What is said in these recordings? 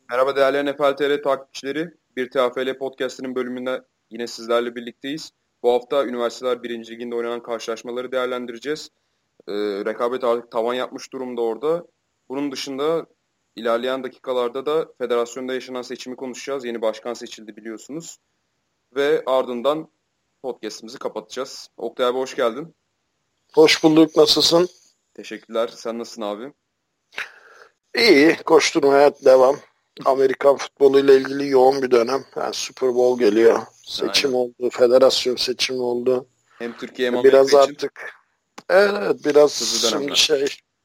Merhaba değerli NFL TR takipçileri. Bir TFL Podcast'ının bölümünde yine sizlerle birlikteyiz. Bu hafta üniversiteler 1. Liginde oynanan karşılaşmaları değerlendireceğiz. Rekabet artık tavan yapmış durumda orada. Bunun dışında ilerleyen dakikalarda da federasyonda yaşanan seçimi konuşacağız. Yeni başkan seçildi biliyorsunuz. Ve ardından podcast'imizi kapatacağız. Oktay abi hoş geldin. Hoş bulduk. Nasılsın? Teşekkürler. Sen nasılsın abi? İyi. Koşturmaya devam. Amerikan futbolu ile ilgili yoğun bir dönem. Yani Super Bowl geliyor. Aynen. Seçim oldu. Federasyon seçimi oldu. Hem Türkiye hem Biraz Amerika için artık evet biraz hızlı şimdi dönemler.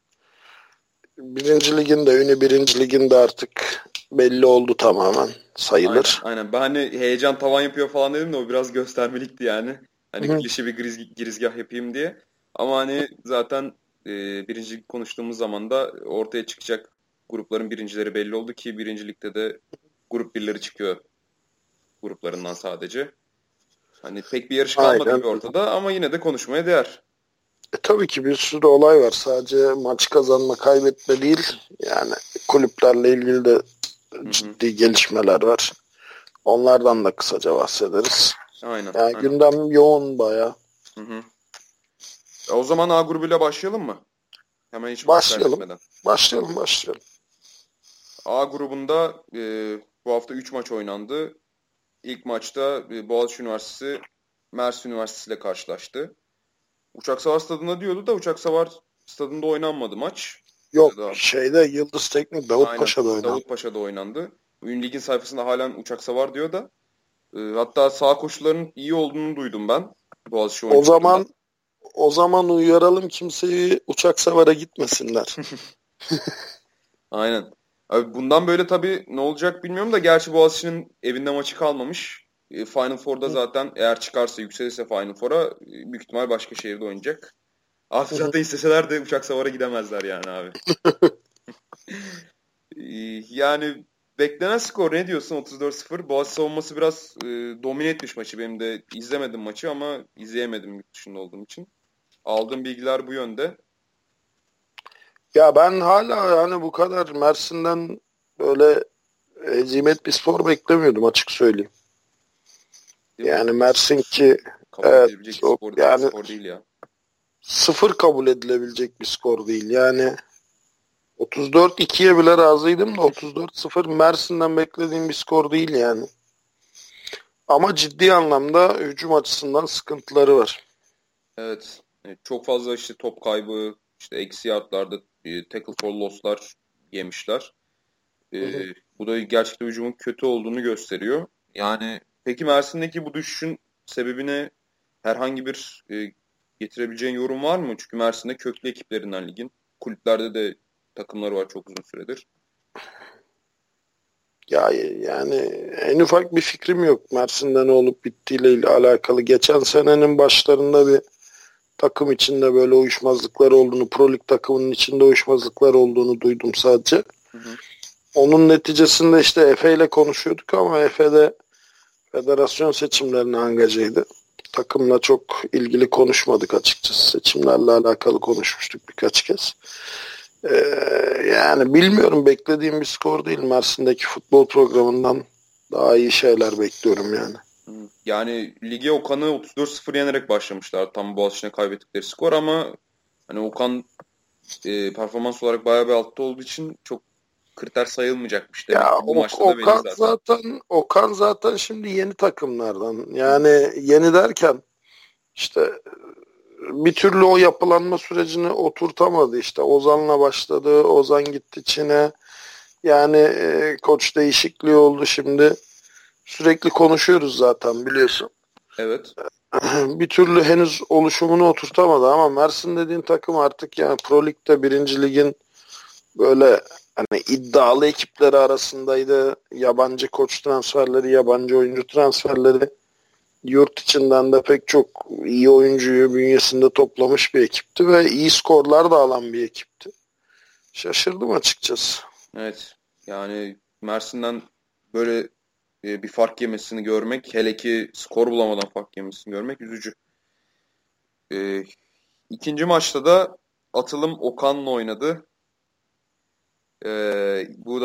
birinci liginde, birinci liginde artık belli oldu tamamen Aynen, sayılır. aynen. Ben hani heyecan tavan yapıyor falan dedim de o biraz göstermelikti yani. Hani Hı. klişe bir girizgah yapayım diye. Ama hani zaten birincilik konuştuğumuz zaman da ortaya çıkacak grupların birincileri belli oldu ki birincilikte de grup birleri çıkıyor gruplarından sadece. Hani pek bir yarış kalmadı Aynen. gibi ortada ama yine de konuşmaya değer. Tabii ki bir sürü olay var. Sadece maç kazanma, kaybetme değil. Yani kulüplerle ilgili de Hı hı. ciddi gelişmeler var. Onlardan da kısaca bahsederiz. Aynen, Yani aynen. gündem yoğun bayağı. Hı hı. O zaman A grubuyla başlayalım mı? Hemen hiç vakit Başlayalım. kaybetmeden. Başlayalım. A grubunda bu hafta 3 maç oynandı. İlk maçta Boğaziçi Üniversitesi Mersin Üniversitesi ile karşılaştı. Uçaksavar Stadı'nda diyordu da Uçaksavar Stadı'nda oynanmadı maç. Yok Daha, Yıldız Teknik aynen Davutpaşa'da oynadı. Davutpaşa'da oynandı. Ün Lig'in sayfasında halen Uçaksavar diyor da. Hatta sağ koşullarının iyi olduğunu duydum ben Boğaziçi O oyuncularından. zaman o zaman uyaralım kimseyi Uçaksavara gitmesinler. Aynen. Abi bundan böyle tabii ne olacak bilmiyorum da gerçi Boğaziçi'nin evinde maçı kalmamış. Final Four'da zaten eğer çıkarsa yükselirse Final Four'a büyük ihtimal başka şehirde oynayacak. Abi zaten isteseler de uçak savara gidemezler yani abi. Yani beklenen skor ne diyorsun 34-0? Boğaziçi savunması biraz domine etmiş maçı. Benim de izlemedim maçı ama izleyemedim yurt dışında olduğum için. Aldığım bilgiler bu yönde. Ya ben hala yani bu kadar Mersin'den böyle hezimet bir spor beklemiyordum açık söyleyeyim. Değil mi? Yani Mersin ki Kabul evet edilebilecek bir spor, yani skor değil ya. sıfır kabul edilebilecek bir skor değil. Yani 34-2'ye bile razıydım da 34-0 Mersin'den beklediğim bir skor değil yani. Ama ciddi anlamda hücum açısından sıkıntıları var. Evet. Çok fazla işte top kaybı, işte eksi yardlarda tackle for loss'lar yemişler. Hı E, hı. Bu da gerçekten hücumun kötü olduğunu gösteriyor. Yani peki Mersin'deki bu düşüşün sebebine herhangi bir getirebileceğin yorum var mı? Çünkü Mersin'de köklü ekiplerinden ligin. Kulüplerde de takımları var çok uzun süredir. Ya yani en ufak bir fikrim yok Mersin'de ne olup bittiğiyle alakalı. Geçen senenin başlarında bir takım içinde böyle uyuşmazlıklar olduğunu, Pro Lig takımının içinde uyuşmazlıklar olduğunu duydum sadece. Hı hı. Onun neticesinde işte Efe ile konuşuyorduk ama Efe de federasyon seçimlerine angajıydı. Takımla çok ilgili konuşmadık açıkçası. Seçimlerle alakalı konuşmuştuk birkaç kez. Ee, Yani bilmiyorum beklediğim bir skor değil. Mersin'deki futbol programından daha iyi şeyler bekliyorum yani. Hı. Yani lige Okan'ı 34-0 yenerek başlamışlar. Tam Boğaziçi'ne kaybettikleri skor ama hani Okan performans olarak bayağı bir altta olduğu için çok kriter sayılmayacakmış. Demek Ya ki bu maçta da belli zaten. Okan zaten şimdi yeni takımlardan. Yani yeni derken işte bir türlü o yapılanma sürecini oturtamadı işte. Ozan'la başladı. Ozan gitti Çin'e. Yani koç değişikliği oldu şimdi. Sürekli konuşuyoruz zaten biliyorsun. Evet. Bir türlü henüz oluşumunu oturtamadı ama Mersin dediğin takım artık yani Pro Lig'de birinci ligin böyle hani iddialı ekipleri arasındaydı. Yabancı koç transferleri, yabancı oyuncu transferleri yurt içinden de pek çok iyi oyuncuyu bünyesinde toplamış bir ekipti ve iyi skorlar da alan bir ekipti. Şaşırdım açıkçası. Evet. Yani Mersin'den böyle bir fark yemesini görmek, hele ki skor bulamadan fark yemesini görmek üzücü. E, ikinci maçta da Atılım Okan'la oynadı. Bu da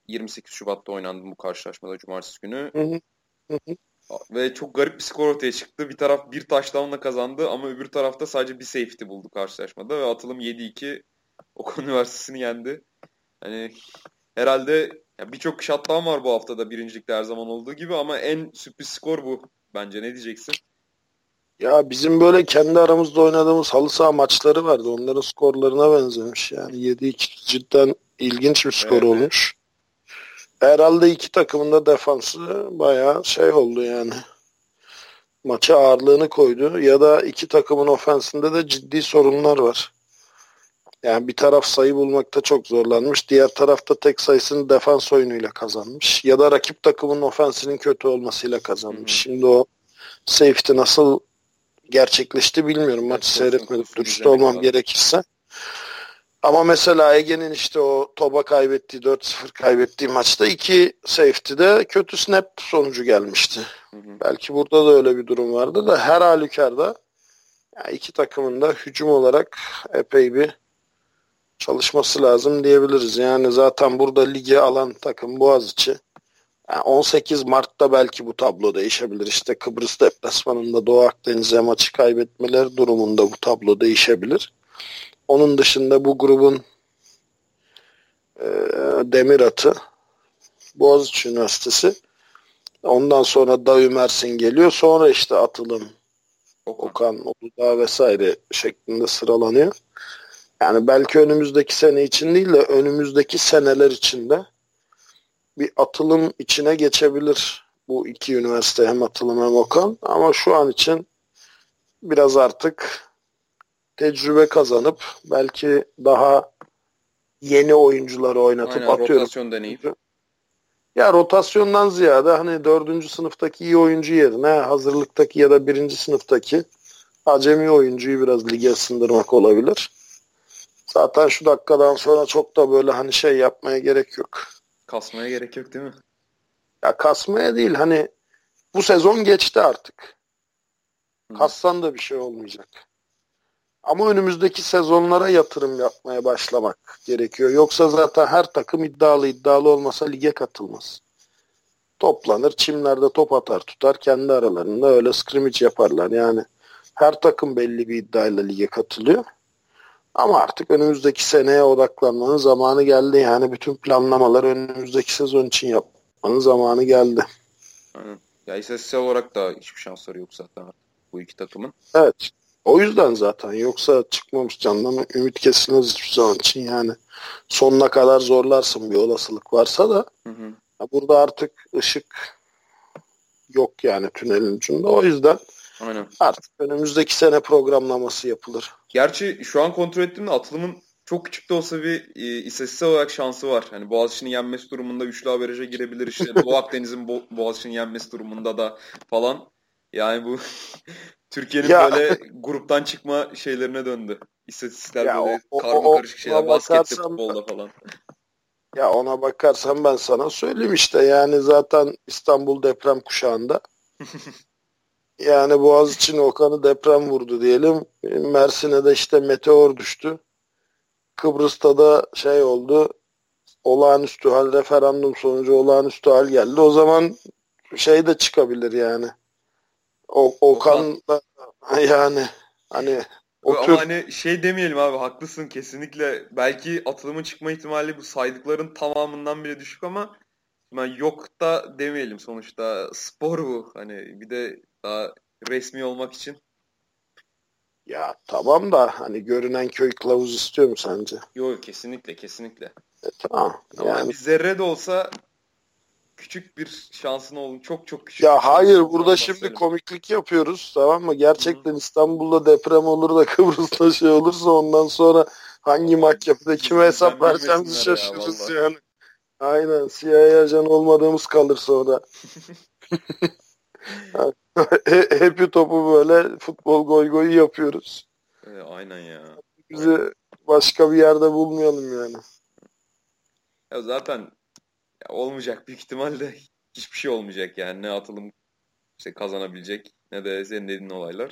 28 Şubat'ta oynandı bu karşılaşmada cumartesi günü. Hı hı. Hı hı. Ve çok garip bir skor ortaya çıktı. Bir taraf bir touchdown'la kazandı ama öbür tarafta sadece bir safety buldu karşılaşmada ve Atılım 7-2 Okan Üniversitesi'ni yendi. Hani herhalde birçok shutdown var bu haftada birincilikte her zaman olduğu gibi ama en sürpriz skor bu. Bence ne diyeceksin? Ya bizim böyle kendi aramızda oynadığımız halı saha maçları vardı. Onların skorlarına benzemiş. Yani 7-2 cidden ilginç bir skor Evet, evet. olmuş. Herhalde iki takımın da defansı bayağı şey oldu yani. Maça ağırlığını koydu. Ya da iki takımın ofensinde de ciddi sorunlar var. Yani bir taraf sayı bulmakta çok zorlanmış. Diğer tarafta tek sayısını defans oyunuyla kazanmış. Ya da rakip takımın ofensinin kötü olmasıyla kazanmış. Şimdi o safety nasıl gerçekleşti bilmiyorum. Evet, Maçı pozisyon seyretmedim. konusunu Dürüst izlemek olmam lazım. gerekirse. Ama mesela Ege'nin işte o topa kaybettiği 4-0 kaybettiği maçta iki safety'de kötü snap sonucu gelmişti. Belki burada da öyle bir durum vardı da her halükarda yani iki takımın da hücum olarak epey bir çalışması lazım diyebiliriz. Yani zaten burada ligi alan takım Boğaziçi. Yani 18 Mart'ta belki bu tablo değişebilir. İşte Kıbrıs deplasmanında Doğu Akdeniz'e maçı kaybetmeleri durumunda bu tablo değişebilir. Onun dışında bu grubun demir atı Boğaziçi Üniversitesi. Ondan sonra Davi Mersin geliyor. Sonra işte Atılım, Okan, Uludağ vesaire şeklinde sıralanıyor. Yani belki önümüzdeki sene için değil de önümüzdeki seneler için de bir atılım içine geçebilir bu iki üniversite, hem Atılım hem Okan. Ama şu an için biraz artık tecrübe kazanıp belki daha yeni oyuncuları oynatıp Aynen, atıyorum. rotasyon deneyip. Ya rotasyondan ziyade hani dördüncü sınıftaki iyi oyuncu yerine hazırlıktaki ya da birinci sınıftaki acemi oyuncuyu biraz lige ısındırmak olabilir. Zaten şu dakikadan sonra çok da böyle hani şey yapmaya gerek yok. Kasmaya gerek yok değil mi? Ya kasmaya değil, hani bu sezon geçti artık. Kassan da bir şey olmayacak. Ama önümüzdeki sezonlara yatırım yapmaya başlamak gerekiyor. Yoksa zaten her takım iddialı olmasa lige katılmaz. Toplanır, çimlerde top atar tutar, kendi aralarında öyle scrimmage yaparlar. Yani her takım belli bir iddiayla lige katılıyor. Ama artık önümüzdeki seneye odaklanmanın zamanı geldi. Yani bütün planlamalar önümüzdeki sezon için yapmanın zamanı geldi. Aynen. Ya istatistiksel olarak da hiçbir şansları yok zaten artık bu iki takımın. Evet. O yüzden zaten, yoksa çıkmamış candan ümit kesilmez hiçbir zaman için yani. Sonuna kadar zorlarsın bir olasılık varsa da burada artık ışık yok yani tünelin ucunda. O yüzden Aynen. artık önümüzdeki sene programlaması yapılır. Gerçi şu an kontrol ettim de Atılım'ın çok küçük de olsa bir istatistiksel olarak şansı var. Hani Boğaziçi'nin yenmesi durumunda üçlü averaja girebilir. İşte Doğu Akdeniz'in Boğaziçi'nin yenmesi durumunda da falan. Yani bu Türkiye'nin Ya böyle gruptan çıkma şeylerine döndü. İstatistikler ya böyle karma karışık ona şeyler. Baskette, bakarsan futbolda falan. ya ona bakarsan ben sana söyleyeyim işte, yani zaten İstanbul deprem kuşağında. Yani Boğaziçi'nin Okan'ı deprem vurdu diyelim. Mersin'e de işte meteor düştü. Kıbrıs'ta da şey oldu. Olağanüstü hal, referandum sonucu olağanüstü hal geldi. O zaman şey de çıkabilir yani. Okan. Okan da yani hani o Ama tür, hani şey demeyelim abi, haklısın kesinlikle. Belki atılımın çıkma ihtimali bu saydıkların tamamından bile düşük ama yok da demeyelim sonuçta. Spor bu. Hani bir de daha resmi olmak için. ya tamam da hani görünen köy kılavuz istiyor mu sence? Yok, kesinlikle kesinlikle. Tamam Ama yani. bir zerre de olsa küçük bir şansın olduğunu, çok çok küçük bir Ya şansın hayır, burada olduğundan şimdi bahsedelim. komiklik yapıyoruz, tamam mı? Hı-hı. Gerçekten İstanbul'da deprem olur da Kıbrıs'ta şey olursa ondan sonra hangi Vallahi mahkemede kime hesap bizden vereceğimizi bilmesinler ya şaşırırız vallahi. yani. Aynen, CIA ajan olmadığımız kalır sonra. Hepi topu böyle futbol goy goyu yapıyoruz. Aynen ya. Bizi başka bir yerde bulmayalım yani. Ya zaten olmayacak büyük ihtimalle, hiçbir şey olmayacak yani. Ne atılım işte kazanabilecek ne de senin dediğin olaylar.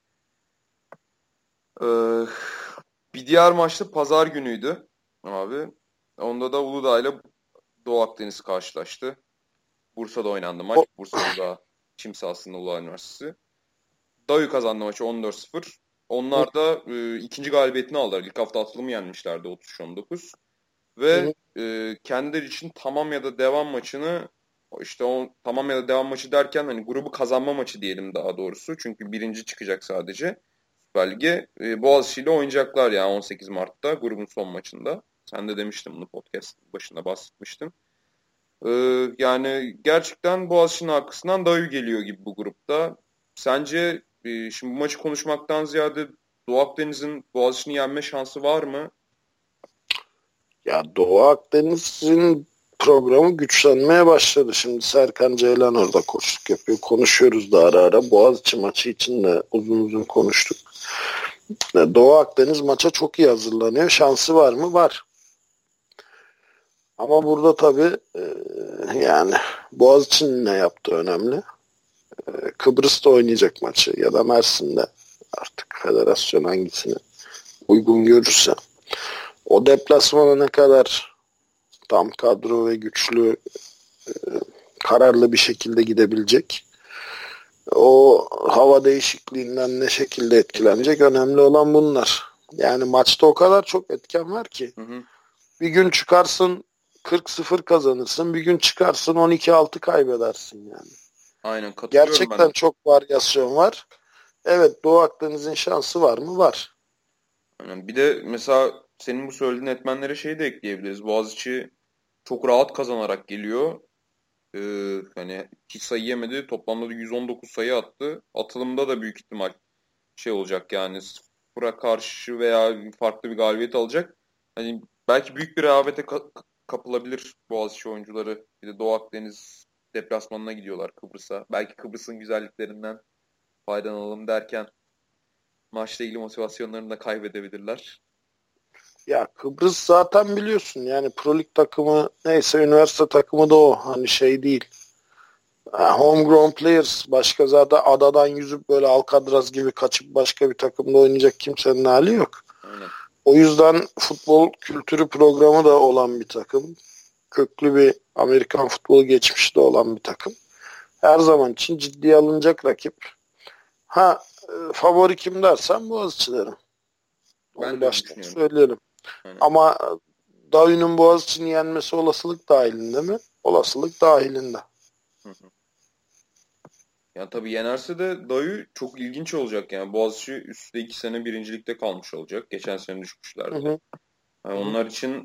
Ee, Bir diğer maçta pazar günüydü abi. Onda da Uludağ'la Doğu Akdeniz karşılaştı. Bursa'da oynandı maç. Bursa'da çim sahasında Uludağ Üniversitesi. DAÜ kazandı maçı 14-0. Onlar da ikinci galibiyetini aldılar. İlk hafta atılımı yenmişlerdi 33-19. Ve kendileri için tamam ya da devam maçını tamam ya da devam maçı derken hani grubu kazanma maçı diyelim daha doğrusu. Çünkü birinci çıkacak sadece Süper Lig'e. Boğaziçi ile oynayacaklar yani 18 Mart'ta grubun son maçında. Sen de demiştin bunu podcast başında bahsetmiştin. Yani gerçekten Boğaziçi'nin arkasından DAÜ geliyor gibi bu grupta. Sence şimdi bu maçı konuşmaktan ziyade Doğu Akdeniz'in Boğaziçi'ni yenme şansı var mı? Ya Doğu Akdeniz'in programı güçlenmeye başladı. Şimdi Serkan Ceylan orada koçluk yapıyor. Konuşuyoruz da ara ara. Boğaziçi maçı için de uzun uzun konuştuk. Doğu Akdeniz maça çok iyi hazırlanıyor. Şansı var mı? Var. Ama burada tabii yani Boğaziçi'nin ne yaptığı önemli. Kıbrıs'ta oynayacak maçı ya da Mersin'de, artık federasyon hangisini uygun görürse. O deplasmana ne kadar tam kadro ve güçlü, kararlı bir şekilde gidebilecek, o hava değişikliğinden ne şekilde etkilenecek, önemli olan bunlar. Yani maçta o kadar çok etken var ki. Bir gün çıkarsın 40-0 kazanırsın, bir gün çıkarsın 12-6 kaybedersin yani. Aynen, katılıyorum. Gerçekten çok varyasyon var. Evet, Doğu Akdeniz'in şansı var mı? Var. Aynen. Bir de mesela senin bu söylediğin etmenlere şey de ekleyebiliriz. Boğaziçi çok rahat kazanarak geliyor. Hani hiç sayı yemedi. Toplamda da 119 sayı attı. Atılımda da büyük ihtimal şey olacak yani Spor'a karşı veya farklı bir galibiyet alacak. Hani belki büyük bir rehavete kapılabilir Boğaziçi oyuncuları. Bir de Doğu Akdeniz deplasmanına gidiyorlar, Kıbrıs'a. Belki Kıbrıs'ın güzelliklerinden faydalanalım derken maçla ilgili motivasyonlarını da kaybedebilirler. Ya Kıbrıs zaten biliyorsun yani Pro Lig takımı neyse, üniversite takımı da o. Hani şey değil. Homegrown players, başka zaten adadan yüzüp böyle Alcatraz gibi kaçıp başka bir takımda oynayacak kimsenin hali yok. Aynen. O yüzden futbol kültürü programı da olan bir takım. Köklü bir Amerikan futbolu geçmişi de olan bir takım. Her zaman için ciddiye alınacak rakip. Favori kim dersen Boğaziçi derim. Onu baştan söyleyelim. Aynen. Ama DAÜ'nün Boğaziçi'ni yenmesi olasılık dahilinde mi? Olasılık dahilinde. Ya tabii yenerse de DAÜ çok ilginç olacak yani. Boğaziçi üstte 2 sene birincilikte kalmış olacak. Geçen sene düşmüşlerdi. Yani onlar için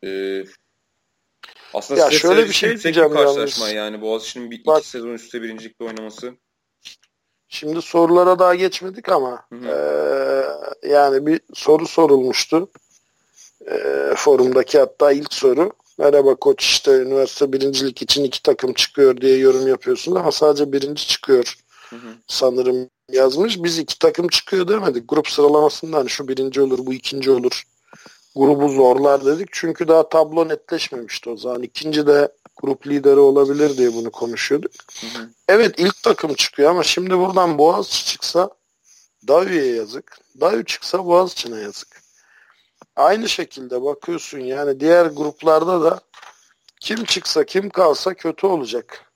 aslında ya şöyle bir şey yüksek bir karşılaşma yani Boğaziçi'nin iki sezon üstte birincilikte oynaması. Şimdi sorulara daha geçmedik ama yani bir soru sorulmuştu. Forumdaki hatta ilk soru. Merhaba koç, işte üniversite birincilik için 2 takım çıkıyor diye yorum yapıyorsunuz ama sadece birinci çıkıyor sanırım yazmış. Biz 2 takım çıkıyor demedik. Grup sıralamasında hani şu birinci olur, bu ikinci olur. Grubu zorlar dedik. Çünkü daha tablo netleşmemişti o zaman. İkinci de grup lideri olabilir diye bunu konuşuyorduk. Evet, ilk takım çıkıyor ama şimdi buradan Boğaziçi çıksa DAÜ'ye yazık. DAÜ çıksa Boğaziçi'ne yazık. Aynı şekilde bakıyorsun yani diğer gruplarda da kim çıksa kim kalsa kötü olacak.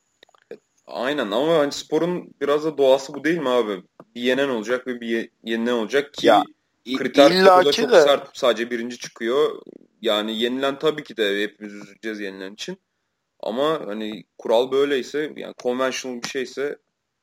Aynen ama hani sporun biraz da doğası bu değil mi abi? Bir yenen olacak ve bir yenilen olacak ki ya, kriter burada çok sert, sadece birinci çıkıyor. Yani yenilen tabii ki de hepimiz üzüleceğiz yenilen için. Ama hani kural böyleyse, yani conventional bir şeyse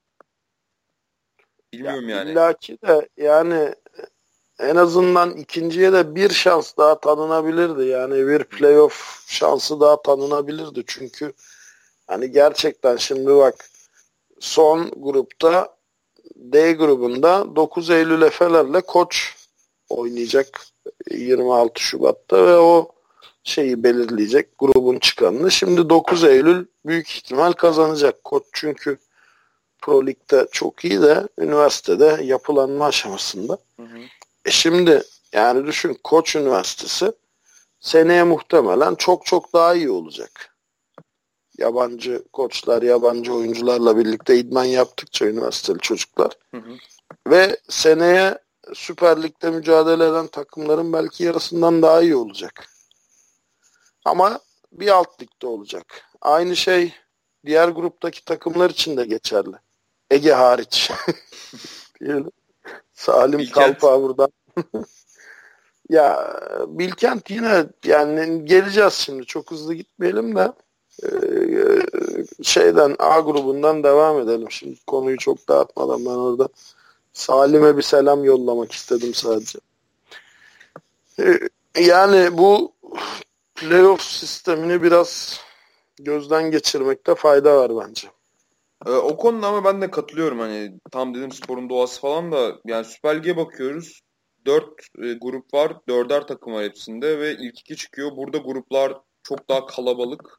bilmiyorum yani. İllaki de yani en azından ikinciye de bir şans daha tanınabilirdi. Yani bir playoff şansı daha tanınabilirdi. Çünkü hani gerçekten şimdi bak, son grupta D grubunda 9 Eylül Efe'lerle Koç oynayacak 26 Şubat'ta ve o şeyi belirleyecek, grubun çıkanını. Şimdi 9 Eylül büyük ihtimal kazanacak Koç, çünkü Pro Lig'de çok iyi de üniversitede yapılanma aşamasında. Şimdi yani düşün, Koç Üniversitesi seneye muhtemelen çok çok daha iyi olacak. Yabancı koçlar, yabancı oyuncularla birlikte idman yaptıkça üniversiteli çocuklar. Ve seneye Süper Lig'de mücadele eden takımların belki yarısından daha iyi olacak. Ama bir alt ligde olacak. Aynı şey diğer gruptaki takımlar için de geçerli. Ege hariç. Diyelim. Salim Bilkent. Kalpa buradan. Ya Bilkent yine yani geleceğiz şimdi. Çok hızlı gitmeyelim de şeyden A grubundan devam edelim. Şimdi konuyu çok dağıtmadan ben orada Salim'e bir selam yollamak istedim sadece. Yani bu playoff sistemini biraz gözden geçirmekte fayda var bence. O konuda ama ben de katılıyorum. Hani tam dedim sporun doğası falan da yani Süper Lig'e bakıyoruz. 4 grup var. 4'er takım var hepsinde ve ilk 2 çıkıyor. Burada gruplar çok daha kalabalık.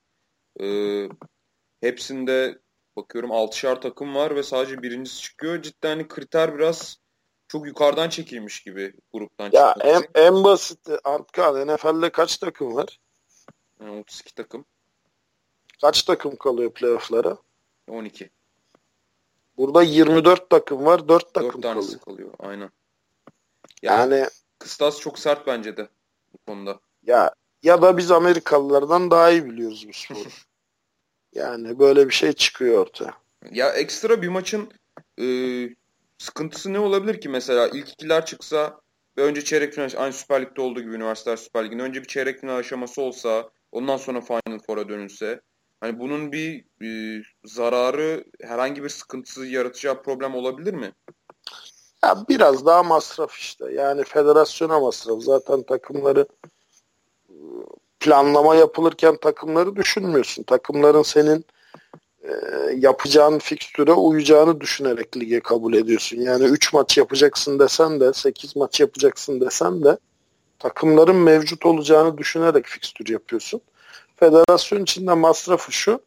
Hepsinde bakıyorum 6'şar takım var ve sadece birincisi çıkıyor. Cidden hani kriter biraz çok yukarıdan çekilmiş gibi gruptan Ya çıkmak için. en basiti Antkan NFL'de kaç takım var? Yani 32 takım. Kaç takım kalıyor playoff'lara? 12. Burada 24 takım var. 4 4 takım tanesi kalıyor. kalıyor. Aynen. Yani Yani kıstas çok sert bence de bu konuda. ya da biz Amerikalılardan daha iyi biliyoruz bu sporu. Yani böyle bir şey çıkıyor ortaya. Ya ekstra bir maçın e, sıkıntısı ne olabilir ki? Mesela ilk ikiler çıksa ve önce çeyrek final, aynı Süper Lig'de olduğu gibi Üniversiteler Süper Ligi'nde önce bir çeyrek final aşaması olsa, ondan sonra Final Four'a dönülse, hani bunun bir zararı, herhangi bir sıkıntısı yaratacağı problem olabilir mi? Ya biraz daha masraf işte. Yani federasyona masraf. Zaten takımları planlama yapılırken takımları düşünmüyorsun. Takımların senin yapacağın fikstüre uyacağını düşünerek lige kabul ediyorsun. Yani 3 maç yapacaksın desen de 8 maç yapacaksın desen de takımların mevcut olacağını düşünerek fikstür yapıyorsun. Federasyon içinde masrafı şu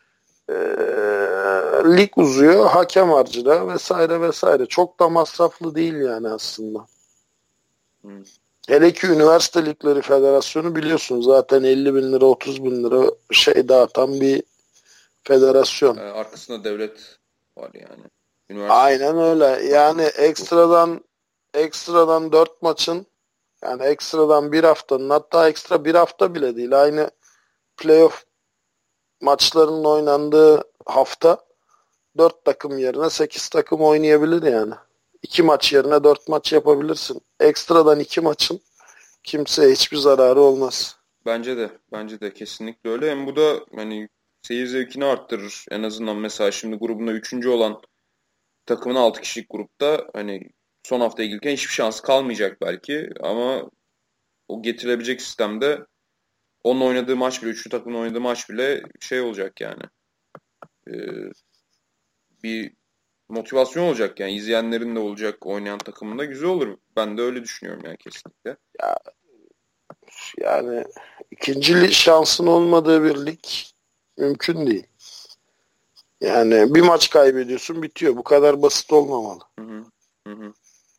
lig uzuyor, hakem harcırıyor vesaire vesaire. Çok da masraflı değil yani aslında. Hmm. Hele ki üniversite ligleri federasyonu biliyorsun zaten 50 bin lira 30 bin lira şey dağıtan bir federasyon. Arkasında devlet var yani. Üniversite. Aynen öyle. Yani ekstradan 4 maçın yani ekstradan bir haftanın hatta ekstra bir hafta bile değil. Aynı playoff maçlarının oynandığı hafta 4 takım yerine 8 takım oynayabilir yani. 2 maç yerine 4 maç yapabilirsin. Ekstradan 2 maçın kimseye hiçbir zararı olmaz. Bence de kesinlikle öyle. Hem bu da hani seyir zevkini arttırır. En azından mesela şimdi grubunda üçüncü olan takımın 6 kişilik grupta hani son haftaya gelirken hiçbir şansı kalmayacak belki ama o getirilebilecek sistemde onun oynadığı maç bile, üçlü takımın oynadığı maç bile şey olacak yani. Ee, Bir motivasyon olacak yani. İzleyenlerin de olacak, oynayan takımın da güzel olur. Ben de öyle düşünüyorum yani kesinlikle. Ya, yani ikinci şansın olmadığı bir lig mümkün değil. Yani bir maç kaybediyorsun bitiyor. Bu kadar basit olmamalı. Hı hı. Hı hı.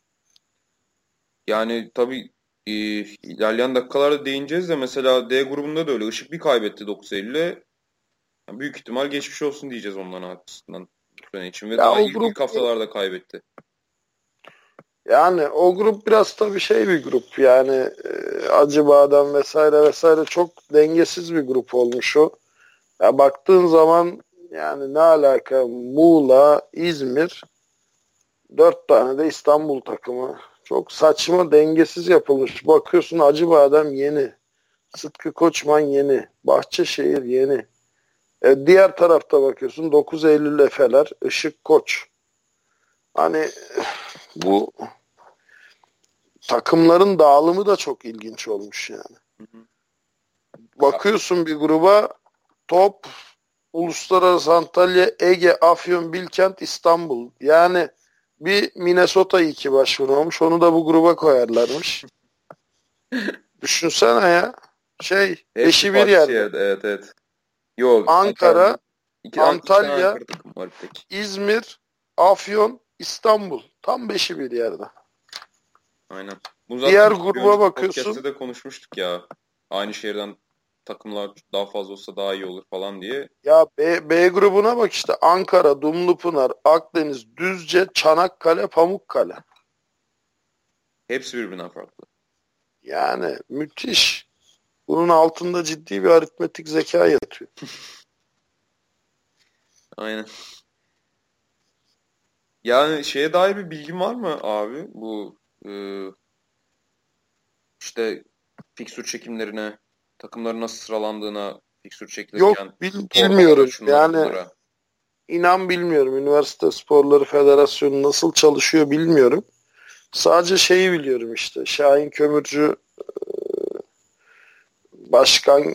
Yani tabii ilerleyen dakikalarda değineceğiz de mesela D grubunda da öyle. Işık bir kaybetti 9 Eylül'e. Yani büyük ihtimal geçmiş olsun diyeceğiz onların açısından bu sene için. Ve Ya daha o ilk haftalarda kaybetti. Yani o grup biraz tabii şey bir grup yani Acıbadem vesaire vesaire çok dengesiz bir grup olmuş o. Ya baktığın zaman yani ne alaka Muğla, İzmir 4 tane de İstanbul takımı. Çok saçma dengesiz yapılmış. Bakıyorsun Acıbadem yeni. Sıtkı Koçman yeni. Bahçeşehir yeni. Diğer tarafta bakıyorsun 9 Eylül Efeler, Işık Koç. Hani bu takımların dağılımı da çok ilginç olmuş yani. Hı hı. Bakıyorsun bir gruba top Uluslararası Antalya, Ege, Afyon, Bilkent, İstanbul. Yani bir Minnesota 2 başvurmamış. Onu da bu gruba koyarlarmış. Düşünsene ya. Hepsi Beşi bir farklı yerde. yerde. Evet, evet. Yok. Ankara, İki tane Antalya, Ankara takım var bir tek. İzmir, Afyon, İstanbul. Tam beşi bir yerde. Aynen. Bu Diğer zaten bir gruba önceki podcast'te bakıyorsun. de konuşmuştuk ya. Aynı şehirden takımlar daha fazla olsa daha iyi olur falan diye. Ya B grubuna bak işte Ankara, Dumlupınar, Akdeniz, Düzce, Çanakkale, Pamukkale. Hepsi birbirinden farklı. Yani müthiş. Bunun altında ciddi bir aritmetik zeka yatıyor. Aynen. Yani şeye dair bir bilgin var mı abi? Bu e, işte fiksür çekimlerine, takımların nasıl sıralandığına, fiksür Yok çekilirken torbalara, bilmiyorum. şunlara, Yani bunlara. inan bilmiyorum. Üniversite Sporları Federasyonu nasıl çalışıyor bilmiyorum. Sadece şeyi biliyorum işte. Şahin Kömürcü başkan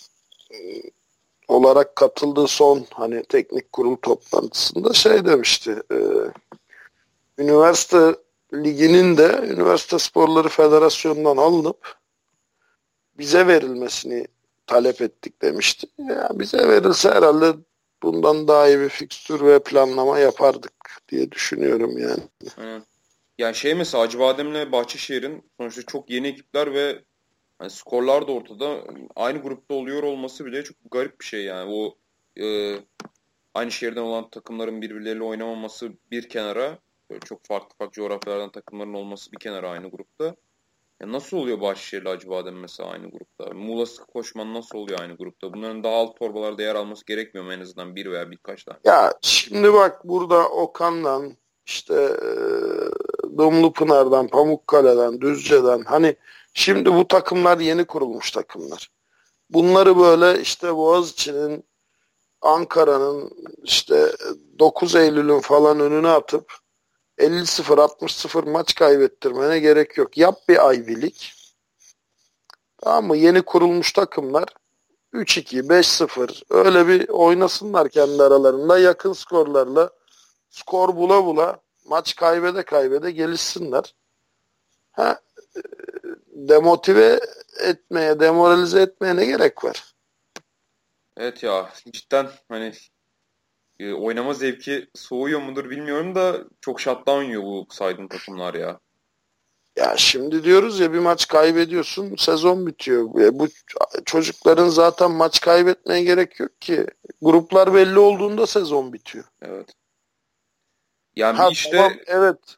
olarak katıldığı son hani teknik kurul toplantısında şey demişti. Üniversite liginin de Üniversite Sporları Federasyonu'ndan alınıp bize verilmesini talep ettik demişti. Ya bize verilse herhalde bundan daha iyi bir fikstür ve planlama yapardık diye düşünüyorum yani. Aynen. Yani şey mesela Acıbadem'le Bahçeşehir'in sonuçta çok yeni ekipler ve hani skorlar da ortada. Aynı grupta oluyor olması bile çok garip bir şey yani. O e, aynı şehirden olan takımların birbirleriyle oynamaması bir kenara, böyle çok farklı farklı coğrafyalardan takımların olması bir kenara aynı grupta. Ya nasıl oluyor Bahçeşehir'le Acıbadem mesela aynı grupta? Muğla Sıkı Koçman nasıl oluyor aynı grupta? Bunların daha alt torbalarda yer alması gerekmiyor mu en azından bir veya birkaç tane? Ya şimdi bak burada Okan'dan işte Dumlupınar'dan, Pamukkale'den, Düzce'den hani şimdi bu takımlar yeni kurulmuş takımlar. Bunları böyle işte Boğaziçi'nin, Ankara'nın işte 9 Eylül'ün falan önüne atıp 50-0, 60-0 maç kaybettirmene gerek yok. Yap bir Ivy League. Tamam mı? Yeni kurulmuş takımlar 3-2, 5-0 öyle bir oynasınlar kendi aralarında yakın skorlarla skor bula bula maç kaybede kaybede gelişsinler. Ha, demotive etmeye, demoralize etmeye ne gerek var? Evet ya cidden hani oynama zevki soğuyor mudur bilmiyorum da çok shutdown yiyor bu saydığım takımlar ya. Ya şimdi diyoruz ya bir maç kaybediyorsun sezon bitiyor. Bu çocukların zaten maç kaybetmeye gerek yok ki. Gruplar belli olduğunda sezon bitiyor. Evet. Yani bir Ha tamam işte evet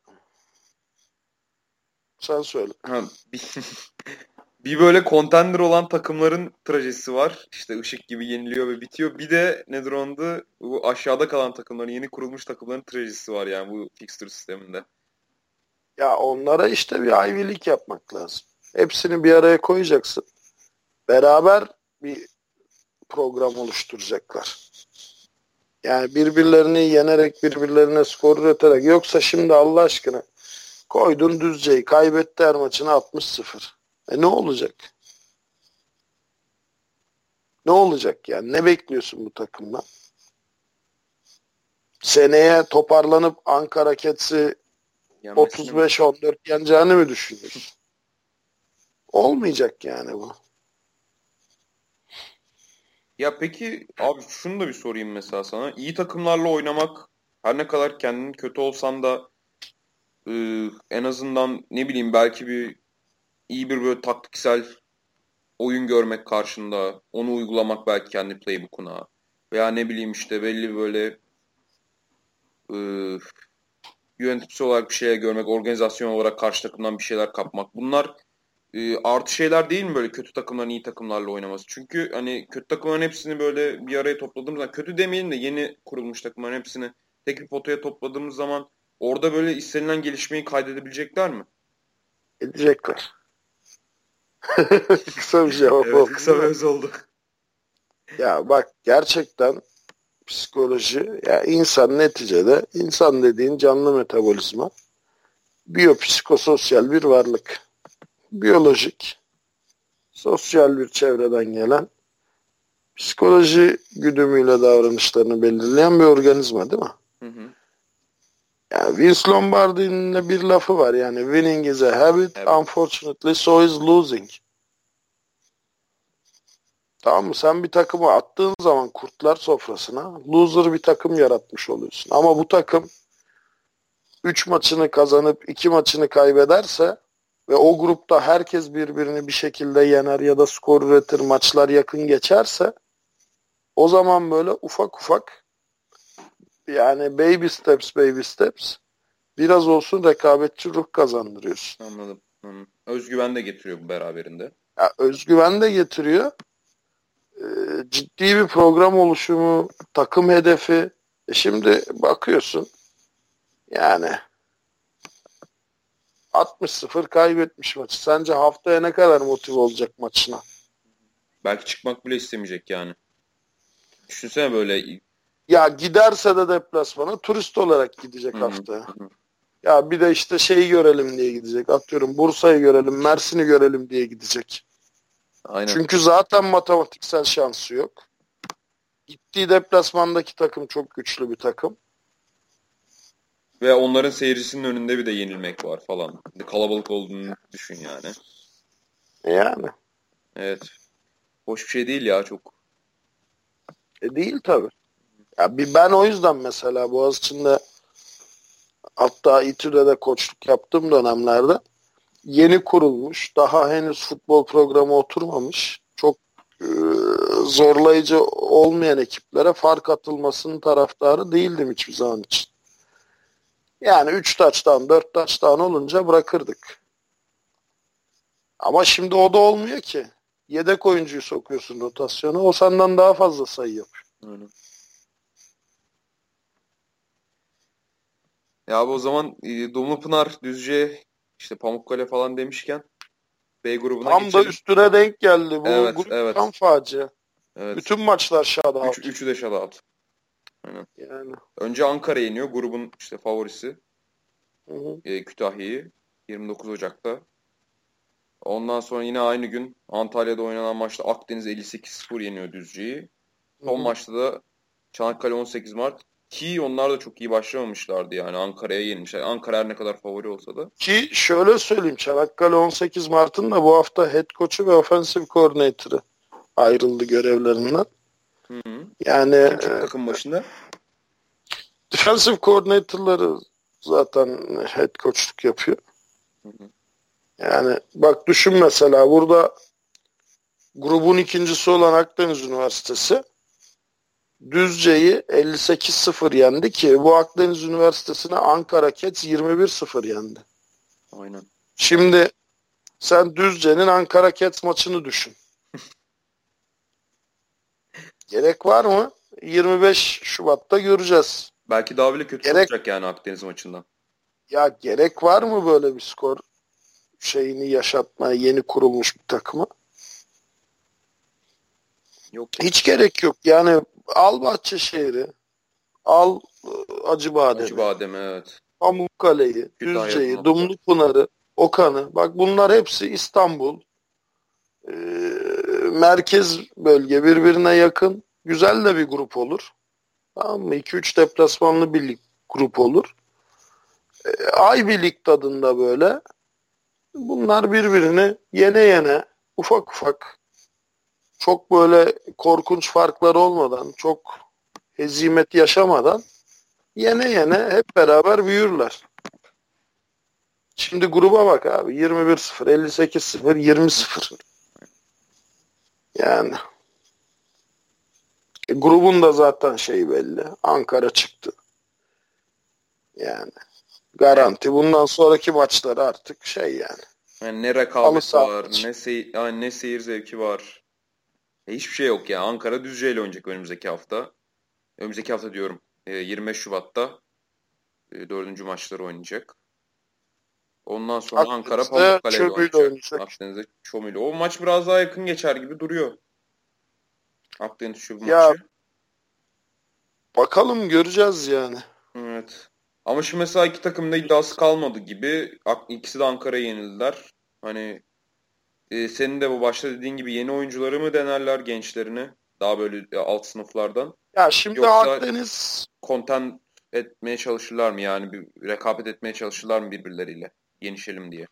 sen söyle. ha, bir, bir böyle contender olan takımların trajedisi var. İşte ışık gibi yeniliyor ve bitiyor. Bir de nedir onda bu aşağıda kalan takımların, yeni kurulmuş takımların trajedisi var yani bu fixture sisteminde. Ya onlara işte bir Ivy League yapmak lazım. Hepsini bir araya koyacaksın. Beraber bir program oluşturacaklar. Yani birbirlerini yenerek, birbirlerine skor üreterek. Yoksa şimdi Allah aşkına koydun Düzce'yi, kaybetti her maçını 60-0. Ne olacak? Ne olacak yani? Ne bekliyorsun bu takımdan? Seneye toparlanıp Ankara Cats'i Yenmesini mi? 35-14 yeneceğini mi düşünüyorsun? Olmayacak yani bu. Ya peki abi şunu da bir sorayım mesela sana. İyi takımlarla oynamak, her ne kadar kendin kötü olsan da e, en azından ne bileyim belki bir iyi bir böyle taktiksel oyun görmek karşında, onu uygulamak belki kendi playbook'una veya ne bileyim işte belli böyle e, yönetimsel olarak bir şey görmek, organizasyon olarak karşı takımdan bir şeyler kapmak. Bunlar artı şeyler değil mi böyle kötü takımların iyi takımlarla oynaması? Çünkü hani kötü takımların hepsini böyle bir araya topladığımız zaman, kötü demeyelim de yeni kurulmuş takımların hepsini tek bir potaya topladığımız zaman orada böyle istenilen gelişmeyi kaydedebilecekler mi? Edecekler. Kısa bir cevap Evet, oldu kısa değil ve mi? öz oldu. Ya bak gerçekten psikoloji ya insan neticede insan dediğin canlı metabolizma biyopsikososyal bir varlık. Biyolojik, sosyal bir çevreden gelen psikoloji güdümüyle davranışlarını belirleyen bir organizma değil mi? Hı hı. Yani Vince Lombardi'nin bir lafı var yani winning is a habit, Evet. unfortunately so is losing. Tamam mı? Sen bir takımı attığın zaman kurtlar sofrasına loser bir takım yaratmış oluyorsun. Ama bu takım 3 maçını kazanıp 2 maçını kaybederse ve o grupta herkes birbirini bir şekilde yener ya da skor üretir, maçlar yakın geçerse o zaman böyle ufak ufak yani baby steps baby steps biraz olsun rekabetçi ruh kazandırıyorsun. Anladım. Hı. Özgüven de getiriyor bu beraberinde. Ya özgüven de getiriyor. Ciddi bir program oluşumu, takım hedefi. Şimdi bakıyorsun yani 60-0 kaybetmiş maçı. Sence haftaya ne kadar motive olacak maçına? Belki çıkmak bile istemeyecek yani. Düşünsene böyle. Ya giderse de deplasmana turist olarak gidecek Hı hı, haftaya. hı. Ya bir de işte şeyi görelim diye gidecek. Atıyorum Bursa'yı görelim, Mersin'i görelim diye gidecek. Aynen. Çünkü zaten matematiksel şansı yok. Gittiği deplasmandaki takım çok güçlü bir takım. Ve onların seyircisinin önünde bir de yenilmek var falan. Bir de kalabalık olduğunu düşün yani. Yani Evet. Hoş bir şey değil ya çok. değil tabii. Ya ben o yüzden mesela Boğaziçi'nde hatta İTÜ'de de koçluk yaptığım dönemlerde yeni kurulmuş, daha henüz futbol programı oturmamış, çok e, zorlayıcı olmayan ekiplere fark atılmasının taraftarı değildim hiçbir zaman için. Yani 3 taçtan 4 taçtan olunca bırakırdık. Ama şimdi o da olmuyor ki. Yedek oyuncuyu sokuyorsun rotasyona. O senden daha fazla sayı yapıyor. Aynen. Ya abi o zaman Dumlupınar, Düzce, işte Pamukkale falan demişken B grubuna Tam da geçelim. üstüne denk geldi. Bu Evet, grup tam evet, facia. evet. Bütün maçlar shutout. Üçü de shutout. Aynen. Yani. Önce Ankara yeniyor. Grubun işte favorisi. Hı hı. Kütahya'yı 29 Ocak'ta. Ondan sonra yine aynı gün Antalya'da oynanan maçta Akdeniz 58-0 yeniyor Düzce'yi. Hı Son hı. maçta da Çanakkale 18 Mart. Ki onlar da çok iyi başlamamışlardı yani. Ankara'ya yenilmişler. Ankara her ne kadar favori olsa da. Ki şöyle söyleyeyim, Çanakkale 18 Mart'ın da bu hafta head coach'u ve offensive coordinator'ı ayrıldı görevlerinden. Hı hı. Yani Kim çıktı takım başında? defensive coordinator'ları zaten head coach'luk yapıyor. Hı hı. Yani bak düşün mesela burada grubun ikincisi olan Akdeniz Üniversitesi Düzce'yi 58-0 yendi ki bu Akdeniz Üniversitesi'ne Ankara Cats 21-0 yendi. Aynen. Şimdi sen Düzce'nin Ankara Cats maçını düşün. Gerek var mı? 25 Şubat'ta göreceğiz. Belki daha bile kötü Gerek çıkacak yani Akdeniz maçından. gerek var mı böyle bir skor şeyini yaşatmaya yeni kurulmuş bir takıma? Yok. Hiç gerek yok. Yani al Bahçeşehir'i, al Acıbadem'i, Acıbadem evet. Pamukkale'yi, Kütahya Düzce'yi, Dumlupınar. Dumlupınar'ı, Okan'ı. Bak bunlar hepsi İstanbul. e, Merkez bölge birbirine yakın. Güzel de bir grup olur. Tamam mı? 2-3 deplasmanlı bir grup olur. Ay birlik tadında böyle. Bunlar birbirini yene yene ufak ufak çok böyle korkunç farklar olmadan çok hezimet yaşamadan yene yene hep beraber büyürler. Şimdi gruba bak abi 21-0, 58-0, 20-0. Yani grubun da zaten şey belli. Ankara çıktı. Yani garanti. Bundan sonraki maçları artık şey yani. Yani ne Halı rekabet saha var, maçı. ne seyir zevki var. Hiçbir şey yok ya. Ankara Düzce ile oynayacak önümüzdeki hafta. Önümüzdeki hafta diyorum. 25 Şubat'ta 4. maçları oynayacak. Ondan sonra Ankara Akdeniz'de Pamukkale ile çömüyle oynayacak. oynayacak. Akdeniz'de Çomili. O maç biraz daha yakın geçer gibi duruyor. Akdeniz şu Ya maçı. bakalım göreceğiz yani. Evet. Ama şu mesela iki takımın da iddiası kalmadı gibi. İkisi de Ankara'ya yenildiler. Hani senin de bu başta dediğin gibi yeni oyuncuları mı denerler gençlerini? Daha böyle alt sınıflardan. Ya şimdi Yoksa Akdeniz content etmeye çalışırlar mı? Yani bir rekabet etmeye çalışırlar mı birbirleriyle? Yenişelim diye.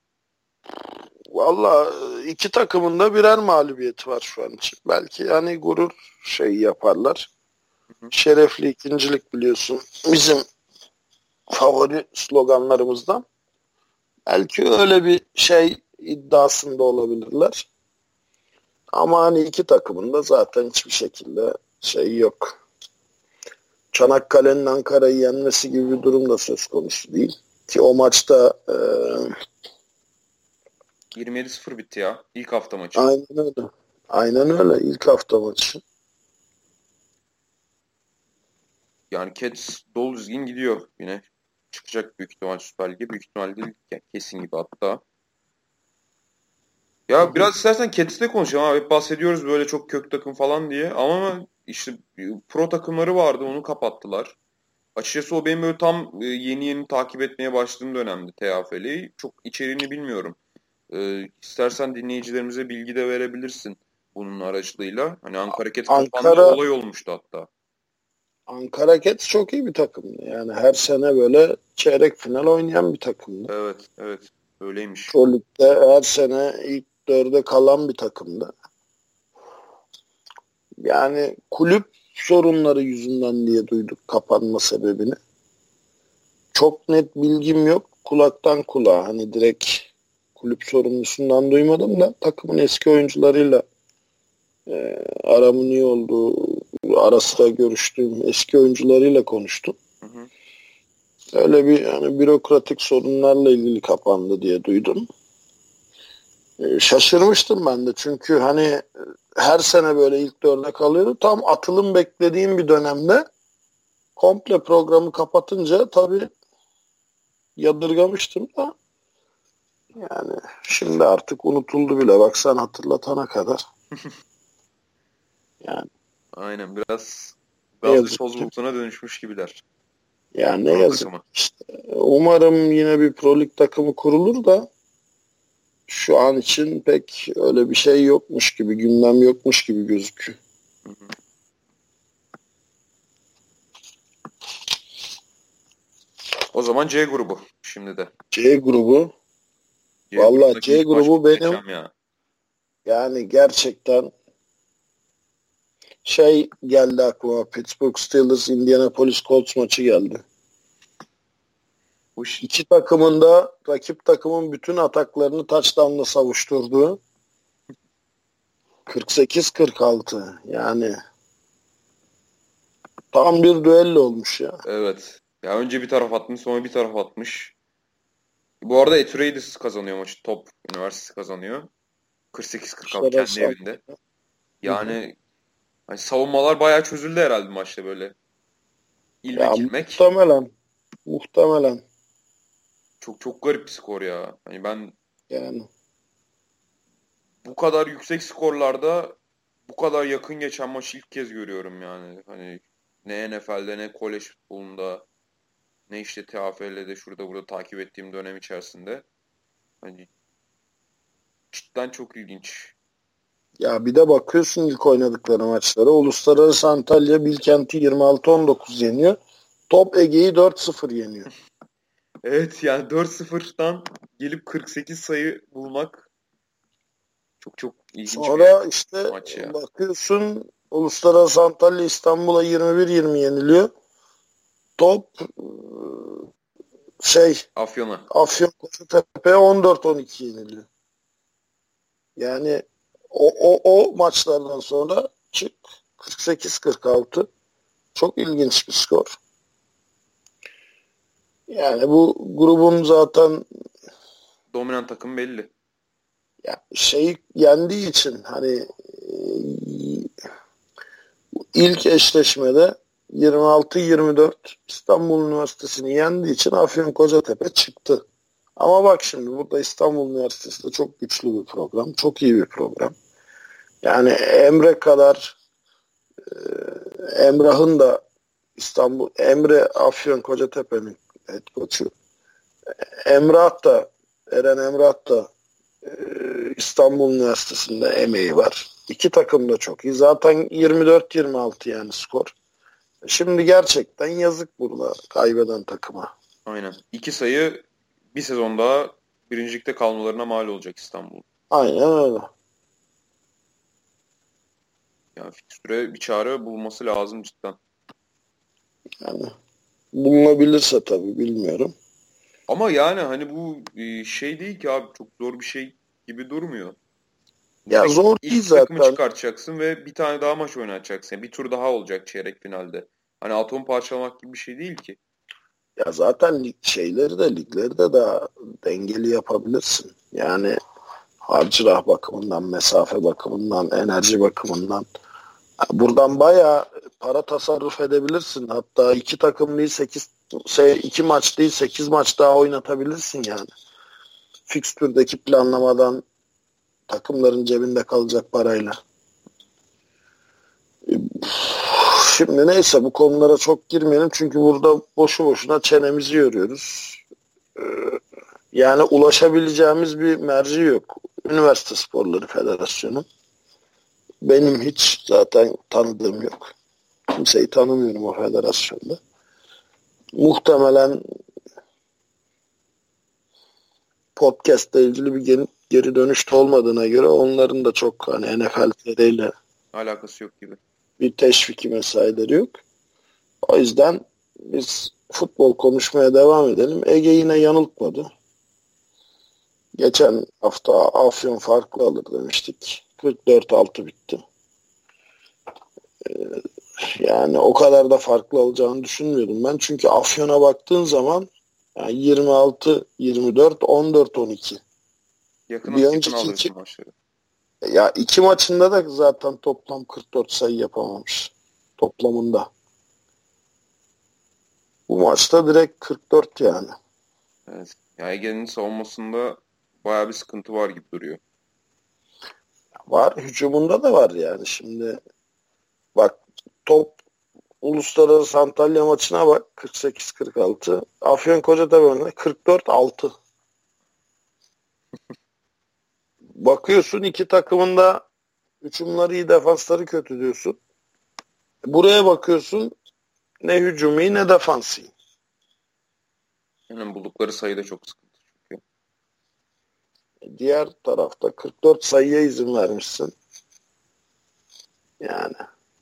valla iki takımın da birer mağlubiyeti var şu an için. Belki yani gurur şey yaparlar. Hı hı. Şerefli ikincilik biliyorsun. Bizim favori sloganlarımızdan. Belki öyle bir şey iddiasında olabilirler. Ama hani iki takımın da zaten hiçbir şekilde şey yok. Çanakkale'nin Ankara'yı yenmesi gibi bir durum da söz konusu değil. Ki o maçta 27-0 bitti ya. İlk hafta maçı. Aynen öyle. Aynen öyle. İlk hafta maçı. Yani Cats dolu düzgün gidiyor yine. Çıkacak büyük ihtimal Süper Lig'e. Büyük ihtimal değil. Yani kesin gibi hatta. Ya biraz istersen Cats'te konuşalım abi. Hep bahsediyoruz böyle çok kök takım falan diye. Ama işte pro takımları vardı. Onu kapattılar. Açıkçası o benim böyle tam yeni yeni takip etmeye başladığım dönemde TFL'yi. Çok içeriğini bilmiyorum. İstersen dinleyicilerimize bilgi de verebilirsin bunun aracılığıyla. Hani Ankara Cats kapandı, Ankara olay olmuştu hatta. Ankara Cats çok iyi bir takımdı. Yani her sene böyle çeyrek final oynayan bir takımdı. Evet, evet. Öyleymiş. Pro Lig'de her sene ilk dörde kalan bir takımdı. Yani kulüp sorunları yüzünden diye duyduk kapanma sebebini. Çok net bilgim yok. Kulaktan kulağa hani direkt kulüp sorumlusundan duymadım da takımın eski oyuncularıyla aramın iyi olduğu, ara sıra görüştüğüm eski oyuncularıyla konuştum. Hı hı. Öyle bir yani bürokratik sorunlarla ilgili kapandı diye duydum. Şaşırmıştım ben de çünkü hani her sene böyle ilk dörde kalıyordu. Tam atılım beklediğim bir dönemde komple programı kapatınca tabii yadırgamıştım da yani şimdi artık unutuldu bile. Bak sen hatırlatana kadar. Yani Aynen biraz ne gaz ve yazık toz ki. bulutuna dönüşmüş gibiler. Yani ne Pro yazık takımı. işte. Umarım yine bir Pro Lig takımı kurulur da şu an için pek öyle bir şey yokmuş gibi, gündem yokmuş gibi gözüküyor. Hı hı. O zaman C grubu şimdi de. C grubu. C Valla grubundaki C ilk maç grubu benim muhteşem ya. yani gerçekten şey geldi aklıma. Pittsburgh Steelers Indianapolis Colts maçı geldi. Bu İki takımın da rakip takımın bütün ataklarını touchdown'la savuşturduğu 48-46 yani tam bir düello olmuş ya. evet. Ya önce bir taraf atmış sonra bir taraf atmış. Bu arada Etreides kazanıyor maçı. Top Üniversitesi kazanıyor. 48-46 kendi Uluslararası evinde. Hı hı. Yani hani savunmalar bayağı çözüldü herhalde maçta böyle. Ya İlmek ilmek. muhtemelen Çok çok garip bir skor ya. Hani ben yani bu kadar yüksek skorlarda bu kadar yakın geçen maçı ilk kez görüyorum yani. Hani ne NFL'de ne kolej futbolunda ne işte TFL'de şurada burada takip ettiğim dönem içerisinde. Hani cidden çok ilginç. ya bir de bakıyorsun ilk oynadıkları maçlara Uluslararası Antalya Bilkent'i 26-19 yeniyor. Top Ege'yi 4-0 yeniyor. Evet yani 4-0'dan gelip 48 sayı bulmak çok çok ilginç bir Sonra işte maç ya. bakıyorsun Uluslararası Antalya İstanbul'a 21-20 yeniliyor. Top şey Afyon'a. Afyonkarahisar'a 14-12 yeniliyor. Yani o maçlardan sonra çık 48-46 çok ilginç bir skor. Yani bu grubun zaten Dominant takım belli. ya şeyi yendiği için hani ilk eşleşmede 26-24 İstanbul Üniversitesi'ni yendiği için Afyon-Kocatepe çıktı. Ama bak şimdi burada İstanbul Üniversitesi de çok güçlü bir program. Çok iyi bir program. Yani Emre kadar Emrah'ın da Emre Afyon-Kocatepe'nin head coach'u. Emrah da Eren Emrah da İstanbul Üniversitesi'nde emeği var. İki takım da çok iyi. Zaten 24-26 yani skor. Şimdi gerçekten yazık burada kaybeden takıma. Aynen. 2 sayı bir sezon daha birincilikte kalmalarına mal olacak İstanbul. Aynen öyle. Yani fikstüre bir çare bulması lazım cidden. Yani bulunabilirse tabii bilmiyorum. Ama yani hani bu şey değil ki abi çok zor bir şey gibi durmuyor. Ya Direkt zor ilk değil iki takımı zaten. çıkartacaksın ve bir tane daha maç oynatacaksın. Yani bir tur daha olacak çeyrek finalde. Hani atom parçalamak gibi bir şey değil ki. Ya zaten ligleri de daha dengeli yapabilirsin. Yani harcırah bakımından, mesafe bakımından, enerji bakımından. Buradan bayağı para tasarruf edebilirsin. Hatta iki takım değil 2 maç değil 8 maç daha oynatabilirsin yani. Fikstürdeki planlamadan takımların cebinde kalacak parayla. Şimdi neyse bu konulara çok girmeyelim çünkü burada boşu boşuna çenemizi yoruyoruz. Yani ulaşabileceğimiz bir merci yok. Üniversite Sporları Federasyonu. Benim hiç zaten tanıdığım yok. Kimseyi tanımıyorum o federasyonda. Muhtemelen podcast'la ilgili bir geri dönüş olmadığına göre onların da çok hani NFL'leriyle alakası yok gibi. Bir teşviki mesaileri yok. O yüzden biz futbol konuşmaya devam edelim. Ege yine yanıltmadı. Geçen hafta Afyon farklı alır demiştik. 44-6 bitti. Yani o kadar da farklı olacağını düşünmüyordum ben. Çünkü Afyon'a baktığın zaman yani 26-24, 14-12. Bir önceki maçları. Ya iki maçında da zaten toplam 44 sayı yapamamış. Toplamında. Bu maçta direkt 44 yani. Evet. Ya Ege'nin savunmasında bayağı bir sıkıntı var gibi duruyor. Var. Hücumunda da var yani. Şimdi bak top Uluslararası Antalya maçına bak 48-46. Afyonkarahisar önünde 44-6. Bakıyorsun iki takımın da hücumları iyi, defansları kötü diyorsun. Buraya bakıyorsun ne hücumu iyi ne defansı iyi. Yani buldukları sayı da çok sıkıntı çünkü. Diğer tarafta 44 sayıya izin vermişsin. Yani.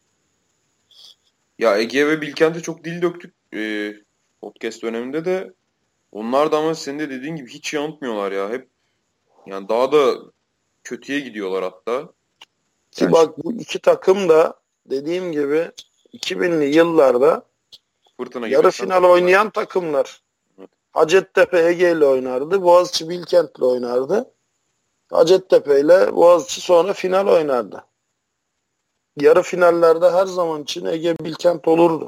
Ya Ege ve Bilkent'e çok dil döktük podcast döneminde de. Onlar da ama senin de dediğin gibi hiç yanıltmıyorlar ya. Hep yani daha da kötüye gidiyorlar hatta. Ki yani bak bu iki takım da dediğim gibi 2000'li yıllarda yarı final oynayan takımlar. Evet. Hacettepe Ege ile oynardı. Boğaziçi Bilkent ile oynardı. Hacettepe ile Boğaziçi sonra final oynardı. Yarı finallerde her zaman için Ege Bilkent olurdu.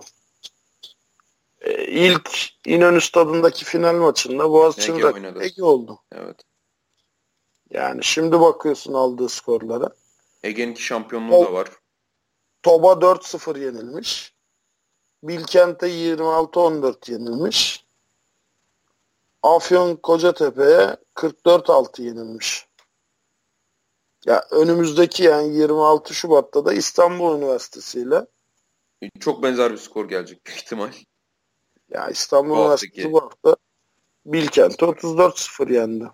İlk İnönü Stadı'ndaki final maçında Boğaziçi'nin rakibi Ege oldu. Evet. Yani şimdi bakıyorsun aldığı skorlara. Ege'ninki şampiyonluğu da var. TOB'a 4-0 yenilmiş. Bilkent'e 26-14 yenilmiş. Afyon Kocatepe'ye 44-6 yenilmiş. Ya önümüzdeki yani 26 Şubat'ta da İstanbul Üniversitesi ile çok benzer bir skor gelecek büyük ihtimal. Ya İstanbul Üniversitesi bu hafta Bilkent'e 34-0 yendi.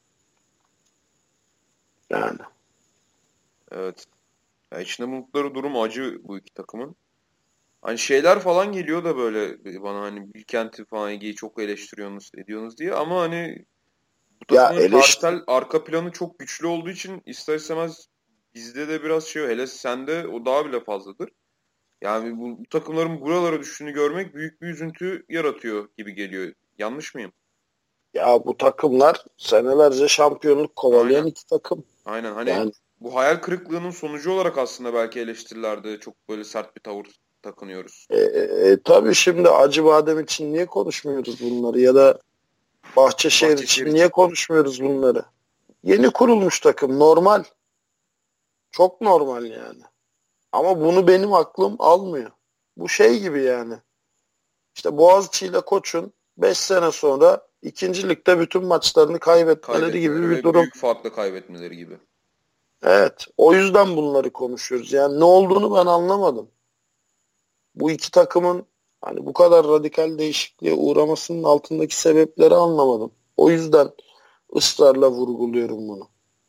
Yani. Evet. Ya içinde bulundukları durum acı bu iki takımın. Hani şeyler falan geliyor da böyle bana hani Bilkent'i falan Ege'yi çok eleştiriyorsunuz ediyorsunuz diye ama hani bu takımın tarihsel arka planı çok güçlü olduğu için ister istemez bizde de biraz şey hele sende o daha bile fazladır. Yani bu takımların buralara düştüğünü görmek büyük bir üzüntü yaratıyor gibi geliyor. Yanlış mıyım? Ya bu takımlar senelerce şampiyonluk kovalayan iki takım. Aynen hani yani bu hayal kırıklığının sonucu olarak aslında belki eleştirilerde çok böyle sert bir tavır takınıyoruz. Tabii şimdi Acıbadem için niye konuşmuyoruz bunları ya da Bahçeşehir için niye konuşmuyoruz bunları? Yeni kurulmuş takım normal. Çok normal yani. Ama bunu benim aklım almıyor. Bu şey gibi yani. İşte Boğaziçi ile Koç'un 5 sene sonra 2. ligde bütün maçlarını kaybetmeleri gibi bir durum. Büyük farklı kaybetmeleri gibi. Evet. O yüzden bunları konuşuyoruz. Yani ne olduğunu ben anlamadım. Bu iki takımın hani bu kadar radikal değişikliğe uğramasının altındaki sebepleri anlamadım. O yüzden ısrarla vurguluyorum bunu.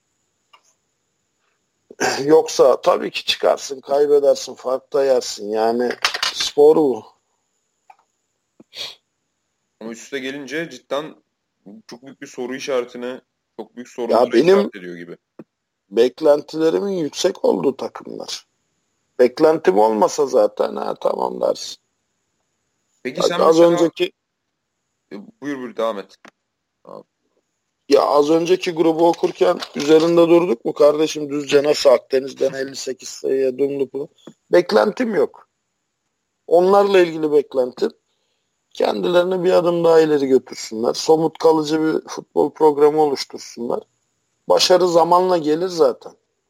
Yoksa tabii ki çıkarsın, kaybedersin, fark da yersin. Yani spor bu. Ama üste gelince cidden çok büyük bir soru işaretine, çok büyük sorunlara işaret ediyor gibi. Beklentilerimin yüksek olduğu takımlar. Beklentim olmasa zaten tamam dersin. Peki sen az önceki buyur devam et. Abi. Ya az önceki grubu okurken üzerinde durduk mu kardeşim? Düzce nasıl Akdeniz'den 58 sayıya dumduk mu? Beklentim yok. Onlarla ilgili beklentim kendilerini bir adım daha ileri götürsünler. Somut kalıcı bir futbol programı oluştursunlar. Başarı zamanla gelir zaten.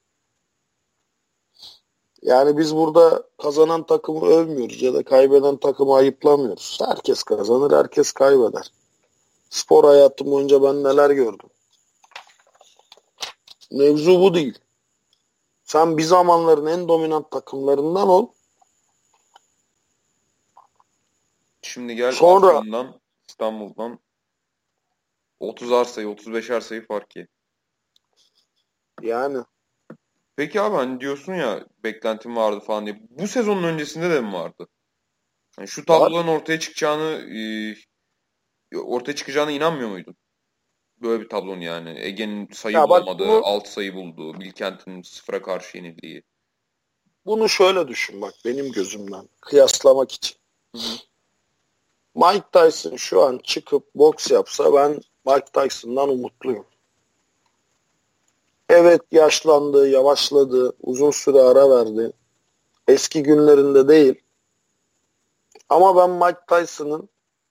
Yani biz burada kazanan takımı övmüyoruz ya da kaybeden takımı ayıplamıyoruz. Herkes kazanır, herkes kaybeder. Spor hayatım boyunca ben neler gördüm. Mevzu bu değil. Sen bir zamanların en dominant takımlarından ol. Şimdi gel Sonra Afyon'dan, İstanbul'dan 30'ar sayı, 35'er sayı fark ye. yani Peki abi hani diyorsun ya beklentim vardı falan diye. Bu sezonun öncesinde de mi vardı? Yani şu var. tabloların ortaya çıkacağına inanmıyor muydun? Böyle bir tablon yani. Ege'nin sayı Ya bak bulamadığı, bunu 6 sayı bulduğu, Bilkent'in sıfıra karşı yenildiği. bunu şöyle düşün bak benim gözümden kıyaslamak için. Hı hı. Mike Tyson şu an çıkıp boks yapsa ben Mike Tyson'dan umutluyum. Evet yaşlandı, yavaşladı, uzun süre ara verdi. Eski günlerinde değil. Ama ben Mike Tyson'ın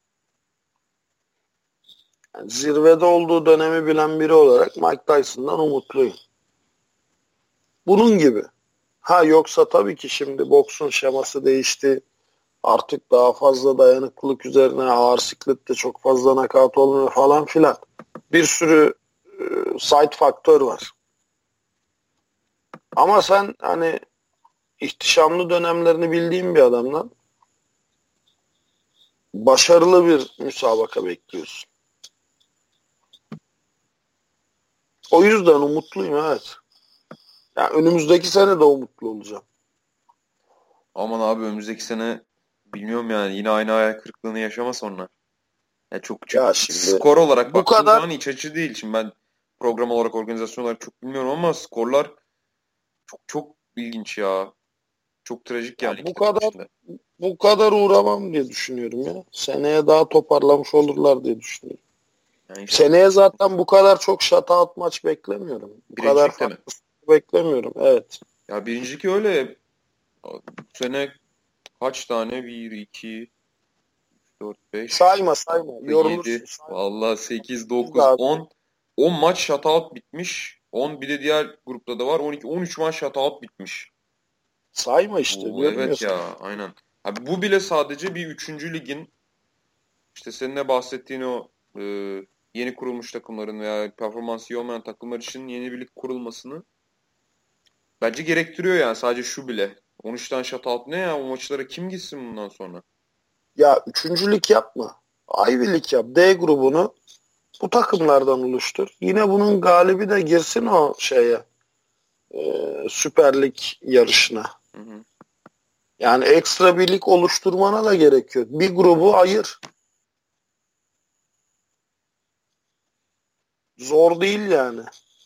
yani zirvede olduğu dönemi bilen biri olarak Mike Tyson'dan umutluyum. Bunun gibi. Ha yoksa tabii ki şimdi boksun şeması değişti. Artık daha fazla dayanıklılık üzerine ağır siklette çok fazla nakavt olmuyor falan filan. Bir sürü side faktör var. Ama sen hani ihtişamlı dönemlerini bildiğin bir adamdan başarılı bir müsabaka bekliyorsun. O yüzden umutluyum evet. Yani önümüzdeki sene de umutlu olacağım. Aman abi önümüzdeki sene bilmiyorum yani yine aynı hayal kırıklığını yaşama sonra. Ya çok çünkü Ya şimdi skor olarak bu baktığın kadar zaman iç açıcı değil. Şimdi ben program olarak, organizasyon olarak çok bilmiyorum ama skorlar çok çok ilginç ya. Çok trajik ya yani iki takım içinde. bu kadar uğramam diye düşünüyorum ya. Seneye daha toparlamış olurlar diye düşünüyorum. Yani inşallah. Seneye zaten bu kadar çok shutout maç beklemiyorum. Bu kadar Birincilikte mi? farklı beklemiyorum. Evet. Ya birincilik öyle. Bu sene kaç tane? Bir 2 4 5 Sayma. 6 Yorulursun. 7 Sayma. vallahi 8 Biz de 9 abi. 10 10 maç shutout bitmiş. 10 bir de diğer grupta da var. 12 13 maç shutout bitmiş. Sayma işte Bu diyorum ya evet sana. ya aynen. Abi bu bile sadece bir üçüncü ligin işte senin de bahsettiğin o e, yeni kurulmuş takımların veya performansı iyi olmayan takımlar için yeni bir lig kurulmasını bence gerektiriyor yani sadece şu bile. 13 tane shutout ne ya o maçlara kim gitsin bundan sonra? Ya üçüncülük yapma. Ivy League yap. D grubunu bu takımlardan oluştur. Yine bunun galibi de girsin o şeye. Süper Lig yarışına. Hı hı. Yani ekstra bir lig oluşturmana da gerekiyor. Bir grubu ayır. Zor değil yani.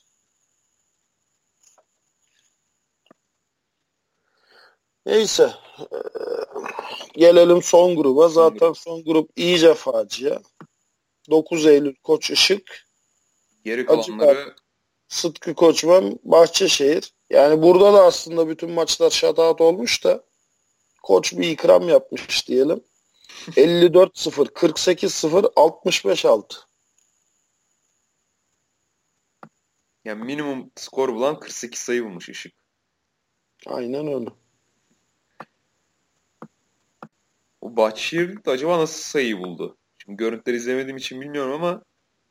Neyse. Gelelim son gruba. Son grup. Zaten son grup iyice facia. 9 Eylül Koç Işık, Geri Acıbadem, kalanları Sıtkı Koçman, Bahçeşehir. Yani burada da aslında bütün maçlar shutout olmuş da Koç bir ikram yapmış diyelim. 54-0, 48-0, 65-6. yani minimum skor bulan 48 sayı bulmuş Işık. Aynen öyle. O Bahçeşehir de acaba nasıl sayı buldu? Şimdi görüntüleri izlemediğim için bilmiyorum ama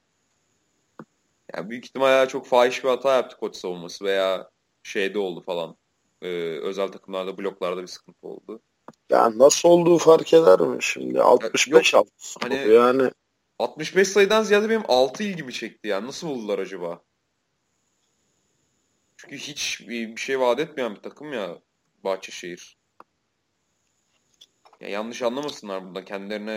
yani büyük ihtimalle çok fahiş bir hata yaptı koç savunması veya şeyde oldu falan. Özel takımlarda, bloklarda bir sıkıntı oldu. Yani nasıl olduğu fark eder mi şimdi? Yok 65-6 skoru hani yani. 65 sayıdan ziyade benim 6 ilgimi çekti yani. Nasıl buldular acaba? Çünkü hiç bir şey vaat etmeyen bir takım ya Bahçeşehir. Ya yanlış anlamasınlar burada. Kendilerine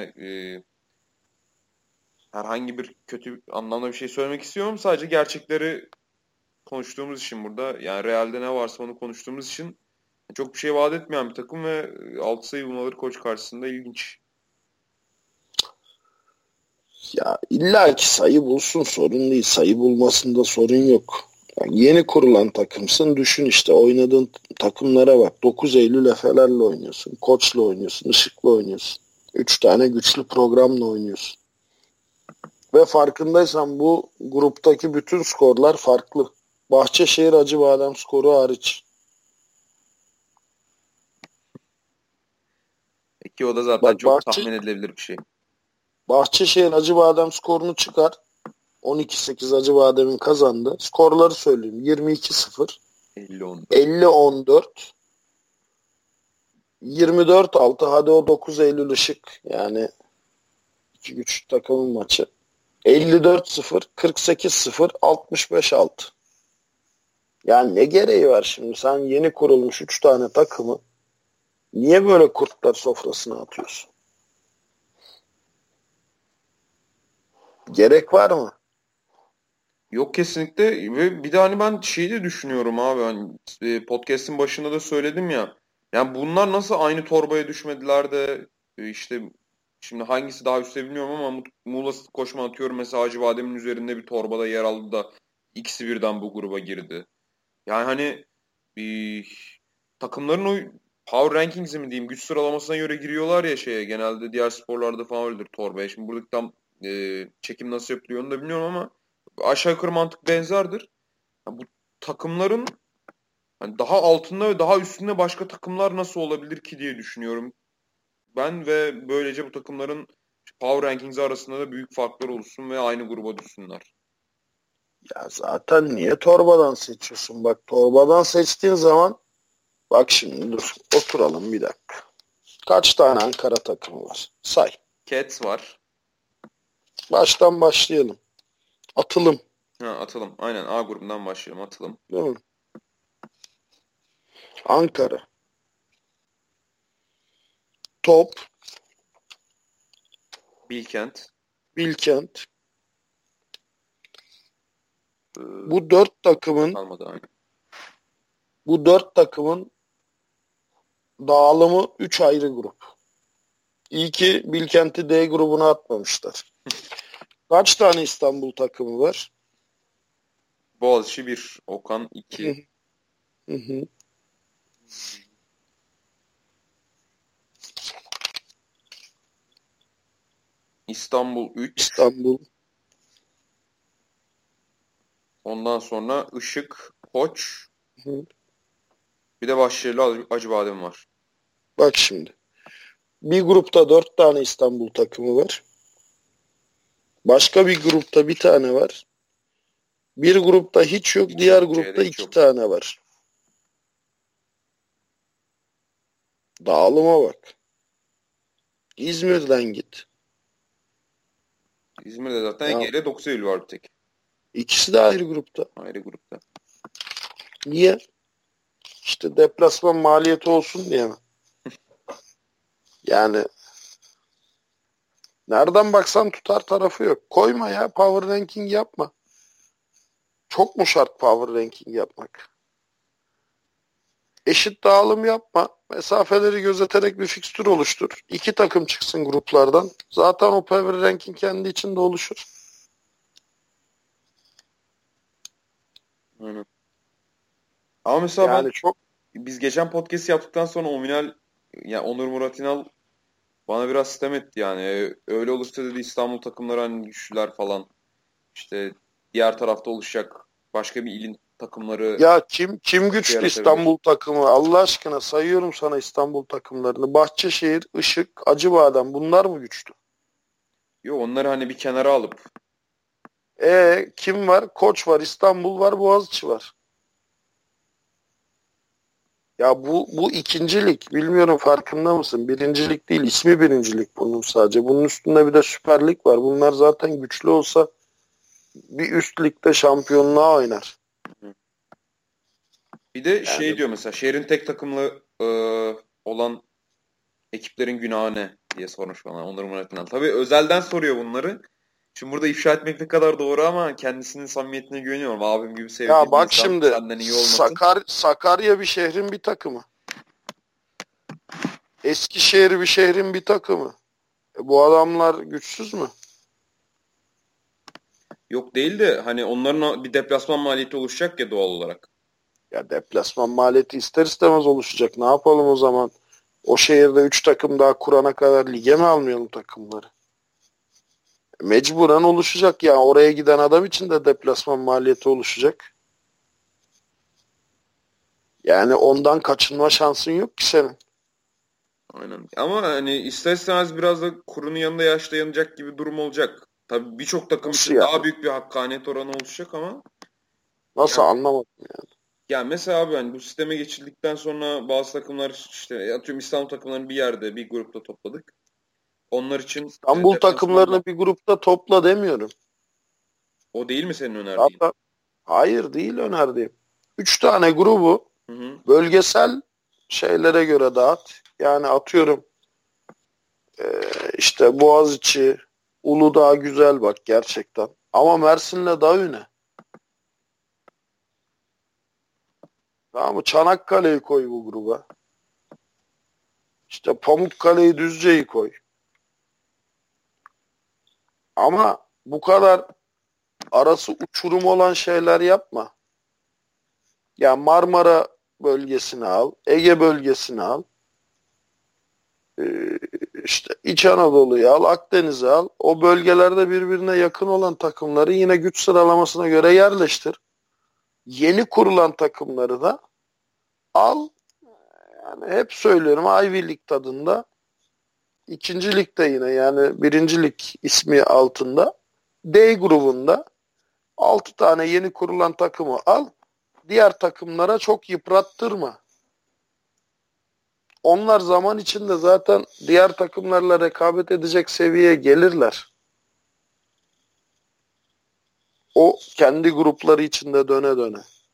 herhangi bir kötü anlamda bir şey söylemek istiyorum. Sadece gerçekleri konuştuğumuz için burada. Yani realde ne varsa onu konuştuğumuz için çok bir şey vaat etmeyen bir takım ve 6 sayı bulmaları koç karşısında ilginç. Ya illa ki sayı bulsun, sorun değil. Sayı bulmasında sorun yok. Yani yeni kurulan takımsın. Düşün işte oynadığın takımlara bak. 9 Eylül Efe'lerle oynuyorsun. Koç'la oynuyorsun. Işık'la oynuyorsun. 3 tane güçlü programla oynuyorsun. Ve farkındaysan bu gruptaki bütün skorlar farklı. Bahçeşehir Acıbadem skoru hariç. Ki o da zaten Bak çok tahmin edilebilir bir şey. Bahçeşehir Acıbadem skorunu çıkar. 12-8 Acıbadem'in kazandı. Skorları söyleyeyim. 22-0, 50-14. 50-14, 24-6. Hadi o 9 Eylül Işık. Yani iki güçlü takımın maçı. 54-0, 48-0, 65-6. Yani ne gereği var şimdi? Sen yeni kurulmuş 3 tane takımı niye böyle kurtlar sofrasına atıyorsun? Gerek var mı? Yok kesinlikle ve bir de hani ben şeyi de düşünüyorum abi hani podcast'in başında da söyledim ya. Yani bunlar nasıl aynı torbaya düşmediler de işte şimdi hangisi daha üstte bilmiyorum ama Muğla Koçman atıyorum mesela Acıbadem'in üzerinde bir torbada yer aldı da ikisi birden bu gruba girdi. Yani hani e, takımların o power rankings'i mi diyeyim güç sıralamasına göre giriyorlar ya şeye genelde diğer sporlarda falan öyledir torbaya. Şimdi buradaki tam çekim nasıl yapılıyor onu da bilmiyorum ama aşağı yukarı mantık benzerdir. Ya bu takımların hani daha altında ve daha üstünde başka takımlar nasıl olabilir ki diye düşünüyorum. Ben ve böylece bu takımların power rankings arasında da büyük farklar oluşsun ve aynı gruba düşsünler. Ya zaten niye torbadan seçiyorsun? Bak torbadan seçtiğin zaman bak şimdi dur oturalım bir dakika. Kaç tane Ankara takımı var? Say. Cats var. Baştan başlayalım. Atılım. Ha, atalım. Aynen A grubundan başlayalım. Atalım. Değil mi? Ankara. Top. Bilkent. Bilkent. Ee, Bu dört takımın kalmadı aynı. bu dört takımın dağılımı 3 ayrı grup. İyi ki Bilkent'i D grubuna atmamışlar. Kaç tane İstanbul takımı var? Boğaziçi 1. Okan Hı 2. hı. Hı. İstanbul 3. İstanbul. Ondan sonra Işık, Koç. Hı. Bir de Bahçeli Acıbadem var. Bak şimdi. Bir grupta 4 tane İstanbul takımı var. Başka bir grupta bir tane var. Bir grupta hiç yok. Hiç Diğer yok. C'de grupta hiç 2 yok. tane var. Dağılıma bak. İzmir'den git. İzmir'de zaten Ya Ege'de 9 Eylül var bir tek. ikisi de ayrı grupta. Ayrı grupta. Niye? İşte deplasman maliyeti olsun diye mi? Yani nereden baksan tutar tarafı yok. Koyma ya power ranking yapma. Çok mu şart power ranking yapmak? Eşit dağılım yapma. Mesafeleri gözeterek bir fikstür oluştur. İki takım çıksın gruplardan. Zaten o power ranking kendi içinde oluşur. Aynen. Ama mesela ben Yani çok biz geçen podcast yaptıktan sonra Ominal yani Onur Murat İnal bana biraz sitem etti yani. Öyle olursa dedi İstanbul takımları hani güçlüler falan. İşte diğer tarafta oluşacak başka bir ilin takımları ya kim sıkıntı güçlü yaratabilir. İstanbul takımı? Allah aşkına sayıyorum sana İstanbul takımlarını. Bahçeşehir, Işık, Acıbadem bunlar mı güçlü? Yo onları hani bir kenara alıp Kim var? Koç var, İstanbul var, Boğaziçi var. Ya bu ikincilik. Bilmiyorum farkında mısın? Birincilik değil. İsmi birincilik bunun sadece. Bunun üstünde bir de Süper Lig var. Bunlar zaten güçlü olsa bir üst ligde şampiyonluğa oynar. bir de şey Yani diyor mesela şehrin tek takımlı olan ekiplerin günahı ne diye sormuş bana Onur Murat İnal. Tabii özelden soruyor bunları. Şimdi burada ifşa etmek ne kadar doğru ama kendisinin samimiyetine güveniyorum. Abim gibi ya sevdiğim bir bak insan şimdi senden iyi olmasın. Sakarya bir şehrin bir takımı. Eskişehir bir şehrin bir takımı. Bu adamlar güçsüz mü? Yok değil de hani onların bir deplasman maliyeti oluşacak ya doğal olarak. Ya deplasman maliyeti ister istemez oluşacak. Ne yapalım o zaman? O şehirde 3 takım daha kurana kadar lige mi almayalım takımları? Mecburen oluşacak ya. Oraya giden adam için de deplasman maliyeti oluşacak. Yani ondan kaçınma şansın yok ki senin. Aynen. Ama hani ister istemez biraz da kurunun yanında yaşlanacak gibi durum olacak. Tabii birçok takım Nasıl için daha yani? büyük bir hakkaniyet oranı oluşacak ama Nasıl yani, anlamadım. yani mesela abi hani bu sisteme geçildikten sonra bazı takımlar işte atıyorum İstanbul takımlarını bir yerde bir grupta topladık. Onlar için İstanbul deplasmanda takımlarını bir grupta topla demiyorum. o değil mi senin önerdiğin? Hatta hayır değil önerdiğim. 3 tane grubu Hı hı. bölgesel şeylere göre dağıt. Yani atıyorum işte Boğaziçi, Uludağ güzel bak gerçekten. Ama Mersin'le Davü ne? Tamam mı? Çanakkale'yi koy bu gruba. İşte Pamukkale'yi, Düzce'yi koy. Ama bu kadar arası uçurum olan şeyler yapma. Ya Marmara bölgesini al, Ege bölgesini al, işte İç Anadolu'yu al, Akdeniz'i al. O bölgelerde birbirine yakın olan takımları yine güç sıralamasına göre yerleştir. Yeni kurulan takımları da al. Yani hep söylüyorum Ivy League tadında. İkinci ligde yine yani birinci lig ismi altında D grubunda 6 tane yeni kurulan takımı al. Diğer takımlara çok yıprattırma. Onlar zaman içinde zaten diğer takımlarla rekabet edecek seviyeye gelirler. O kendi grupları içinde döne döne.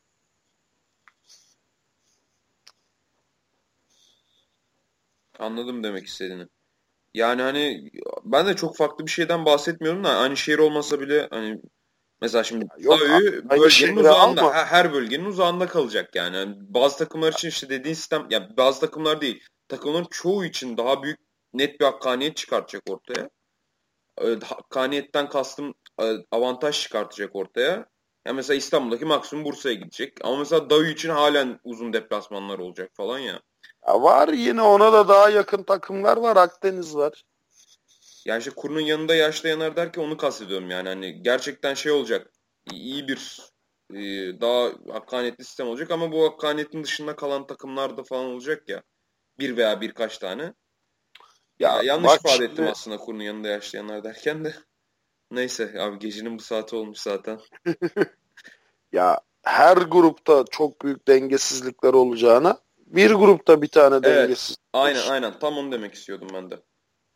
Anladım demek istediğini. Yani hani ben de çok farklı bir şeyden bahsetmiyorum da aynı şehir olmasa bile hani mesela şimdi Yok Dağı aynı bölgenin şehre uzağında alma. her bölgenin uzağında kalacak yani. Yani bazı takımlar için işte dediğin sistem ya bazı takımlar değil takımların çoğu için daha büyük net bir hakkaniyet çıkartacak ortaya. Hakkaniyetten kastım avantaj çıkartacak ortaya. Ya mesela İstanbul'daki maksimum Bursa'ya gidecek. Ama mesela Dağı için halen uzun deplasmanlar olacak falan ya. Ya var yine ona da daha yakın takımlar var. Akdeniz var. Yani işte kurunun yanında yaşlayanlar derken onu kastediyorum yani. Hani gerçekten şey olacak. İyi bir e, daha hakkaniyetli sistem olacak ama bu hakkaniyetin dışında kalan takımlar da falan olacak ya. Bir veya birkaç tane. Ya Ya yanlış bak ifade ettim şimdi aslında kurunun yanında yaşlayanlar derken de. Neyse abi gecenin bu saati olmuş zaten. ya her grupta çok büyük dengesizlikler olacağına bir grupta bir tane Evet. dengesizlik Aynen olsun. aynen. Tam onu demek istiyordum ben de.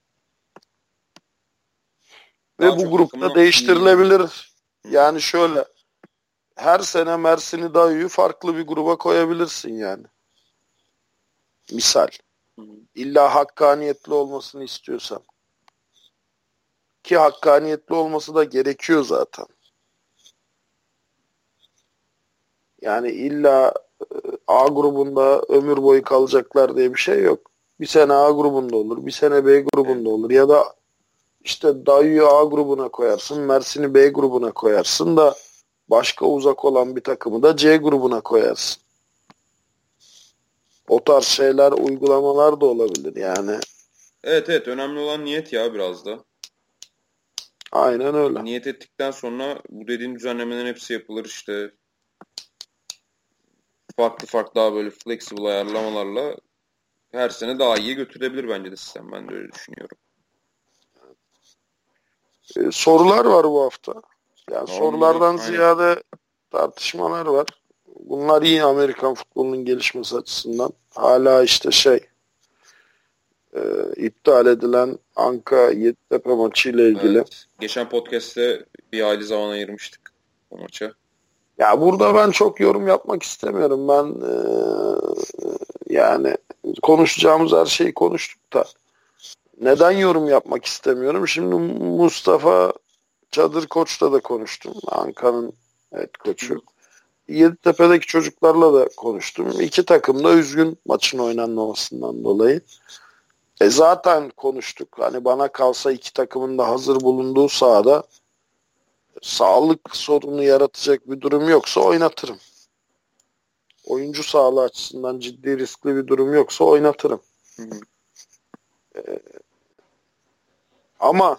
Ve Daha bu çok grupta takımın iyiliğini düşünüyorum. değiştirilebilir. Hı hı. Yani şöyle her sene Mersin'i Dayı'yı farklı bir gruba koyabilirsin yani. Misal. Hı hı. İlla hakkaniyetli olmasını istiyorsan. Ki hakkaniyetli olması da gerekiyor zaten. Yani illa A grubunda ömür boyu kalacaklar diye bir şey yok. Bir sene A grubunda olur, bir sene B Evet. grubunda olur ya da işte Dayı'yı A grubuna koyarsın, Mersin'i B grubuna koyarsın da başka uzak olan bir takımı da C grubuna koyarsın. O tarz şeyler, uygulamalar da olabilir yani. Evet evet önemli olan niyet ya biraz da. Aynen öyle. Niyet ettikten sonra bu dediğin düzenlemelerin hepsi yapılır işte farklı farklı daha böyle flexible ayarlamalarla her sene daha iyiye götürülebilir bence de sistem. Ben de öyle düşünüyorum. Sorular var bu hafta. Yani Onları sorulardan aynen. ziyade tartışmalar var. Bunlar iyi Amerikan futbolunun gelişmesi açısından. Hala işte e, iptal edilen Anka Yeditepe maçı ile ilgili. Evet. Geçen podcast'te bir aile zaman ayırmıştık o maça. Ya burada ben çok yorum yapmak istemiyorum. Ben yani konuşacağımız her şeyi konuştuk da. Neden yorum yapmak istemiyorum? Şimdi Mustafa Çadır Koç'la da konuştum. Anka'nın evet Hı koçu. hı. Yeditepe'deki çocuklarla da konuştum. İki takım da üzgün maçın oynanmamasından dolayı. Zaten konuştuk. Hani bana kalsa iki takımın da hazır bulunduğu sahada sağlık sorunu yaratacak bir durum yoksa oynatırım. Oyuncu sağlığı açısından ciddi riskli bir durum yoksa oynatırım. Hı hı. Ama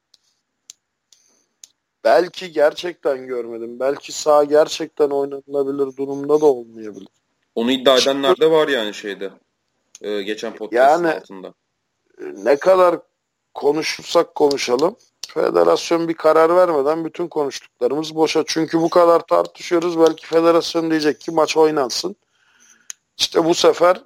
belki gerçekten görmedim. Belki sağ gerçekten oynanılabilir durumda da olmayabilir. Onu iddia edenler de var yani şeyde. Geçen podcast'ın Yani altında. ne kadar konuşursak konuşalım, federasyon bir karar vermeden bütün konuştuklarımız boşa. Çünkü bu kadar tartışıyoruz. Belki federasyon diyecek ki maç oynansın. İşte bu sefer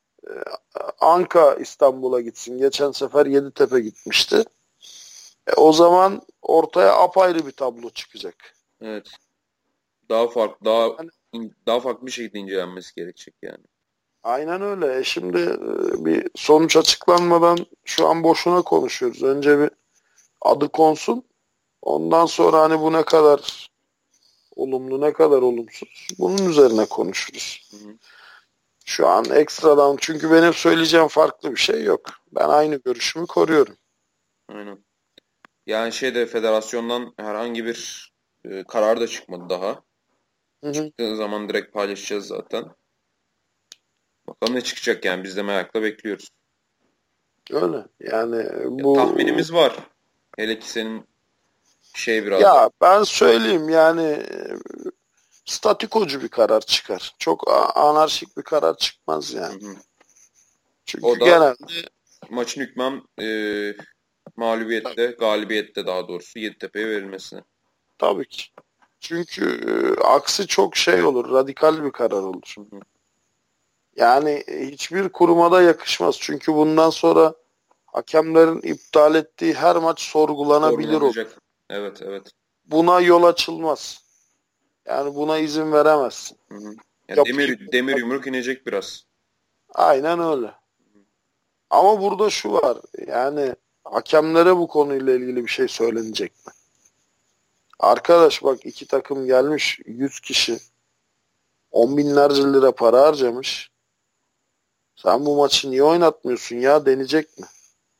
Anka İstanbul'a gitsin. Geçen sefer Yeditepe gitmişti. O zaman ortaya apayrı bir tablo çıkacak. Evet. Daha farklı, Yani, daha farklı bir şekilde incelenmesi gerekecek yani. aynen öyle. Şimdi bir sonuç açıklanmadan şu an boşuna konuşuyoruz. Önce bir adı konsun. Ondan sonra hani bu ne kadar olumlu ne kadar olumsuz bunun üzerine konuşuruz. Hı hı. Şu an ekstradan çünkü benim söyleyeceğim farklı bir şey yok. Ben aynı görüşümü koruyorum. Aynen. Yani şeyde federasyondan herhangi bir karar da çıkmadı daha. Hı hı. Çıktığı zaman direkt paylaşacağız zaten. Bakalım ne çıkacak yani biz de merakla bekliyoruz. Öyle. Yani Ya, bu tahminimiz var. Hele ki senin şey biraz da. ya ben söyleyeyim yani statikocu bir karar çıkar. Çok anarşik bir karar çıkmaz Hı yani. hı. O Çünkü da genelde maçın hükmen mağlubiyette, galibiyette daha doğrusu Yeditepe'ye verilmesine. tabii ki. Çünkü aksi çok şey olur, radikal bir karar olur. Hı hı. Yani hiçbir kuruma da yakışmaz. Çünkü bundan sonra hakemlerin iptal ettiği her maç sorgulanabilir olur. Sorgulanacak. Evet, evet. Buna yol açılmaz. Yani buna izin veremezsin. Hı hı. Ya Yapıyı demir yumruk inecek biraz. aynen öyle. Ama burada şu var. Yani hakemlere bu konuyla ilgili bir şey söylenecek mi? Arkadaş bak iki takım gelmiş 100 kişi 10 binlerce lira para harcamış. Sen bu maçı niye oynatmıyorsun ya denecek mi?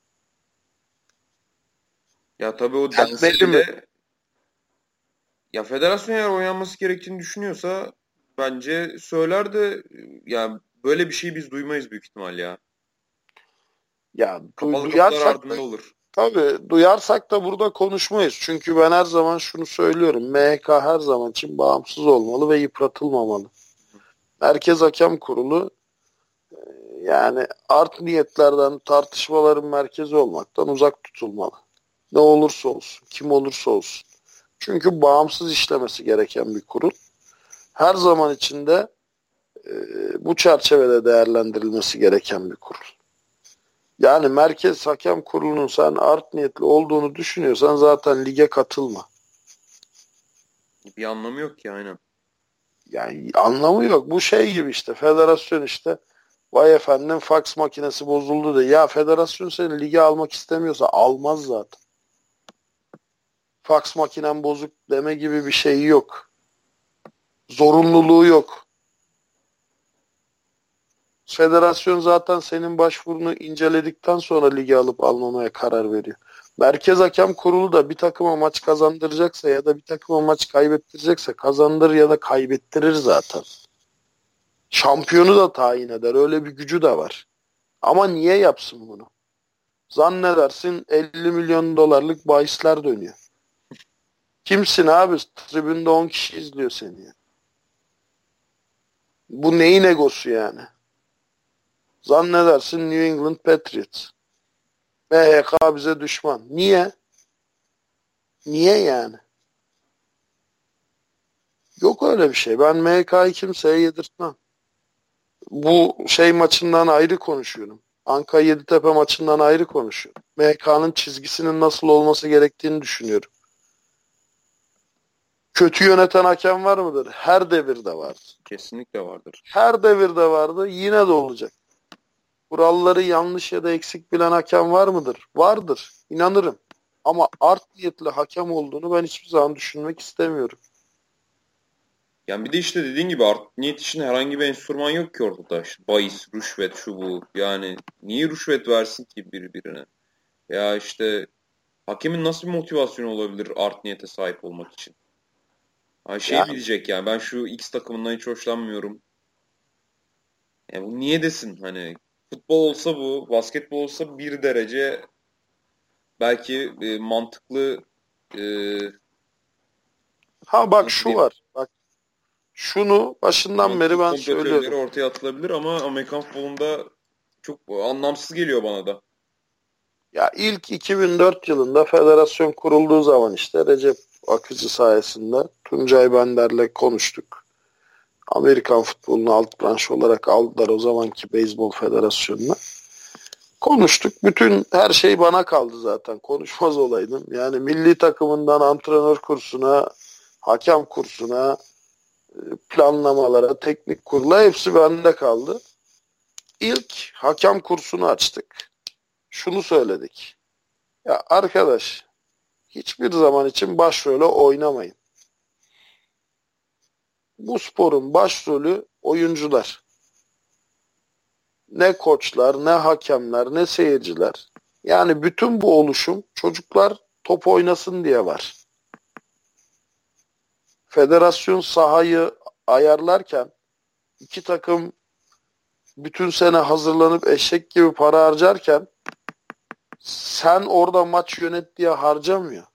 Ya tabii o dense Denmeli mi? bile ya federasyon eğer oynanması gerektiğini düşünüyorsa bence söyler de yani böyle bir şey biz duymayız büyük ihtimal ya. Ya Kapalı kapılar duyarsak da ardında olur. tabii duyarsak da burada konuşmayız. Çünkü ben her zaman şunu söylüyorum. MHK her zaman için bağımsız olmalı ve yıpratılmamalı. Merkez Hakem Kurulu yani art niyetlerden tartışmaların merkezi olmaktan uzak tutulmalı. Ne olursa olsun, kim olursa olsun. Çünkü bağımsız işlemesi gereken bir kurul. Her zaman içinde bu çerçevede değerlendirilmesi gereken bir kurul. Yani Merkez Hakem Kurulu'nun sen art niyetli olduğunu düşünüyorsan zaten lige katılma. Bir anlamı yok ki aynen. Yani anlamı yok. Bu şey gibi işte federasyon işte vay efendim faks makinesi bozuldu de. Ya federasyon seni lige almak istemiyorsa almaz zaten. Faks makinen bozuk deme gibi bir şey yok. Zorunluluğu yok. Federasyon zaten senin başvurunu inceledikten sonra lige alıp almamaya karar veriyor. Merkez Hakem Kurulu da bir takıma maç kazandıracaksa ya da bir takıma maç kaybettirecekse kazandırır ya da kaybettirir zaten. Şampiyonu da tayin eder. Öyle bir gücü de var. Ama niye yapsın bunu? Zannedersin 50 milyon dolarlık bahisler dönüyor. Kimsin abi? Tribünde 10 kişi izliyor seni ya. Bu neyin egosu yani? Zannedersin New England Patriots. MHK bize düşman. Niye? Niye yani? Yok öyle bir şey. Ben MHK'yı kimseye yedirtmem. Bu şey maçından ayrı konuşuyorum. Anka Yeditepe maçından ayrı konuşuyorum. MHK'nın çizgisinin nasıl olması gerektiğini düşünüyorum. Kötü yöneten hakem var mıdır? Her devirde vardı. Kesinlikle vardır. Her devirde vardı. Yine de olacak. Kuralları yanlış ya da eksik bilen hakem var mıdır? Vardır. İnanırım. Ama art niyetli hakem olduğunu ben hiçbir zaman düşünmek istemiyorum. Yani bir de işte dediğin gibi art niyet için herhangi bir enstrüman yok ki ortada. İşte bahis, rüşvet, şu bu. Yani niye rüşvet versin ki birbirine? Ya işte Hakemin nasıl bir motivasyonu olabilir art niyete sahip olmak için? Ha, şey Yani diyecek yani, ben şu X takımından hiç hoşlanmıyorum. Yani bu niye desin hani, futbol olsa bu, basketbol olsa bir derece belki mantıklı, e, bak nasıl şu diyeyim, var. Bak şunu başından beri mantıklı ben komplo teorileri söylüyorum. ortaya atılabilir ama Amerikan futbolunda çok anlamsız geliyor bana da. Ya ilk 2004 yılında federasyon kurulduğu zaman işte Recep Akıcı sayesinde Tuncay Bender'le konuştuk. Amerikan futbolunu alt branş olarak aldılar o zamanki Beyzbol Federasyonu'na. Konuştuk. Bütün her şey bana kaldı zaten. Konuşmaz olaydım. Yani milli takımından antrenör kursuna, hakem kursuna, planlamalara, teknik kurula hepsi bende kaldı. İlk hakem kursunu açtık. Şunu söyledik. Ya arkadaş, hiçbir zaman için başrole oynamayın. Bu sporun başrolü oyuncular. Ne koçlar, ne hakemler, ne seyirciler. Yani bütün bu oluşum çocuklar top oynasın diye var. Federasyon sahayı ayarlarken iki takım bütün sene hazırlanıp eşek gibi para harcarken sen orada maç yönet diye harcamıyor.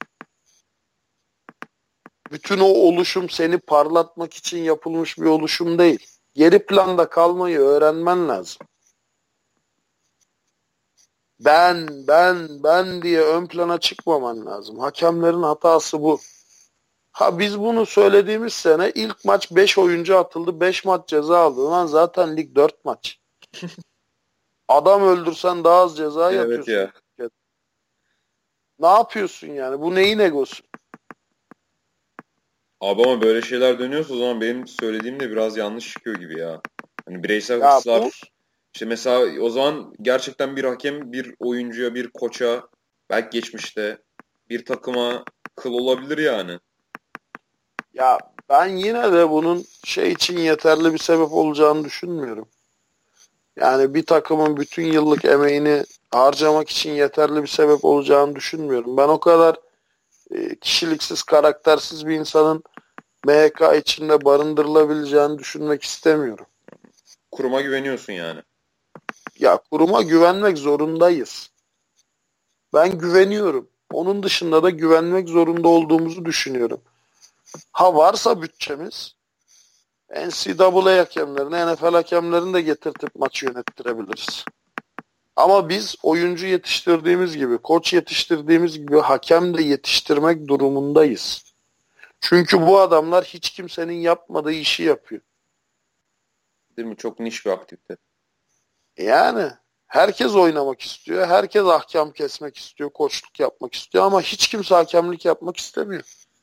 Bütün o oluşum seni parlatmak için yapılmış bir oluşum değil. Geri planda kalmayı öğrenmen lazım. Ben diye ön plana çıkmaman lazım. Hakemlerin hatası bu. Ha biz bunu söylediğimiz sene ilk maç 5 oyuncu atıldı. 5 maç ceza aldı. Lan zaten lig 4 maç. Adam öldürsen daha az ceza Evet yatıyorsun. ya. Ne yapıyorsun yani? Bu neyin egosu? Abi ama böyle şeyler dönüyorsa o zaman benim söylediğim de biraz yanlış çıkıyor gibi ya. Hani bireysel Ya bu hırslar, işte mesela o zaman gerçekten bir hakem bir oyuncuya, bir koça, belki geçmişte bir takıma kıl olabilir yani. ya ben yine de bunun şey için yeterli bir sebep olacağını düşünmüyorum. Yani bir takımın bütün yıllık emeğini harcamak için yeterli bir sebep olacağını düşünmüyorum. Ben o kadar kişiliksiz, karaktersiz bir insanın MHK içinde barındırılabileceğini düşünmek istemiyorum. Kuruma güveniyorsun yani. Ya kuruma güvenmek zorundayız. Ben güveniyorum. Onun dışında da güvenmek zorunda olduğumuzu düşünüyorum. Ha varsa bütçemiz NCAA hakemlerini, NFL hakemlerini de getirtip maçı yönettirebiliriz. Ama biz oyuncu yetiştirdiğimiz gibi, koç yetiştirdiğimiz gibi hakem de yetiştirmek durumundayız. Çünkü bu adamlar hiç kimsenin yapmadığı işi yapıyor. Değil mi? Çok niş bir aktivite. Yani herkes oynamak istiyor, herkes ahkam kesmek istiyor, koçluk yapmak istiyor ama hiç kimse hakemlik yapmak istemiyor.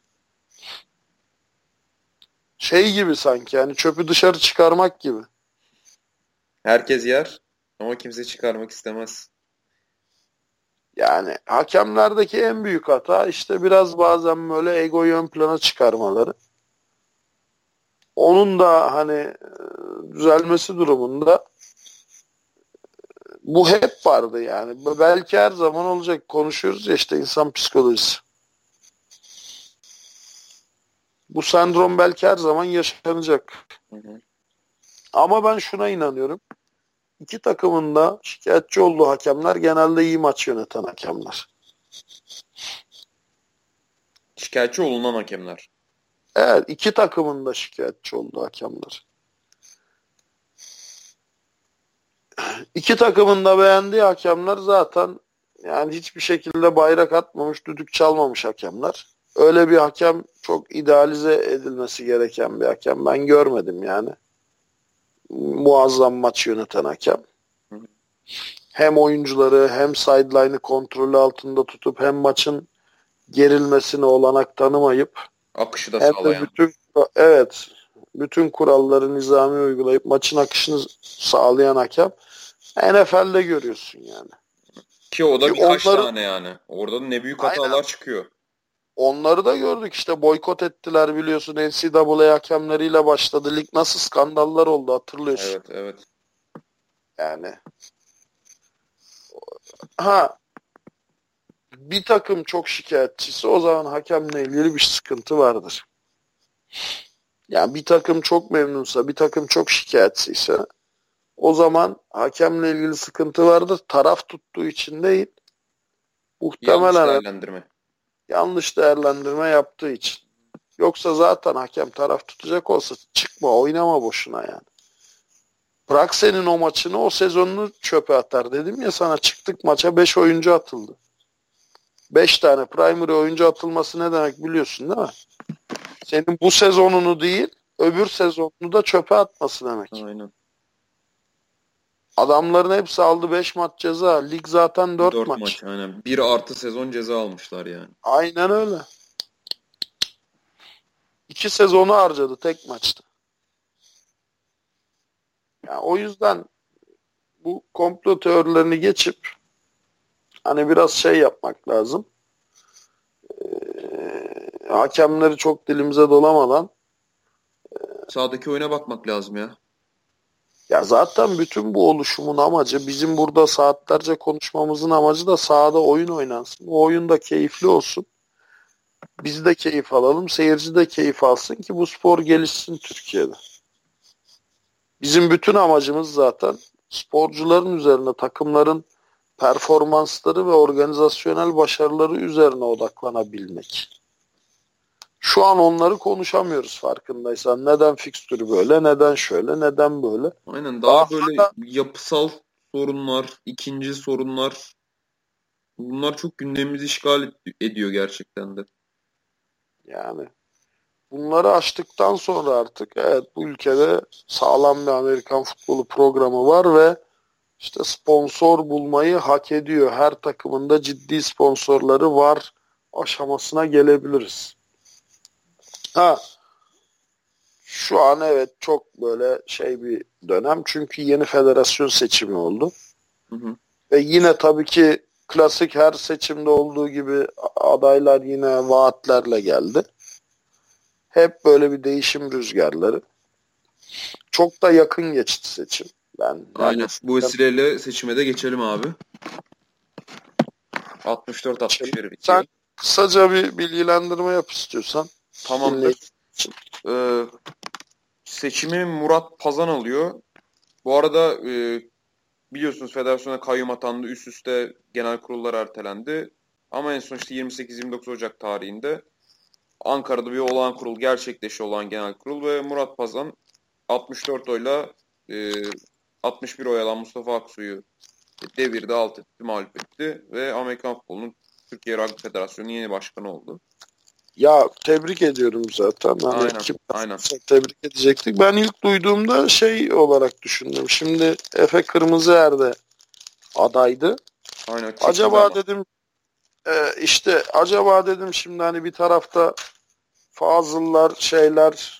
Şey gibi sanki yani çöpü dışarı çıkarmak gibi. Herkes yer ama kimse çıkarmak istemez. Yani hakemlerdeki en büyük hata işte biraz bazen böyle egoyu ön plana çıkarmaları. Onun da hani düzelmesi durumunda bu hep vardı yani. Belki her zaman olacak. Konuşuyoruz ya işte insan psikolojisi. Bu sendrom belki her zaman yaşanacak. Hı hı. Ama ben şuna inanıyorum. İki takımın da şikayetçi olduğu hakemler genelde iyi maç yöneten hakemler. Şikayetçi olunan hakemler. Evet, iki takımın da şikayetçi olduğu hakemler. İki takımın da beğendiği hakemler zaten yani hiçbir şekilde bayrak atmamış, düdük çalmamış hakemler. Öyle bir hakem çok idealize edilmesi gereken bir hakem. Ben görmedim yani. Muazzam maç yöneten hakem. Hı hı. Hem oyuncuları hem sideline'ı kontrolü altında tutup hem maçın gerilmesine olanak tanımayıp Akışı da hem de sağlayan. bütün kuralları nizami uygulayıp maçın akışını sağlayan hakem NFL'de görüyorsun yani. Ki o Ki da birkaç tane yani. Orada da ne büyük aynen hatalar çıkıyor. onları da gördük işte boykot ettiler biliyorsun NCAA hakemleriyle başladı. Lig nasıl skandallar oldu hatırlıyorsun. Evet, evet. Yani ha bir takım çok şikayetçisi, o zaman hakemle ilgili bir sıkıntı vardır. Yani bir takım çok memnunsa, bir takım çok şikayetçiyse, o zaman hakemle ilgili sıkıntı vardır. Taraf tuttuğu için değil, Yanlış muhtemelen değerlendirme. yanlış değerlendirme yaptığı için. Yoksa zaten hakem taraf tutacak olsa çıkma, oynama boşuna yani. Bırak senin o maçını, o sezonunu çöpe atar. Dedim ya sana, çıktık maça 5 oyuncu atıldı. 5 tane primary oyuncu atılması ne demek biliyorsun değil mi? Senin bu sezonunu değil, öbür sezonunu da çöpe atması demek. Aynen. Adamların hepsi aldı 5 maç ceza. Lig zaten 4 4 maç. maç aynen. 1+ sezon ceza almışlar yani. Aynen öyle. 2 sezonu harcadı tek maçta. Yani o yüzden bu komplo teorilerini geçip hani biraz şey yapmak lazım. Hakemleri çok dilimize dolamadan. Sahadaki oyuna bakmak lazım ya. Ya zaten bütün bu oluşumun amacı, bizim burada saatlerce konuşmamızın amacı da sahada oyun oynansın. O oyun da keyifli olsun. Biz de keyif alalım, seyirci de keyif alsın ki bu spor gelişsin Türkiye'de. Bizim bütün amacımız zaten sporcuların üzerine, takımların performansları ve organizasyonel başarıları üzerine odaklanabilmek. Şu an onları konuşamıyoruz farkındaysan. Neden fikstürü böyle, neden şöyle, neden böyle. Aynen, daha böyle yapısal sorunlar, ikinci sorunlar, bunlar çok gündemimizi işgal ediyor gerçekten de. Yani bunları aştıktan sonra artık evet, bu ülkede sağlam bir Amerikan futbolu programı var ve işte sponsor bulmayı hak ediyor. Her takımında ciddi sponsorları var aşamasına gelebiliriz. Ha, şu an evet çok böyle şey bir dönem, çünkü yeni federasyon seçimi oldu. Hı hı. Ve yine tabii ki klasik her seçimde olduğu gibi adaylar yine vaatlerle geldi. Hep böyle bir değişim rüzgarları. Çok da yakın geçti seçim. Aynen. Bu vesileyle seçime de geçelim abi. 64-61 bitiyor. Sen kısaca bir bilgilendirme yap istiyorsan. Tamamdır. Seçimi Murat Pazan alıyor. Bu arada biliyorsunuz federasyona kayyum atandı. Üst üste genel kurullar ertelendi. Ama en son işte 28-29 Ocak tarihinde Ankara'da bir olağan kurul gerçekleşiyor, olağan genel kurul ve Murat Pazan 64 oyla 61 oy alan Mustafa Aksu'yu devirde, alt etti, mağlup etti ve Amerikan futbolunun Türkiye Rugby Federasyonu'nun yeni başkanı oldu. Ya tebrik ediyorum zaten. Hani Aynen. Tebrik edecektik. Ben ilk duyduğumda şey olarak düşündüm. Şimdi Efe Kırmızıer'de adaydı. Aynen. Acaba dedim acaba dedim şimdi hani bir tarafta Fazıllar, şeyler,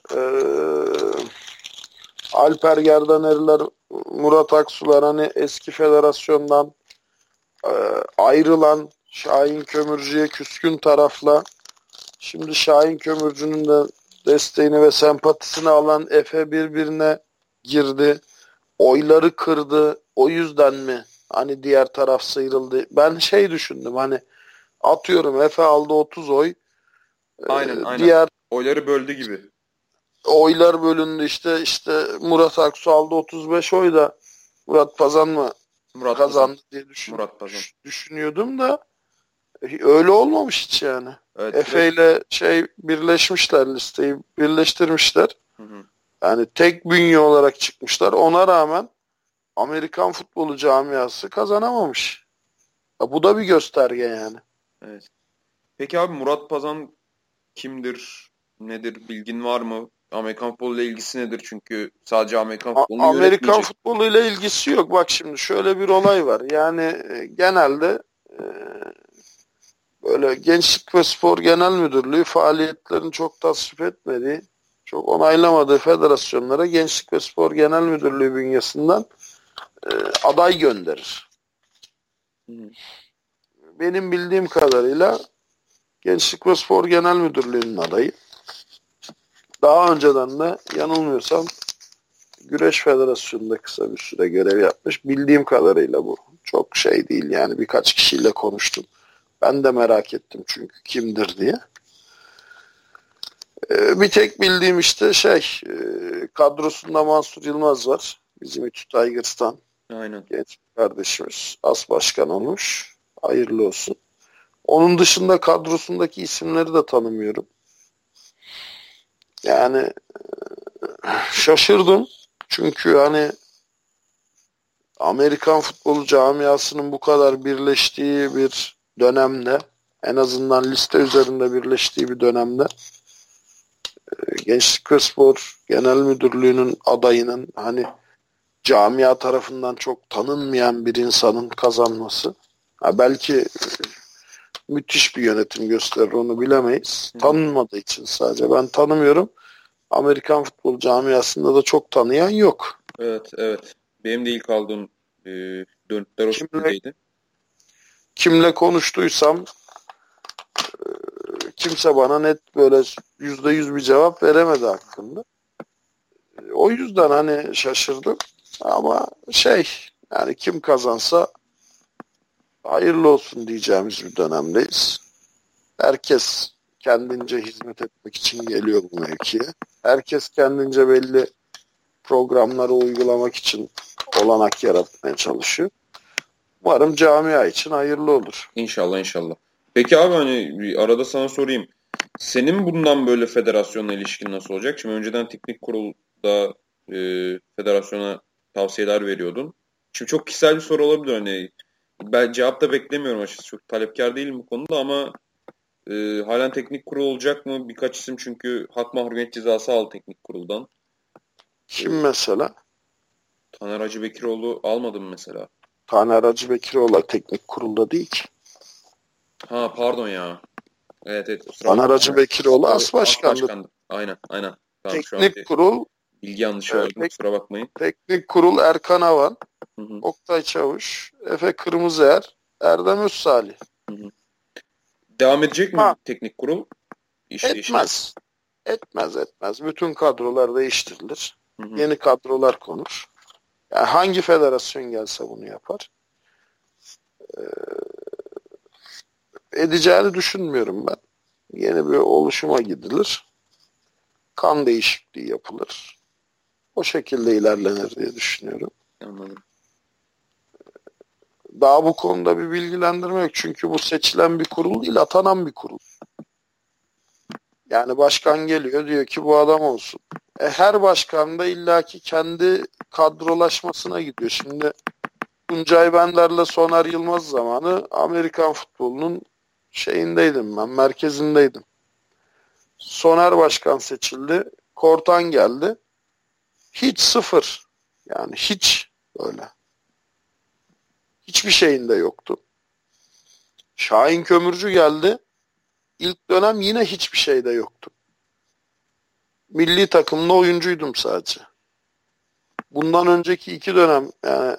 Alper Gerdaneriler, Murat Aksular, hani eski federasyondan ayrılan, Şahin Kömürcü'ye küskün tarafla şimdi Şahin Kömürcü'nün de desteğini ve sempatisini alan Efe birbirine girdi. Oyları kırdı. O yüzden mi hani diğer taraf sıyrıldı? Ben şey düşündüm, hani atıyorum Efe aldı 30 oy. Aynen. Diğer oyları böldü gibi. oylar bölündü, işte Murat Aksu aldı 35 oy da Murat Pazan mı kazandı diye düşünüyordum da öyle olmamış hiç yani. Evet, Efe ile birleşmişler, listeyi birleştirmişler. Hı. Yani tek bünye olarak çıkmışlar. Ona rağmen Amerikan futbolu camiası kazanamamış. Ya bu da bir gösterge yani. Evet. Peki abi, Murat Pazan kimdir? Nedir? Bilgin var mı? Amerikan futbolu ile ilgisi nedir? Çünkü sadece Amerikan futbolunu Amerikan futbolu ile ilgisi yok. Bak şimdi şöyle bir olay var. Yani genelde böyle Gençlik ve Spor Genel Müdürlüğü faaliyetlerini çok tasvip etmediği, çok onaylamadığı federasyonlara Gençlik ve Spor Genel Müdürlüğü bünyesinden aday gönderir. Benim bildiğim kadarıyla Gençlik ve Spor Genel Müdürlüğü'nün adayı. Daha önceden de yanılmıyorsam Güreş Federasyonu'nda kısa bir süre görev yapmış. Bildiğim kadarıyla bu. Çok şey değil yani, birkaç kişiyle konuştum. Ben de merak ettim çünkü kimdir diye. Bir tek bildiğim işte kadrosunda Mansur Yılmaz var. Bizim İTÜ Tigers'tan Aynen. genç bir kardeşimiz. As başkan olmuş. Hayırlı olsun. Onun dışında kadrosundaki isimleri de tanımıyorum. Yani şaşırdım. Çünkü hani Amerikan futbolu camiasının bu kadar birleştiği bir dönemde, en azından liste üzerinde birleştiği bir dönemde Gençlik ve Spor Genel Müdürlüğü'nün adayının hani camia tarafından çok tanınmayan bir insanın kazanması. Belki müthiş bir yönetim gösterir, onu bilemeyiz. Tanınmadığı için sadece. Ben tanımıyorum. Amerikan futbol camiasında da çok tanıyan yok. Evet. Benim de ilk aldığım dönütler o şekildeydi. Kimle konuştuysam kimse bana net böyle %100 bir cevap veremedi hakkında. O yüzden hani şaşırdım. Ama yani kim kazansa hayırlı olsun diyeceğimiz bir dönemdeyiz. Herkes kendince hizmet etmek için geliyor bu mevkiye. Herkes kendince belli programları uygulamak için olanak yaratmaya çalışıyor. Umarım camia için hayırlı olur. İnşallah. Peki abi hani bir arada sana sorayım. Senin bundan böyle federasyonla ilişkin nasıl olacak? Şimdi önceden teknik kurulda federasyona tavsiyeler veriyordun. Şimdi çok kişisel bir soru olabilir hani. Ben cevap da beklemiyorum açıkçası. Çok talepkar değilim bu konuda ama halen teknik kurul olacak mı? Birkaç isim çünkü hak mahrumiyet cezası aldı teknik kuruldan. Kim mesela? Taner Hacıbekiroğlu almadı mı mesela? Taner Hacıbekiroğlu teknik kurulda değil ki. Ha pardon ya. Evet. Taner Hacıbekiroğlu as başkandı. Başkandı. Aynen. Tamam, teknik kurul bilgi yanlışı oldu. Kusura bakmayın. Teknik kurul Erkan Avan, Hı. Oktay Çavuş, Efe Kırmızıer, Erdem Özsalih. Hı. Devam edecek mi teknik kurul? Etmez. Bütün kadrolar değiştirilir. Hı. Yeni kadrolar konur. Yani hangi federasyon gelse bunu yapar. Edeceğini düşünmüyorum ben. Yeni bir oluşuma gidilir. Kan değişikliği yapılır. O şekilde ilerlenir diye düşünüyorum. Anladım. Daha bu konuda bir bilgilendirme yok. Çünkü bu seçilen bir kurul değil, atanan bir kurul. Yani başkan geliyor diyor ki bu adam olsun. Her başkan da illaki kendi kadrolaşmasına gidiyor. Şimdi Tuncay Bender'le Soner Yılmaz zamanı Amerikan futbolunun ben, merkezindeydim. Soner başkan seçildi. Kortan geldi. Hiç sıfır. Yani hiç öyle. Hiçbir şeyinde yoktu. Şahin Kömürcü geldi. İlk dönem yine hiçbir şeyde yoktu. Milli takımda oyuncuydum sadece. Bundan önceki 2 dönem yani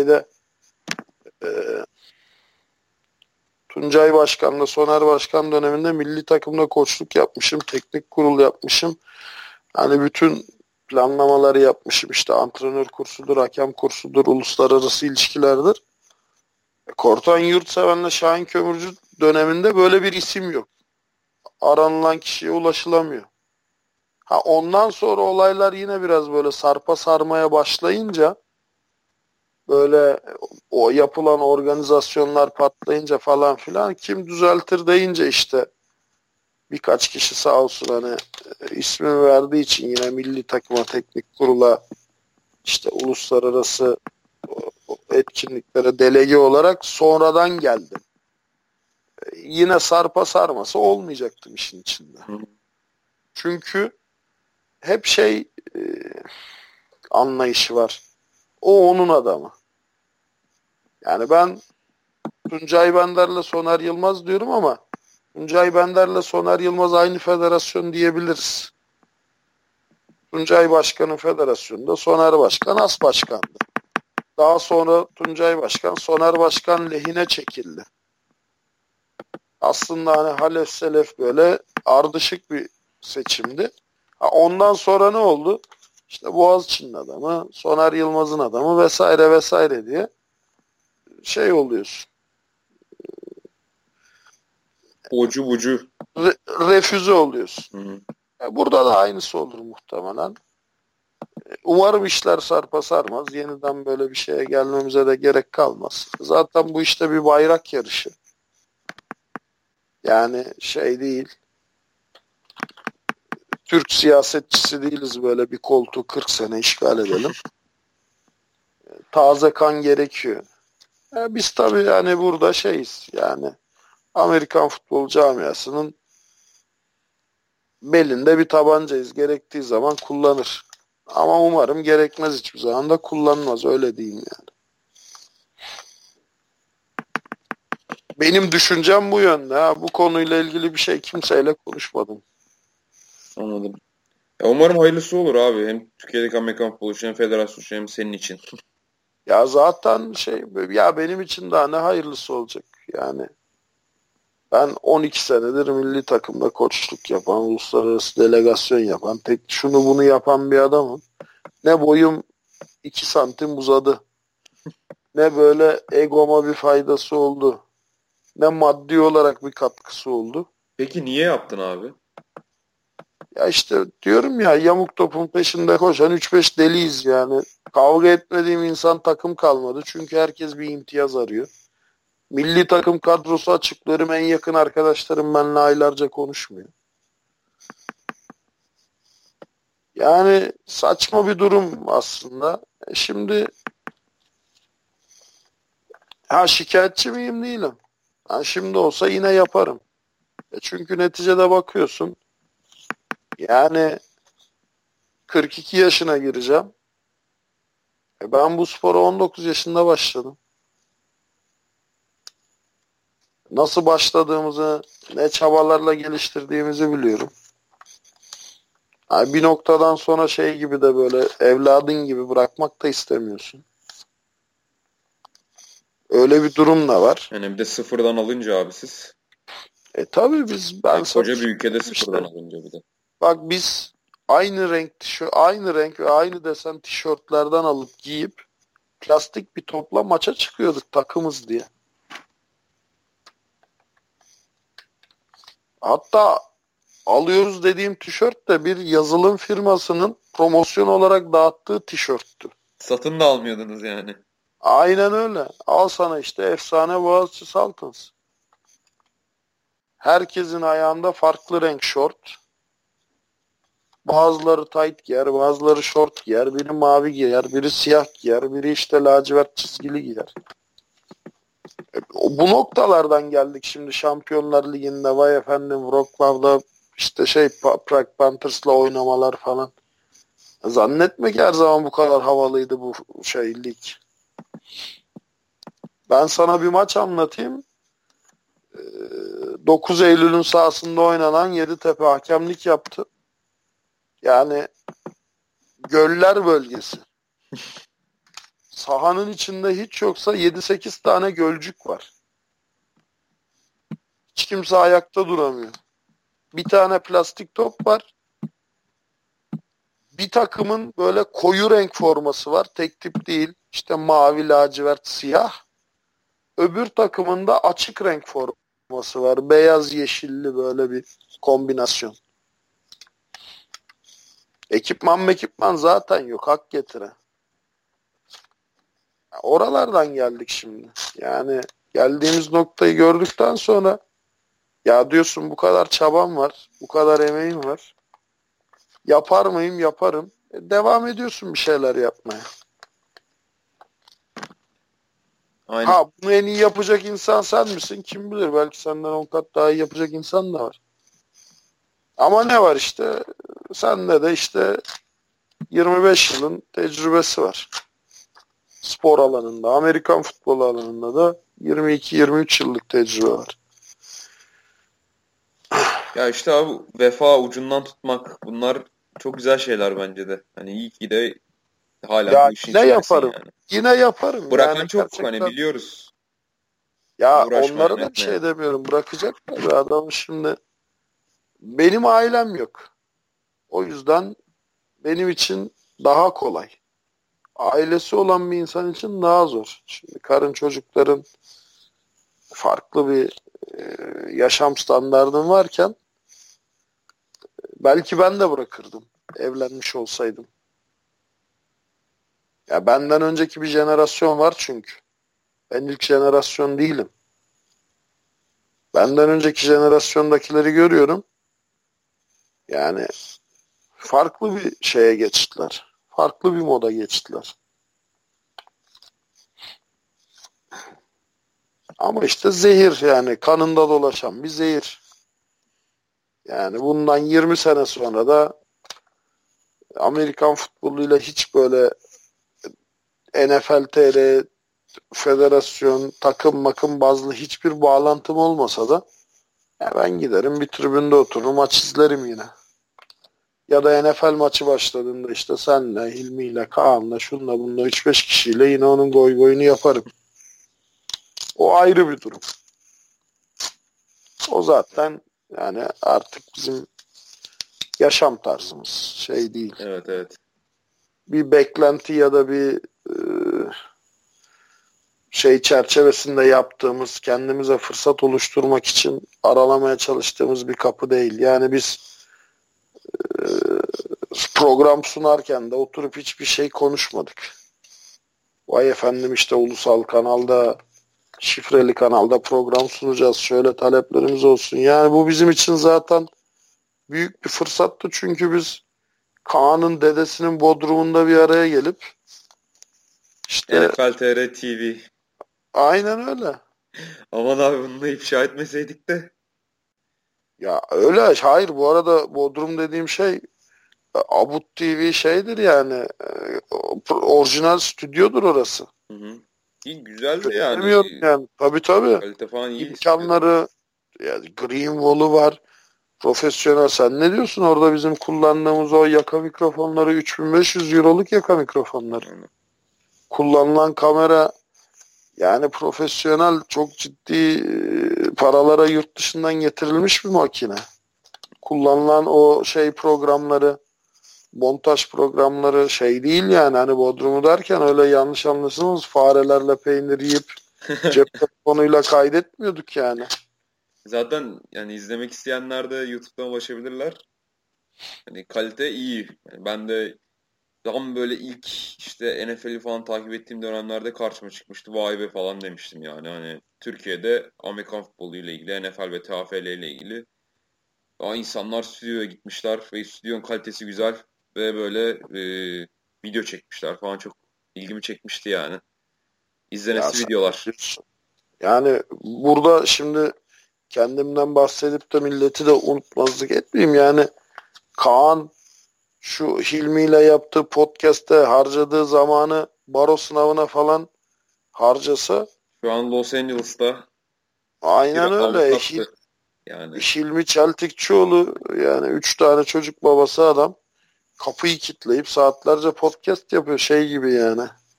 Tuncay Başkan'la Soner Başkan döneminde milli takımda koçluk yapmışım. Teknik kurul yapmışım. Hani bütün planlamaları yapmışım. İşte antrenör kursudur, hakem kursudur, uluslararası ilişkilerdir. Kortan Yurtseven'le Şahin Kömürcü döneminde böyle bir isim yok. Aranılan kişiye ulaşılamıyor. Ondan sonra olaylar yine biraz böyle sarpa sarmaya başlayınca böyle o yapılan organizasyonlar patlayınca falan filan kim düzeltir deyince işte birkaç kişi sağ olsun hani ismini verdiği için yine milli takıma, teknik kurula işte uluslararası etkinliklere delege olarak sonradan geldim. Yine sarpa sarması olmayacaktım işin içinde. Çünkü hep anlayışı var. O onun adamı. Yani ben Tuncay Bender'le Soner Yılmaz diyorum ama Tuncay Bender'le Soner Yılmaz aynı federasyon diyebiliriz. Tuncay Başkan'ın federasyonunda Soner Başkan as başkandı. Daha sonra Tuncay Başkan Soner Başkan lehine çekildi. Aslında hani halef selef böyle ardışık bir seçimdi. Ondan sonra ne oldu? İşte Boğaziçi'nin adamı, Soner Yılmaz'ın adamı vesaire diye oluyorsun. Ocu bucu. Refüze oluyorsun. Hı. Burada da aynısı olur muhtemelen. Umarım işler sarpa sarmaz. Yeniden böyle bir şeye gelmemize de gerek kalmaz. Zaten bu işte bir bayrak yarışı. Yani şey değil. Türk siyasetçisi değiliz, böyle bir koltuğu 40 sene işgal edelim. Taze kan gerekiyor. Biz tabii yani burada şeyiz, yani Amerikan futbol camiasının belinde bir tabancayız. Gerektiği zaman kullanır. Ama umarım gerekmez, hiçbir zaman da kullanmaz, öyle diyeyim yani. Benim düşüncem bu yönde. Bu konuyla ilgili bir şey kimseyle konuşmadım. Anladım. Umarım hayırlısı olur abi. Hem Türkiye'deki Amerikan futbolu için hem federasyon için hem senin için. Ya zaten ya benim için daha ne hayırlısı olacak yani. Ben 12 senedir milli takımda koçluk yapan, uluslararası delegasyon yapan, tek şunu bunu yapan bir adamım. Ne boyum 2 santim uzadı. Ne böyle egoma bir faydası oldu. Ne maddi olarak bir katkısı oldu. Peki niye yaptın abi? Ya işte diyorum ya, yamuk topun peşinde koşan 3-5 deliyiz yani. Kavga etmediğim insan takım kalmadı. Çünkü herkes bir imtiyaz arıyor. Milli takım kadrosu açıklarım, en yakın arkadaşlarım benimle aylarca konuşmuyor. Yani saçma bir durum aslında. Şimdi şikayetçi miyim, değilim. Şimdi olsa yine yaparım. Çünkü neticede bakıyorsun. Yani 42 yaşına gireceğim. Ben bu spora 19 yaşında başladım. Nasıl başladığımızı, ne çabalarla geliştirdiğimizi biliyorum. Bir noktadan sonra şey gibi de, böyle evladın gibi bırakmak da istemiyorsun. Öyle bir durum da var. Yani bir de sıfırdan alınca abi siz. Tabii ben koca bir ülkede sıfırdan alınca bir de. Bak biz aynı renk ve aynı desen tişörtlerden alıp giyip plastik bir topla maça çıkıyorduk takımız diye. Hatta alıyoruz dediğim tişört de bir yazılım firmasının promosyon olarak dağıttığı tişörttü. Satın da almıyordunuz yani. Aynen öyle. Al sana işte efsane Boğaziçi Saltans. Herkesin ayağında farklı renk şort. Bazıları tight giyer, bazıları short giyer. Biri mavi giyer, biri siyah giyer, biri işte lacivert çizgili giyer. Bu noktalardan geldik şimdi Şampiyonlar Ligi'nde, vay efendim Wrocław'da işte Prague Panthers'la oynamalar falan. Zannetme ki her zaman bu kadar havalıydı bu lig. Ben sana bir maç anlatayım. 9 Eylül'ün sahasında oynanan Yeditepe hakemlik yaptı. Yani göller bölgesi. Sahanın içinde hiç yoksa 7-8 tane gölcük var. Hiç kimse ayakta duramıyor. Bir tane plastik top var. Bir takımın böyle koyu renk forması var. Tek tip değil. İşte mavi, lacivert, siyah. Öbür takımın da açık renk forması var. Beyaz, yeşilli böyle bir kombinasyon. Ekipman zaten yok. Hak getire. Oralardan geldik şimdi. Yani geldiğimiz noktayı gördükten sonra ya diyorsun, bu kadar çabam var. Bu kadar emeğim var. Yapar mıyım? Yaparım. Devam ediyorsun bir şeyler yapmaya. Aynen. Bunu en iyi yapacak insan sen misin? Kim bilir? Belki senden 10 kat daha iyi yapacak insan da var. Ama ne var işte? Sende de işte 25 yılın tecrübesi var. Spor alanında, Amerikan futbolu alanında da 22-23 yıllık tecrübe var. Ya işte abi, vefa, ucundan tutmak, bunlar çok güzel şeyler bence de. Hani iyi ki de hala bu işin yine yaparım. yani. Yine yaparım. Bırakan yani çok gerçekten... hani biliyoruz. Ya Uğraşmayan, onlara da bir şey demiyorum. Bırakacak tabii adam şimdi. Benim ailem yok. O yüzden benim için daha kolay. Ailesi olan bir insan için daha zor. Şimdi karın çocukların farklı bir yaşam standardın varken belki ben de bırakırdım evlenmiş olsaydım. Ya benden önceki bir jenerasyon var çünkü. Ben ilk jenerasyon değilim. Benden önceki jenerasyondakileri görüyorum. Yani farklı bir şeye geçtiler. Farklı bir moda geçtiler. Ama işte zehir, yani kanında dolaşan bir zehir. Yani bundan 20 sene sonra da Amerikan futboluyla hiç böyle NFL TR, federasyon, takım makım bazlı hiçbir bağlantım olmasa da ya ben giderim bir tribünde otururum, maç izlerim yine. Ya da NFL maçı başladığında işte senle, Hilmi'yle, Kaan'la, şunla bununla 3-5 kişiyle yine onun goy goyunu yaparım. O ayrı bir durum. O zaten yani artık bizim yaşam tarzımız şey değil. Evet, evet. Bir beklenti ya da bir şey çerçevesinde yaptığımız, kendimize fırsat oluşturmak için aralamaya çalıştığımız bir kapı değil. Yani biz program sunarken de oturup hiçbir şey konuşmadık. Vay efendim işte ulusal kanalda, şifreli kanalda program sunacağız. Şöyle taleplerimiz olsun. Yani bu bizim için zaten büyük bir fırsattı. Çünkü biz Kaan'ın dedesinin bodrumunda bir araya gelip işte NFL TR TV. aynen öyle. Aman abi bunu da ifşa etmeseydik de. Ya öyle. Hayır, bu arada bodrum dediğim şey Abut TV şeydir yani. Orijinal stüdyodur orası. Hı hı. İyi, güzel de Kötü yani. demiyorum yani. Tabii tabii. Kalite falan iyi. İmkanları, yani Green Wall'u var. Profesyonel. Sen ne diyorsun orada bizim kullandığımız o yaka mikrofonları 3500 euroluk yaka mikrofonlar. Yani. Kullanılan kamera yani profesyonel, çok ciddi paralara yurt dışından getirilmiş bir makine. Kullanılan o şey programları, montaj programları şey değil yani, hani Bodrum'u derken öyle yanlış anlaşılmaz, farelerle peynir yiyip cep telefonuyla kaydetmiyorduk yani. Zaten yani izlemek isteyenler de YouTube'dan ulaşabilirler. Hani kalite iyi. Yani ben de tam böyle ilk işte NFL'i falan takip ettiğim dönemlerde karşıma çıkmıştı. Vay be falan demiştim yani. Hani Türkiye'de Amerikan futbolu ile ilgili, NFL ve TFL ile ilgili. Aa, insanlar stüdyoya gitmişler ve stüdyonun kalitesi güzel ve böyle video çekmişler falan, çok ilgimi çekmişti yani. Ya İzlenesi sen videolar. diyorsun. Yani burada şimdi kendimden bahsedip de milleti de unutmazlık etmeyeyim yani. Kaan şu Hilmi ile yaptığı podcast'te harcadığı zamanı baro sınavına falan harcasa Şu an Los Angeles'ta bir aynen öyle. avukattı yani. Hilmi Çeltikçioğlu yani 3 tane çocuk babası adam kapıyı kilitleyip saatlerce podcast yapıyor şey gibi yani.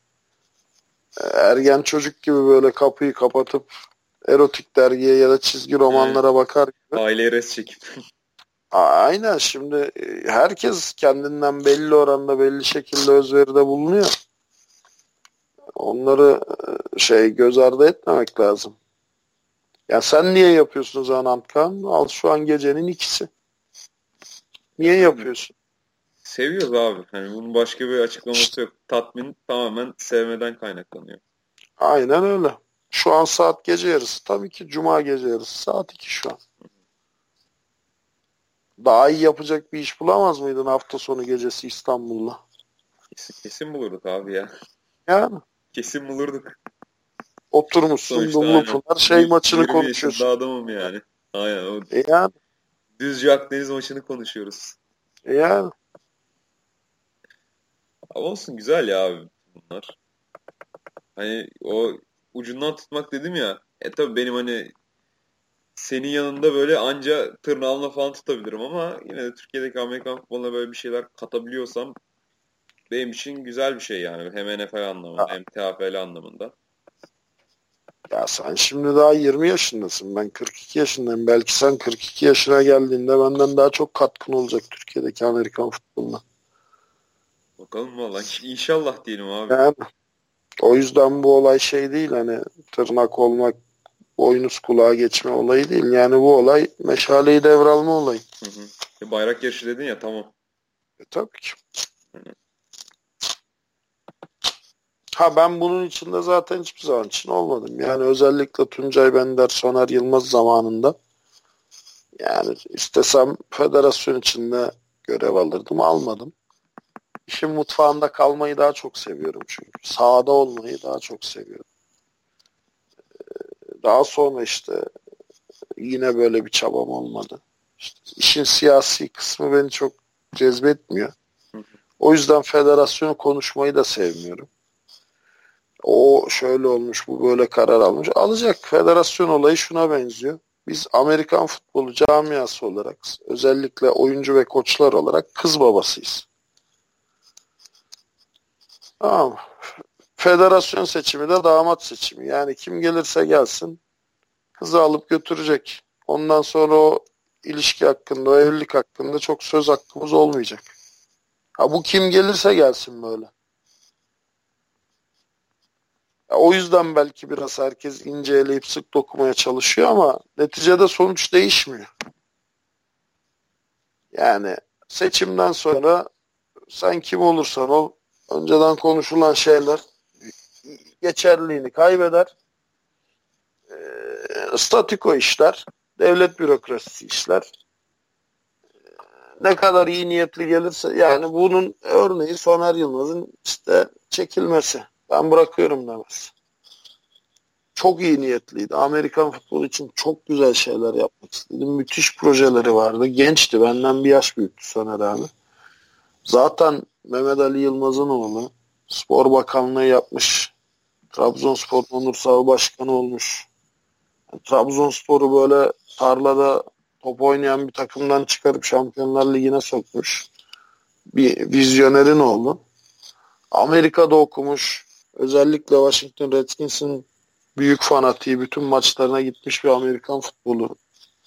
Ergen çocuk gibi böyle kapıyı kapatıp erotik dergiye ya da çizgi romanlara bakar gibi. Aile res çekip. Aynen, şimdi herkes kendinden belli oranda belli şekilde özveride bulunuyor. Onları şey göz ardı etmemek lazım. Ya sen niye yapıyorsun o zaman Antkan? Al şu an gecenin ikisi. Niye yapıyorsun? Seviyoruz abi. Hani bunun başka bir açıklaması yok. Tatmin tamamen sevmeden kaynaklanıyor. Aynen öyle. Şu an saat gece yarısı. Tabii ki cuma gece yarısı. Saat 2 şu an. Daha iyi yapacak bir iş bulamaz mıydın hafta sonu gecesi İstanbul'la? Kesin bulurduk abi ya. Yani Kesin bulurduk. oturmuşsun Sonuçta Dumlu aynen. Pınar şey maçını 20 yaşında konuşuyorsun. adamım yani. Aynen, o Yani, Düzce Akdeniz maçını konuşuyoruz. yani. Ama olsun, güzel ya abi bunlar. Hani o ucundan tutmak dedim ya. Tabii benim hani senin yanında böyle anca tırnağımla falan tutabilirim ama yine de Türkiye'deki Amerikan futboluna böyle bir şeyler katabiliyorsam benim için güzel bir şey yani. Hem NFL anlamında hem TFL anlamında. Ya sen şimdi daha 20 yaşındasın. Ben 42 yaşındayım. Belki sen 42 yaşına geldiğinde benden daha çok katkın olacak Türkiye'deki Amerikan futboluna. Bakalım valla. İnşallah diyelim abi. Yani o yüzden bu olay şey değil, hani tırnak olmak, boynuz kulağa geçme olayı değil. Yani bu olay meşaleyi devralma olayı. Hı hı. Bayrak yarışı dedin ya, tamam. Tabii ki. Ha ben bunun içinde zaten hiçbir zaman için olmadım. Yani özellikle Tuncay Bender, Soner Yılmaz zamanında yani istesem federasyon içinde görev alırdım, almadım. İşin mutfağında kalmayı daha çok seviyorum çünkü. Sahada olmayı daha çok seviyorum. Daha sonra işte yine böyle bir çabam olmadı. İşte işin siyasi kısmı beni çok cezbetmiyor. O yüzden federasyonu konuşmayı da sevmiyorum. O şöyle olmuş, bu böyle karar almış. Alacak, federasyon olayı şuna benziyor. Biz Amerikan futbolu camiası olarak, özellikle oyuncu ve koçlar olarak kız babasıyız. Tamam mı? Federasyon seçimi de damat seçimi. Yani kim gelirse gelsin kızı alıp götürecek. Ondan sonra o ilişki hakkında, o evlilik hakkında çok söz hakkımız olmayacak. Ha bu kim gelirse gelsin böyle. Ya o yüzden belki biraz herkes ince eleyip sık dokumaya çalışıyor ama neticede sonuç değişmiyor. Yani seçimden sonra sen kim olursan ol, önceden konuşulan şeyler geçerliliğini kaybeder. Statiko işler, devlet bürokrasisi işler. Ne kadar iyi niyetli gelirse, yani bunun örneği Soner Yılmaz'ın işte çekilmesi. Ben bırakıyorum demesi. Çok iyi niyetliydi. Amerikan futbolu için çok güzel şeyler yapmak istedi. Müthiş projeleri vardı. Gençti. Benden bir yaş büyüktü Soner abi. Zaten Mehmet Ali Yılmaz'ın oğlu. Spor Bakanlığı yapmış. Trabzonspor Onursal Başkanı olmuş. Yani Trabzonspor'u böyle tarlada top oynayan bir takımdan çıkarıp Şampiyonlar Ligi'ne sokmuş. Bir vizyonerin oğlu. Amerika'da okumuş. Özellikle Washington Redskins'in büyük fanatiği, bütün maçlarına gitmiş bir Amerikan futbolu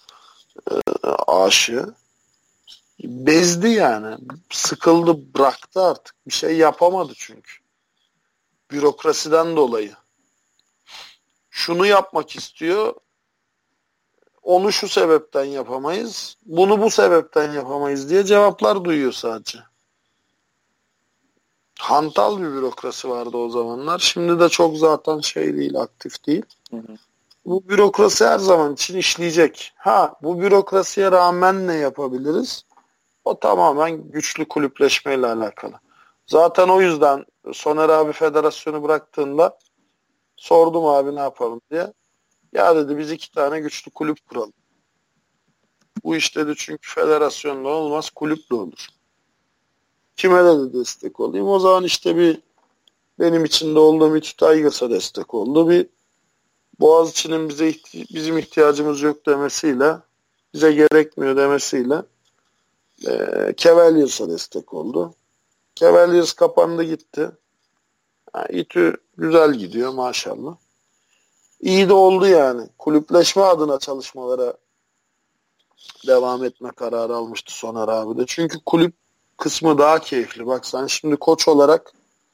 aşığı. Bezdi yani. Sıkıldı, bıraktı artık. Bir şey yapamadı çünkü. Bürokrasiden dolayı. Şunu yapmak istiyor. Onu şu sebepten yapamayız. Bunu bu sebepten yapamayız diye cevaplar duyuyor sadece. Hantal bir bürokrasi vardı o zamanlar. Şimdi de çok zaten şey değil, aktif değil. Hı hı. Bu bürokrasi her zaman için işleyecek. Ha, bu bürokrasiye rağmen ne yapabiliriz? O tamamen güçlü kulüpleşmeyle alakalı. Zaten o yüzden Soner abi federasyonu bıraktığında sordum abi ne yapalım diye. Ya dedi biz 2 tane güçlü kulüp kuralım. Bu iş dedi çünkü federasyonla olmaz, kulüple olur. Kime de destek olayım? O zaman işte bir benim içinde olduğum İTÜ Tigers'a destek oldu. Bir Boğaziçi'nin bizim ihtiyacımız yok demesiyle, bize gerekmiyor demesiyle Cavaliers'a destek oldu. Cavaliers kapandı gitti. İTÜ güzel gidiyor maşallah. İyi de oldu yani. Kulüpleşme adına çalışmalara devam etme kararı almıştı Soner abi de. Çünkü kulüp kısmı daha keyifli. Bak sen şimdi koç olarak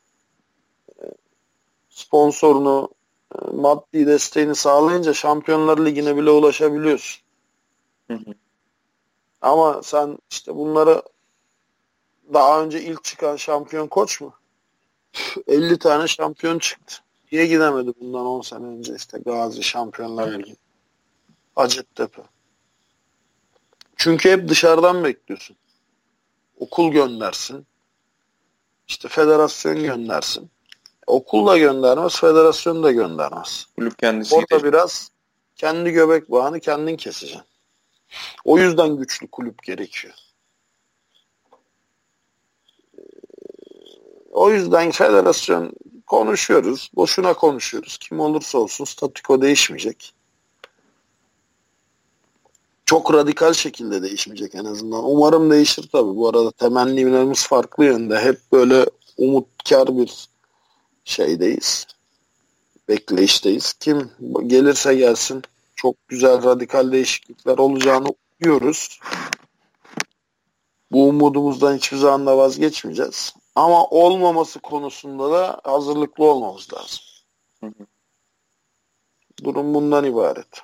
sponsorunu, maddi desteğini sağlayınca Şampiyonlar Ligi'ne bile ulaşabiliyorsun. Hı hı. Ama sen işte bunları daha önce ilk çıkan şampiyon koç mu? 50 tane şampiyon çıktı. Niye gidemedi bundan 10 sene önce işte Gazi Şampiyonlar Ligi, Hacettepe. Çünkü hep dışarıdan bekliyorsun. Okul göndersin. İşte federasyon göndersin. Okul da göndermez, federasyon da göndermez. Kulüp kendisi Orada gidecek. biraz kendi göbek bağını kendin keseceksin. O yüzden güçlü kulüp gerekiyor. O yüzden federasyon konuşuyoruz. Boşuna konuşuyoruz. Kim olursa olsun statüko değişmeyecek. Çok radikal şekilde değişmeyecek en azından. Umarım değişir tabii. Bu arada temennilerimiz farklı yönde. Hep böyle umutkar bir şeydeyiz. Bekleyişteyiz. Kim gelirse gelsin çok güzel radikal değişiklikler olacağını umuyoruz. Bu umudumuzdan hiçbir zaman da vazgeçmeyeceğiz. Ama olmaması konusunda da hazırlıklı olmamız lazım. Durum bundan ibaret.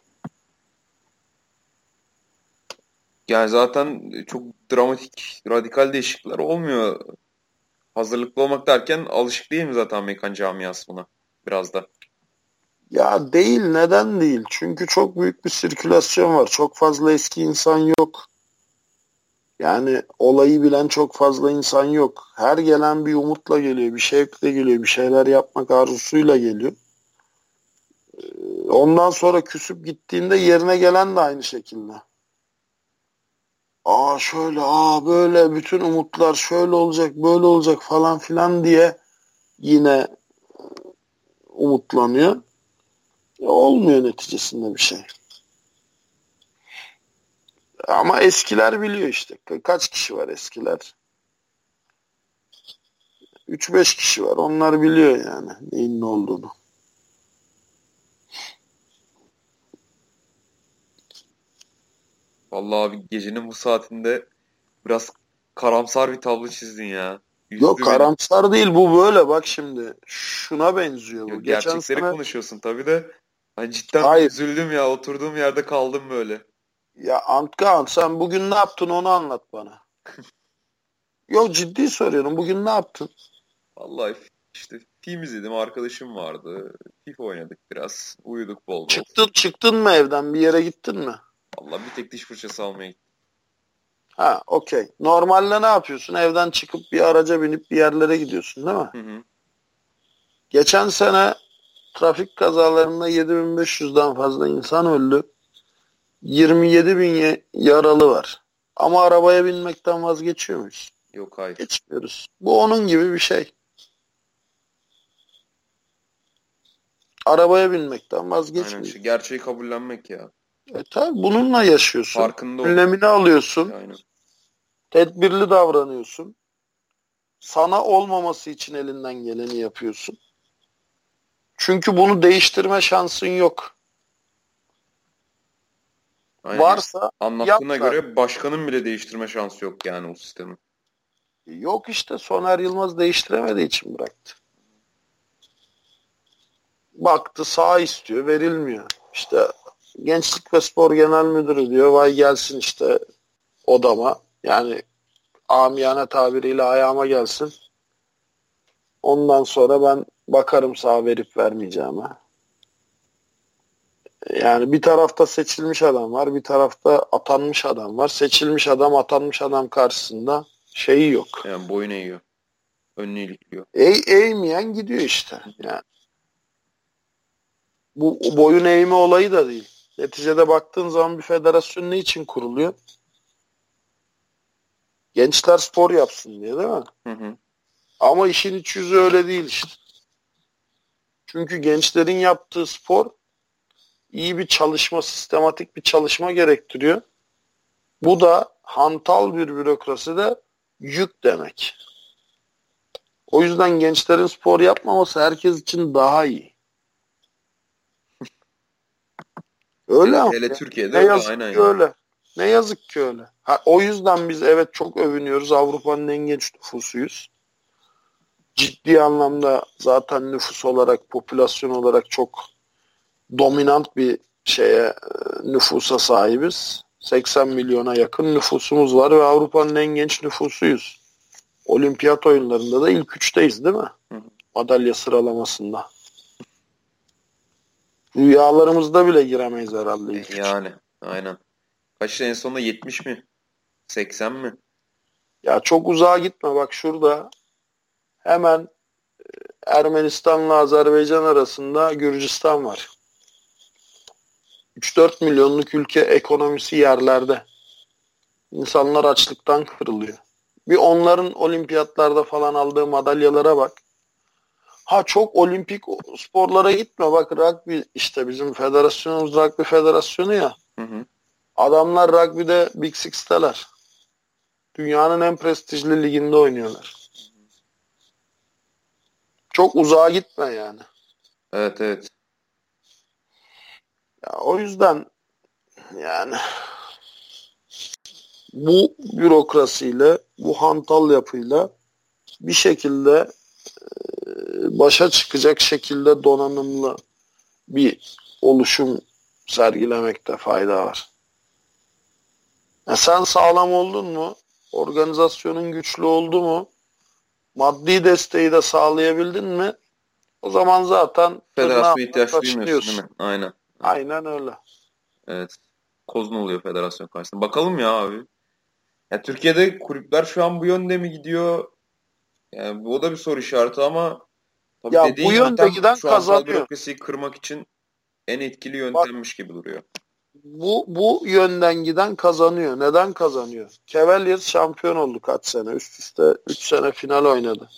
Yani zaten çok dramatik, radikal değişiklikler olmuyor. Hazırlıklı olmak derken alışık değil mi zaten Amerikan camiası buna? Biraz da. Ya değil, neden değil? Çünkü çok büyük bir sirkülasyon var. Çok fazla eski insan yok. Yani olayı bilen çok fazla insan yok. Her gelen bir umutla geliyor, bir şevkle geliyor, bir şeyler yapmak arzusuyla geliyor. Ondan sonra küsüp gittiğinde yerine gelen de aynı şekilde. Aa şöyle, aa böyle, bütün umutlar şöyle olacak, böyle olacak falan filan diye yine umutlanıyor. Olmuyor neticesinde bir şey. Ama eskiler biliyor işte. Kaç kişi var eskiler? 3-5 kişi var. Onlar biliyor yani neyin ne olduğunu. Vallahi abi gecenin bu saatinde biraz karamsar bir tablo çizdin ya. Yok Üzdü beni. karamsar değil bu, böyle bak şimdi. Şuna benziyor bu. Yok, Geçen gerçekleri sene konuşuyorsun tabii de. Ben cidden bir hayır. üzüldüm ya. Oturduğum yerde kaldım böyle. Ya Antkan sen bugün ne yaptın onu anlat bana. Yok ciddi soruyorum. Bugün ne yaptın? Vallahi işte film izledim. Arkadaşım vardı. FIFA oynadık biraz. Uyuduk bol bol. Çıktın mı evden, bir yere gittin mi? Vallahi bir tek diş fırçası almaya gittim. Ha, okey. Normalde ne yapıyorsun? Evden çıkıp bir araca binip bir yerlere gidiyorsun değil mi? Hı hı. Geçen sene trafik kazalarında 7.500'den fazla insan öldü. 27 bin yaralı var. Ama arabaya binmekten vazgeçiyor muyuz? Yok, hayır. Geçmiyoruz. Bu onun gibi bir şey. Arabaya binmekten Aynen işte vazgeçmiyoruz. gerçeği kabullenmek ya. Tabii bununla yaşıyorsun. Farkında ol. Önlemini alıyorsun. Aynen. Tedbirli davranıyorsun. Sana olmaması için elinden geleni yapıyorsun. Çünkü bunu değiştirme şansın yok. Aynen. Yani Varsa anlattığına yaplar. göre başkanın bile değiştirme şansı yok yani o sistemi. Yok işte, Soner Yılmaz değiştiremediği için bıraktı. Baktı sağ istiyor, verilmiyor. İşte Gençlik ve Spor Genel Müdürü diyor vay gelsin işte odama. Yani amiyane tabiriyle ayağıma gelsin. Ondan sonra ben bakarım sağ verip vermeyeceğime. Yani bir tarafta seçilmiş adam var, bir tarafta atanmış adam var. Seçilmiş adam, atanmış adam karşısında şeyi yok. Yani boyun eğiyor. Önünü ilikliyor. Eğmeyen gidiyor işte. Yani bu boyun eğme olayı da değil. Neticede baktığın zaman bir federasyon ne için kuruluyor? Gençler spor yapsın diye değil mi? Hı hı. Ama işin iç yüzü öyle değil işte. Çünkü gençlerin yaptığı spor iyi bir çalışma, sistematik bir çalışma gerektiriyor. Bu da hantal bir bürokraside yük demek. O yüzden gençlerin spor yapmaması herkes için daha iyi. Öyle ama Hele ya. Türkiye'de Ne öyle, yazık aynen ki ya. öyle. Ne yazık ki öyle. Ha, o yüzden biz evet çok övünüyoruz. Avrupa'nın en genç nüfusuyuz. Ciddi anlamda zaten nüfus olarak, popülasyon olarak çok dominant bir nüfusa sahibiz. 80 milyona yakın nüfusumuz var ve Avrupa'nın en genç nüfusuyuz. Olimpiyat oyunlarında da ilk üçteyiz değil mi? Hı hı. Madalya sıralamasında. Rüyalarımızda bile giremeyiz herhalde ilk üç. Yani aynen. Kaç en sonunda 70 mi? 80 mi? Ya çok uzağa gitme, bak şurada hemen Ermenistan'la Azerbaycan arasında Gürcistan var. 3-4 milyonluk ülke, ekonomisi yerlerde. İnsanlar açlıktan kırılıyor. Bir onların olimpiyatlarda falan aldığı madalyalara bak. Ha çok olimpik sporlara gitme. Bak rugby işte, bizim federasyonumuz rugby federasyonu ya. Hı hı. Adamlar rugby'de Big Six'teler. Dünyanın en prestijli liginde oynuyorlar. Çok uzağa gitme yani. Evet, evet. Ya o yüzden yani bu bürokrasiyle, bu hantal yapıyla bir şekilde başa çıkacak şekilde donanımlı bir oluşum sergilemekte fayda var. Sen sağlam oldun mu? Organizasyonun güçlü oldu mu? Maddi desteği de sağlayabildin mi? O zaman zaten Federasyona ihtiyaç duymuyorsun değil mi? Aynen. Aynen öyle. Evet. Kozun oluyor federasyon karşısında. Bakalım ya abi. Ya Türkiye'de kulüpler şu an bu yönde mi gidiyor? Yani o da bir soru işareti ama tabii Ya dediğin bu yönde yöntem giden şu ansal kazanıyor. bürokrasiyi kırmak için en etkili Bak yöntemmiş gibi duruyor. bu yönden giden kazanıyor. Neden kazanıyor? Cavaliers şampiyon oldu kaç sene? Üst üste 3 sene final oynadı.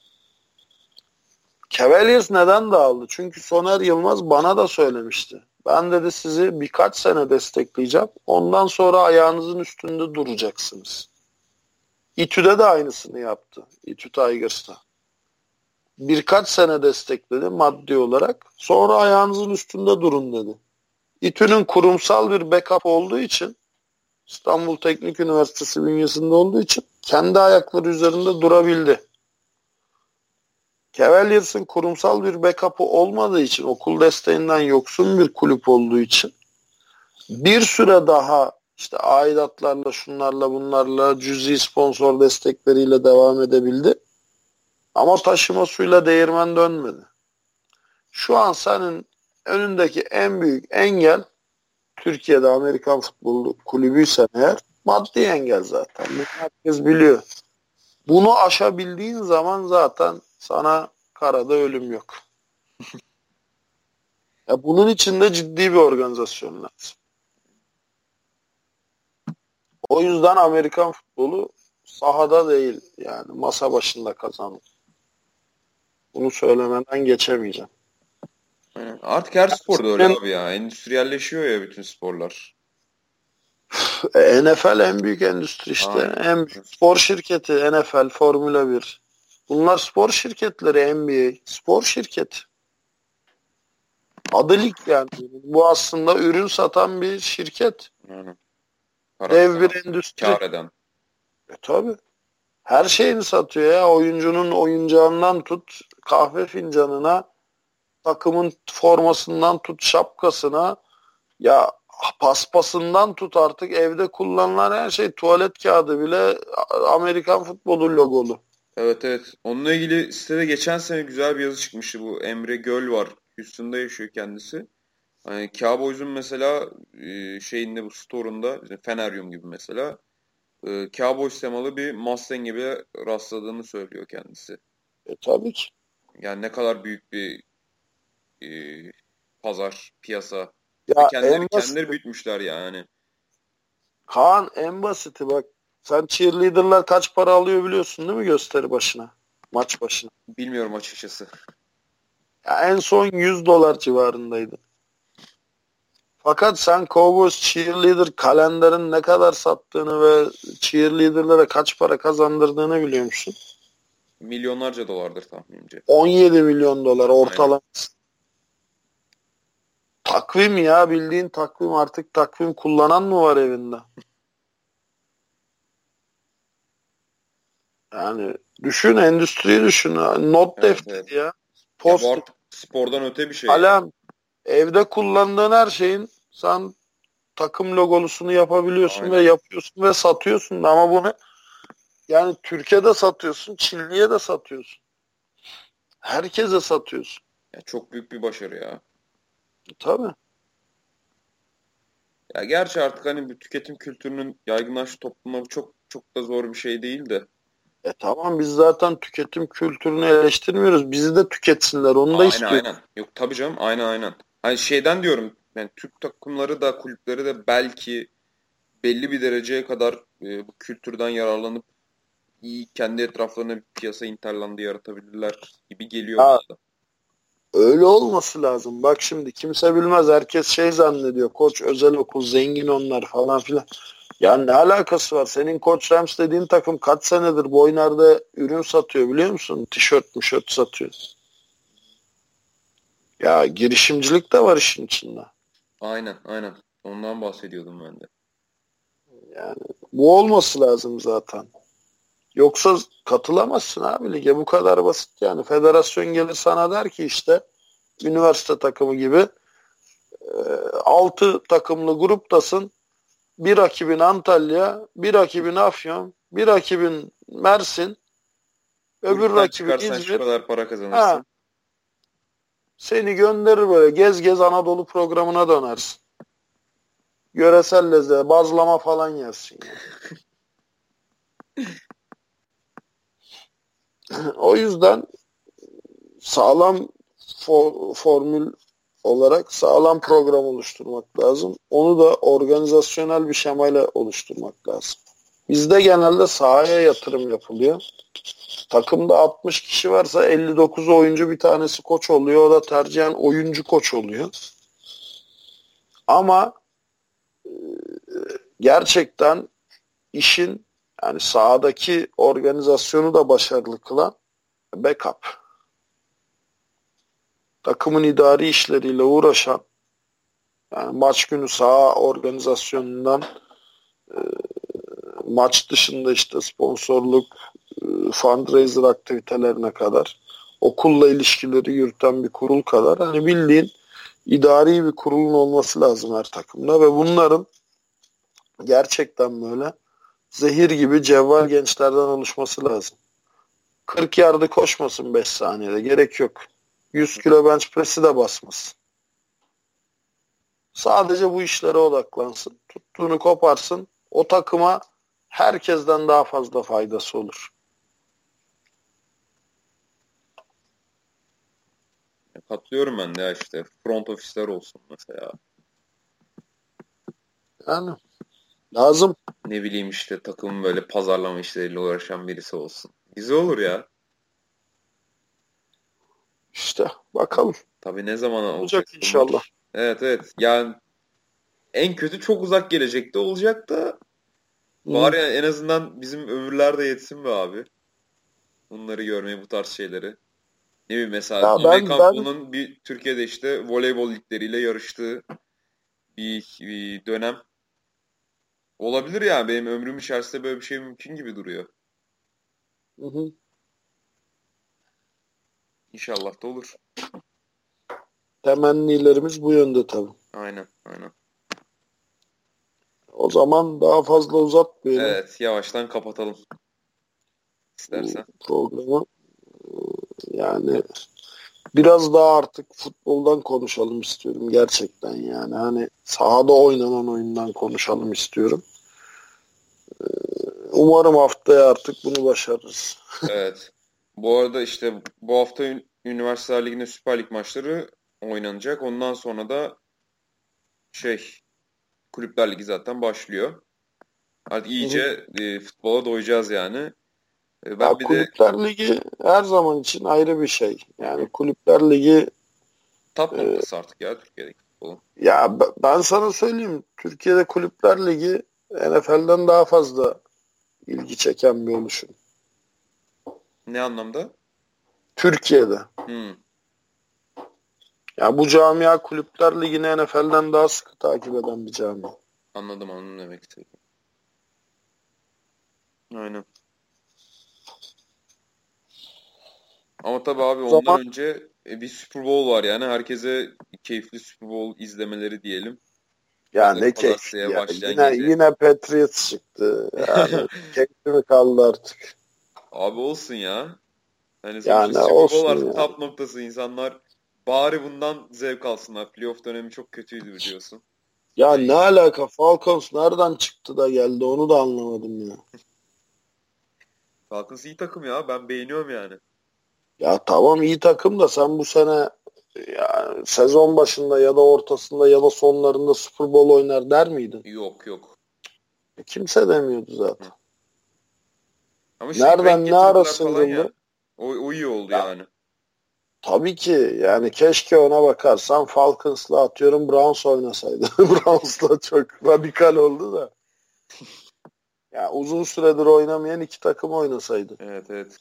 Cavaliers neden dağıldı? Çünkü Soner Yılmaz bana da söylemişti. Ben dedi sizi birkaç sene destekleyeceğim. Ondan sonra ayağınızın üstünde duracaksınız. İTÜ'de de aynısını yaptı. İTÜ Tigers'ta. Birkaç sene destekledi maddi olarak. Sonra ayağınızın üstünde durun dedi. İTÜ'nün kurumsal bir backup olduğu için, İstanbul Teknik Üniversitesi bünyesinde olduğu için kendi ayakları üzerinde durabildi. Cavaliers'ın kurumsal bir backup'ı olmadığı için, okul desteğinden yoksun bir kulüp olduğu için bir süre daha işte aidatlarla, şunlarla, bunlarla, cüzi sponsor destekleriyle devam edebildi. Ama taşıma suyla değirmen dönmedi. Şu an senin önündeki en büyük engel, Türkiye'de Amerikan futbolu kulübüysen eğer, maddi engel zaten. Bunu herkes biliyor. Bunu aşabildiğin zaman zaten sana karada ölüm yok. Bunun için de ciddi bir organizasyon lazım. O yüzden Amerikan futbolu sahada değil, yani masa başında kazanır. Bunu söylemeden geçemeyeceğim. Aynen. Artık her sporda öyle abi ya. Endüstriyelleşiyor ya bütün sporlar. NFL en büyük endüstri işte. Aynen. En büyük spor şirketi NFL, Formula 1. Bunlar spor şirketleri, NBA. Spor şirketi. Adı lig yani. Bu aslında ürün satan bir şirket. Yani, Dev bir endüstri. kâr eden. Tabii. Her şeyini satıyor ya. Oyuncunun oyuncağından tut, kahve fincanına, takımın formasından tut, şapkasına, ya paspasından tut, artık evde kullanılan her şey, tuvalet kağıdı bile Amerikan futbolu logolu. Evet evet. Onunla ilgili sitede geçen sene güzel bir yazı çıkmıştı. Bu Emre Göl var. Houston'da yaşıyor kendisi. Hani Cowboys'un mesela şeyinde, bu store'unda işte Feneryum gibi mesela Cowboys temalı bir Mustang'e bile rastladığını söylüyor kendisi. Tabii ki. Yani ne kadar büyük bir e, pazar, piyasa. Ve Ya kendileri büyütmüşler yani. Kaan, en basiti bak. Sen cheerleader'lar kaç para alıyor biliyorsun değil mi, gösteri başına? Maç başına. Bilmiyorum açıkçası. Ya en son $100 civarındaydı. Fakat sen Cowboys cheerleader kalenderin ne kadar sattığını ve cheerleader'lara kaç para kazandırdığını biliyor musun? Milyonlarca dolardır tahminimce. 17 milyon dolar ortalama. Takvim ya, bildiğin takvim. Artık takvim kullanan mı var evinde? Yani düşün, endüstriyi düşün. Not Evet, defteri evet. ya. Ya Post, bu artık spordan öte bir şey. kalem. Evde kullandığın her şeyin sen takım logolusunu yapabiliyorsun. Aynen. Ve yapıyorsun ve satıyorsun. Ama bunu yani Türkiye'de satıyorsun, Çinli'ye de satıyorsun. Herkese satıyorsun. Ya çok büyük bir başarı ya. Tabii. Ya gerçi artık hani bu tüketim kültürünün yaygınlaştığı toplumda bu çok çok da zor bir şey değil de. Tamam, biz zaten tüketim kültürünü eleştirmiyoruz. Bizi de tüketsinler. Onu da Aynen istiyoruz. aynen. Yok tabii canım, aynen. Hani şeyden diyorum, yani Türk takımları da kulüpleri de belki belli bir dereceye kadar bu kültürden yararlanıp iyi kendi etraflarına bir piyasa hinterlandı yaratabilirler gibi geliyor Ha, bana da. öyle olması lazım. Bak şimdi kimse bilmez. Herkes şey zannediyor. Koç özel okul, zengin onlar falan filan. Ya ne alakası var? Senin Koç Rams dediğin takım kaç senedir Boynar'da ürün satıyor biliyor musun? Tişört satıyor. Ya girişimcilik de var işin içinde. Aynen. Ondan bahsediyordum ben de. Yani bu olması lazım zaten. Yoksa katılamazsın abi lige, bu kadar basit yani. Federasyon gelir sana der ki işte üniversite takımı gibi 6 takımlı gruptasın. Bir rakibin Antalya, bir rakibin Afyon, bir rakibin Mersin, öbür Gruptan rakibin çıkarsan şu İzmir. kadar para Ha, kazanırsın. seni gönderir böyle gez gez Anadolu programına dönersin. Yöresel lezzet, bazlama falan yersin yani. O yüzden sağlam formül olarak sağlam program oluşturmak lazım. Onu da organizasyonel bir şemayla oluşturmak lazım. Bizde genelde sahaya yatırım yapılıyor. Takımda 60 kişi varsa 59 oyuncu bir tanesi koç oluyor. O da tercihen oyuncu koç oluyor. Ama gerçekten işin yani sahadaki organizasyonu da başarılı kılan backup. Takımın idari işleriyle uğraşan yani maç günü saha organizasyonundan maç dışında işte sponsorluk, fundraiser aktivitelerine kadar okulla ilişkileri yürüten bir kurul kadar hani bildiğin idari bir kurulun olması lazım her takımda ve bunların gerçekten böyle zehir gibi cevval gençlerden oluşması lazım. 40 yardı koşmasın 5 saniyede gerek yok. 100 kilo bench press'i de basmasın. Sadece bu işlere odaklansın. Tuttuğunu koparsın. O takıma herkesten daha fazla faydası olur. Katılıyorum ben de ya işte. Front ofisler olsun mesela. Yani lazım. Ne bileyim işte takımın böyle pazarlama işleriyle uğraşan birisi olsun. Güzel olur ya. İşte bakalım. Tabii ne zaman olacak Olacak inşallah. bunlar? Evet evet. Yani en kötü çok uzak gelecekte olacak da Hı. bari yani en azından bizim ömürler de yetsin be abi. Bunları görmeye bu tarz şeyleri. Ne bileyim mesela Ya Amerikan ben futbolunun bir Türkiye'de işte voleybol ligleriyle yarıştığı bir dönem olabilir yani. Benim ömrüm içerisinde böyle bir şey mümkün gibi duruyor. hı hı. İnşallah da olur. Temennilerimiz bu yönde tabii. Aynen aynen. O zaman daha fazla uzatmayalım Evet yavaştan kapatalım bu istersen. programı. Yani biraz daha artık futboldan konuşalım istiyorum gerçekten yani. Hani sahada oynanan oyundan konuşalım istiyorum. Umarım haftaya artık bunu başarırız. Evet. Bu arada işte bu hafta Üniversiteler Ligi'nde Süper Lig maçları oynanacak. Ondan sonra da Kulüpler Ligi zaten başlıyor. Artık Hı hı. iyice futbola doyacağız yani. Ya Ben bir de Kulüpler Ligi her zaman için ayrı bir şey. hı Yani hı, Kulüpler Ligi tap e, noktası artık ya Türkiye'deki futbolun. ya ben sana söyleyeyim Türkiye'de Kulüpler Ligi NFL'den daha fazla ilgi çeken bir oluşum. Ne anlamda? Türkiye'de. Hmm, Ya bu camia Kulüpler Ligi'ni NFL'den daha sıkı takip eden bir camia. anladım demek istedim. Aynen. Ama tabii abi O ondan zaman önce bir Super Bowl var yani. Herkese keyifli Super Bowl izlemeleri diyelim. ya ne keyifli Pazartesiye ya. başlayan gece. Yine Patriots çıktı. Yani keyifli mi kaldı artık? Abi olsun ya. Hani sonuçta Yani Super Bowl olsun artık ya. tap noktası. İnsanlar bari bundan zevk alsınlar. Playoff dönemi çok kötüydü biliyorsun. Ya Yani ne alaka Falcons nereden çıktı da geldi onu da anlamadım ya. Falcons iyi takım ya. Ben beğeniyorum yani. Ya tamam iyi takım da sen bu sene ya, sezon başında ya da ortasında ya da sonlarında Super Bowl oynar der miydin? Yok yok. Kimse demiyordu Hı. zaten. Ama renk Nereden ne ara getirdiler falan ya. sıyrıldı? O iyi oldu Ya, yani. tabii ki yani keşke ona bakarsan Falcons'la atıyorum Browns oynasaydı. Browns'la çok radikal oldu da. Ya uzun süredir oynamayan iki takım oynasaydı. Evet evet.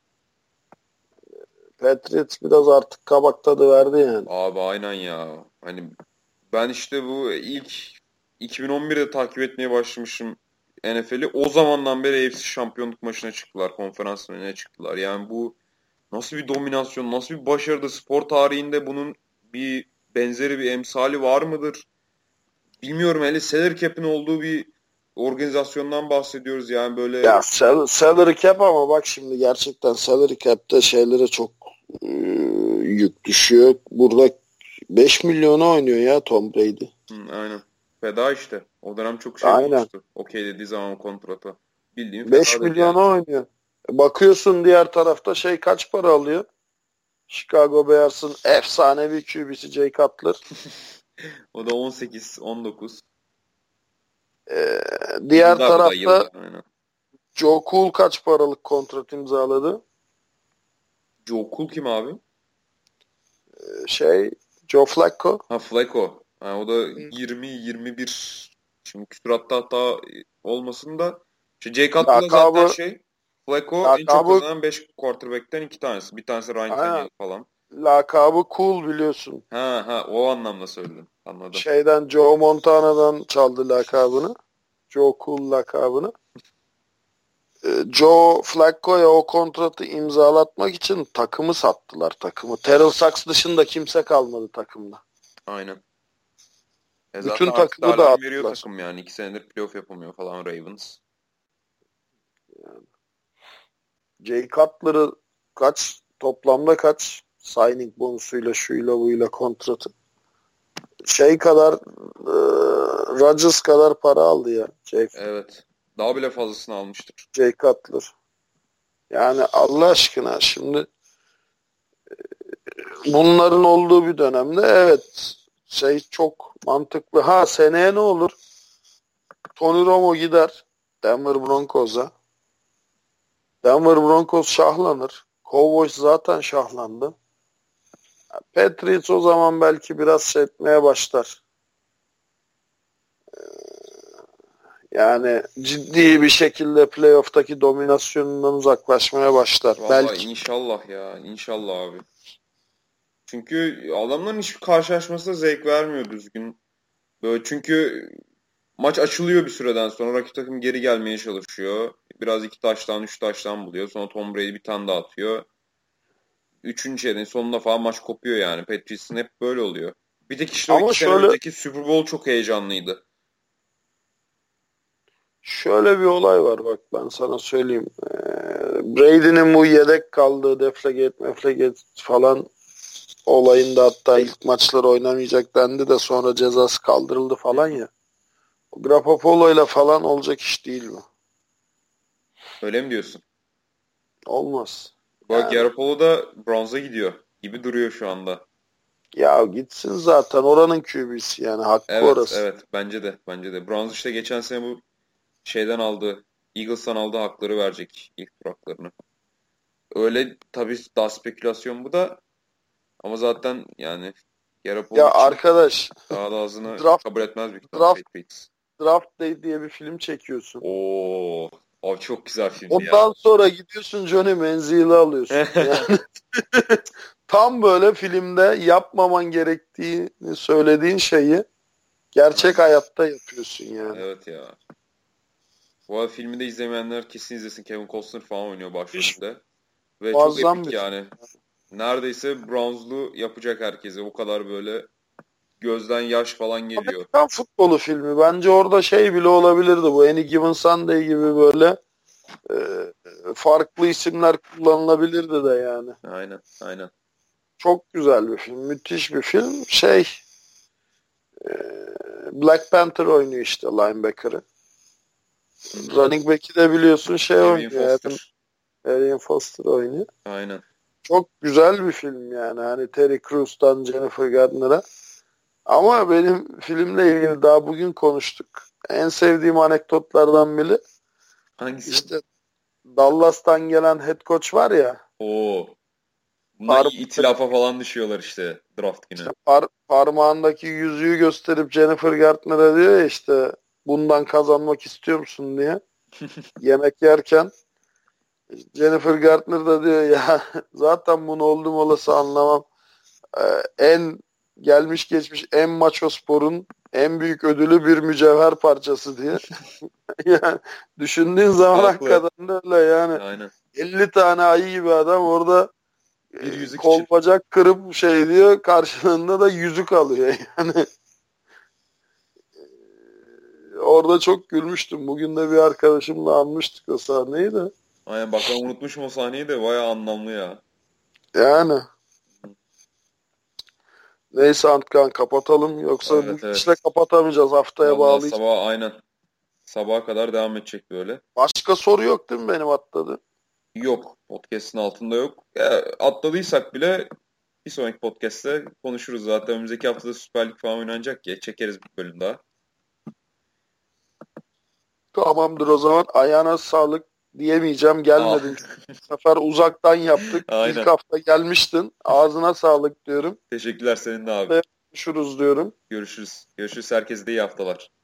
Patriots biraz artık kabak tadı verdi yani. Abi aynen ya. Hani ben işte bu ilk 2011'de takip etmeye başlamışım NFL'i. O zamandan beri hepsi şampiyonluk maçına çıktılar. Konferans finaline çıktılar. Yani bu nasıl bir dominasyon, nasıl bir başarıda spor tarihinde bunun bir benzeri bir emsali var mıdır? Bilmiyorum. Hele salary cap'in olduğu bir organizasyondan bahsediyoruz. Yani böyle Ya salary cap ama bak şimdi gerçekten salary cap'te şeylere çok e, yük düşüyor. Burada 5 milyona oynuyor ya Tom Brady. aynen. Feda işte. O dönem çok şey Aynen. olmuştu. Okey dediği zaman o kontrata. Bildiğin 5 feda dedi milyona yani. oynuyor. Bakıyorsun diğer tarafta şey kaç para alıyor? Chicago Bears'ın efsanevi QB'si Jay Cutler. O da 18, 19. Diğer Yılda bu da tarafta yılda. Aynen. Joe Cool kaç paralık kontrat imzaladı? Joe Cool kim abi? Joe Flacco. Ha, Flacco. Ha, o da 20-21. Şimdi küsuratta hata olmasın da. İşte Jay Cutler'la zaten Lakabı şey, Flacco en çok lakabı kazanan 5 quarterback'ten 2 tanesi. Bir tanesi Ryan aynen, Tannehill falan. lakabı Cool biliyorsun. Ha, o anlamda söyledim. Anladım. Joe Montana'dan çaldı lakabını. Joe Cool lakabını. Joe Flacco'ya o kontratı imzalatmak için takımı sattılar takımı. Terrell Suggs dışında kimse kalmadı takımda. Aynen. Bütün Zaten artık takımı alarm veriyor dağıttılar. takım yani. 2 senedir playoff yapamıyor falan Ravens. Jay Cutler'ı toplamda kaç signing bonusuyla şuyla buyla kontratı kadar Rodgers kadar para aldı ya Evet. Daha bile fazlasını almıştır. Jay Cutler. Yani Allah aşkına şimdi bunların olduğu bir dönemde evet çok mantıklı. Ha seneye ne olur? Tony Romo gider Denver Broncos'a. Denver Broncos şahlanır. Cowboys zaten şahlandı. Patriots o zaman belki biraz etmeye başlar. Yani ciddi bir şekilde playoff'taki dominasyonundan uzaklaşmaya başlar. Vallahi Belki. inşallah ya. İnşallah abi. Çünkü adamların hiçbir karşılaşması da zevk vermiyor düzgün. Böyle çünkü maç açılıyor bir süreden sonra. Rakip takım geri gelmeye çalışıyor. Biraz 2 taştan 3 taştan buluyor. Sonra Tom Brady bir tane daha atıyor. Üçüncü çeyreğin sonunda falan maç kopuyor yani. Patriots'ın hep böyle oluyor. Bir tek işte o Ama 2 sene önceki Super Bowl çok heyecanlıydı. şöyle bir olay var bak ben sana söyleyeyim. Brady'nin bu yedek kaldığı deflegate falan olayında hatta ilk maçları oynamayacak dendi de sonra cezası kaldırıldı falan ya. Garoppolo ile falan olacak iş değil bu. Öyle mi diyorsun? Olmaz. Bak Yani Garoppolo da bronza gidiyor gibi duruyor şu anda. ya gitsin zaten oranın QB'si yani hakkı Evet, orası. evet. Bence de. Browns işte geçen sene bu şeyden aldı. Eagles'tan aldığı hakları verecek. İlk tur haklarını. Öyle tabii daha spekülasyon bu da. Ama zaten yani Garoppolo Ya için arkadaş daha da azını draft kabul etmez büyük ihtimalle draft Patriots. Draft Day diye bir film çekiyorsun. Oo, abi çok güzel filmdi ya. Ondan sonra gidiyorsun Johnny Manziel'i alıyorsun. Yani tam böyle filmde yapmaman gerektiğini söylediğin şeyi gerçek Aynen. hayatta yapıyorsun yani. Evet ya. Bu arada filmi de izlemeyenler kesin izlesin. Kevin Costner falan oynuyor Müthiş, başrolünde. Ve çok muazzam epik bir film. yani. Neredeyse Browns'lu yapacak herkese. O kadar böyle gözden yaş falan geliyor. Amerikan futbolu filmi. Bence orada bile olabilirdi. Bu Any Given Sunday gibi böyle e, farklı isimler kullanılabilirdi de yani. Aynen. Çok güzel bir film. Müthiş bir film. E, Black Panther oynuyor işte linebacker'ı. Hı-hı. Running back'i de biliyorsun Evan oynuyor. Foster. Arian Foster oynuyor. Aynen. Çok güzel bir film yani. Hani Terry Crews'tan Jennifer Gardner'a. Ama benim filmle ilgili daha bugün konuştuk. En sevdiğim anekdotlardan biri Hangisi? işte Dallas'tan gelen head coach var ya Oo. Bunlar par iyi itilafa falan düşüyorlar işte draft günü. parmağındaki yüzüğü gösterip Jennifer Gardner'a diyor ya işte bundan kazanmak istiyor musun diye. Yemek yerken Jennifer Gardner da diyor ya zaten bunu oldum olası anlamam. En gelmiş geçmiş en maço sporun en büyük ödülü bir mücevher parçası diye. Yani düşündüğün zaman Haklı. hakikaten de öyle yani. Aynen. 50 tane ayı gibi adam orada Bir yüzük kol için. bacak kırıp şey diyor, karşılığında da yüzük alıyor yani. Orada çok gülmüştüm. Bugün de bir arkadaşımla anmıştık o sahneyi de. Aynen bak ben unutmuşum o sahneyi de bayağı anlamlı ya. Yani neyse Antkan, kapatalım. Yoksa bu Evet işle evet. kapatamayacağız. Haftaya Vallahi bağlayacağız. sabah aynen. Sabaha kadar devam edecek böyle. Başka soru yok değil mi benim atladı? Yok. Podcast'ın altında yok. Ya, atladıysak bile bir sonraki podcast'te konuşuruz. Zaten önümüzdeki haftada Süper Lig falan oynanacak ya. Çekeriz bir bölüm daha. Tamamdır o zaman. Ayağına sağlık diyemeyeceğim. Aa, Gelmedin. Bu sefer uzaktan yaptık. İlk aynen. hafta gelmiştin. Ağzına sağlık diyorum. Teşekkürler senin de abi. Ve konuşuruz diyorum. Görüşürüz. Görüşürüz. Herkese de iyi haftalar.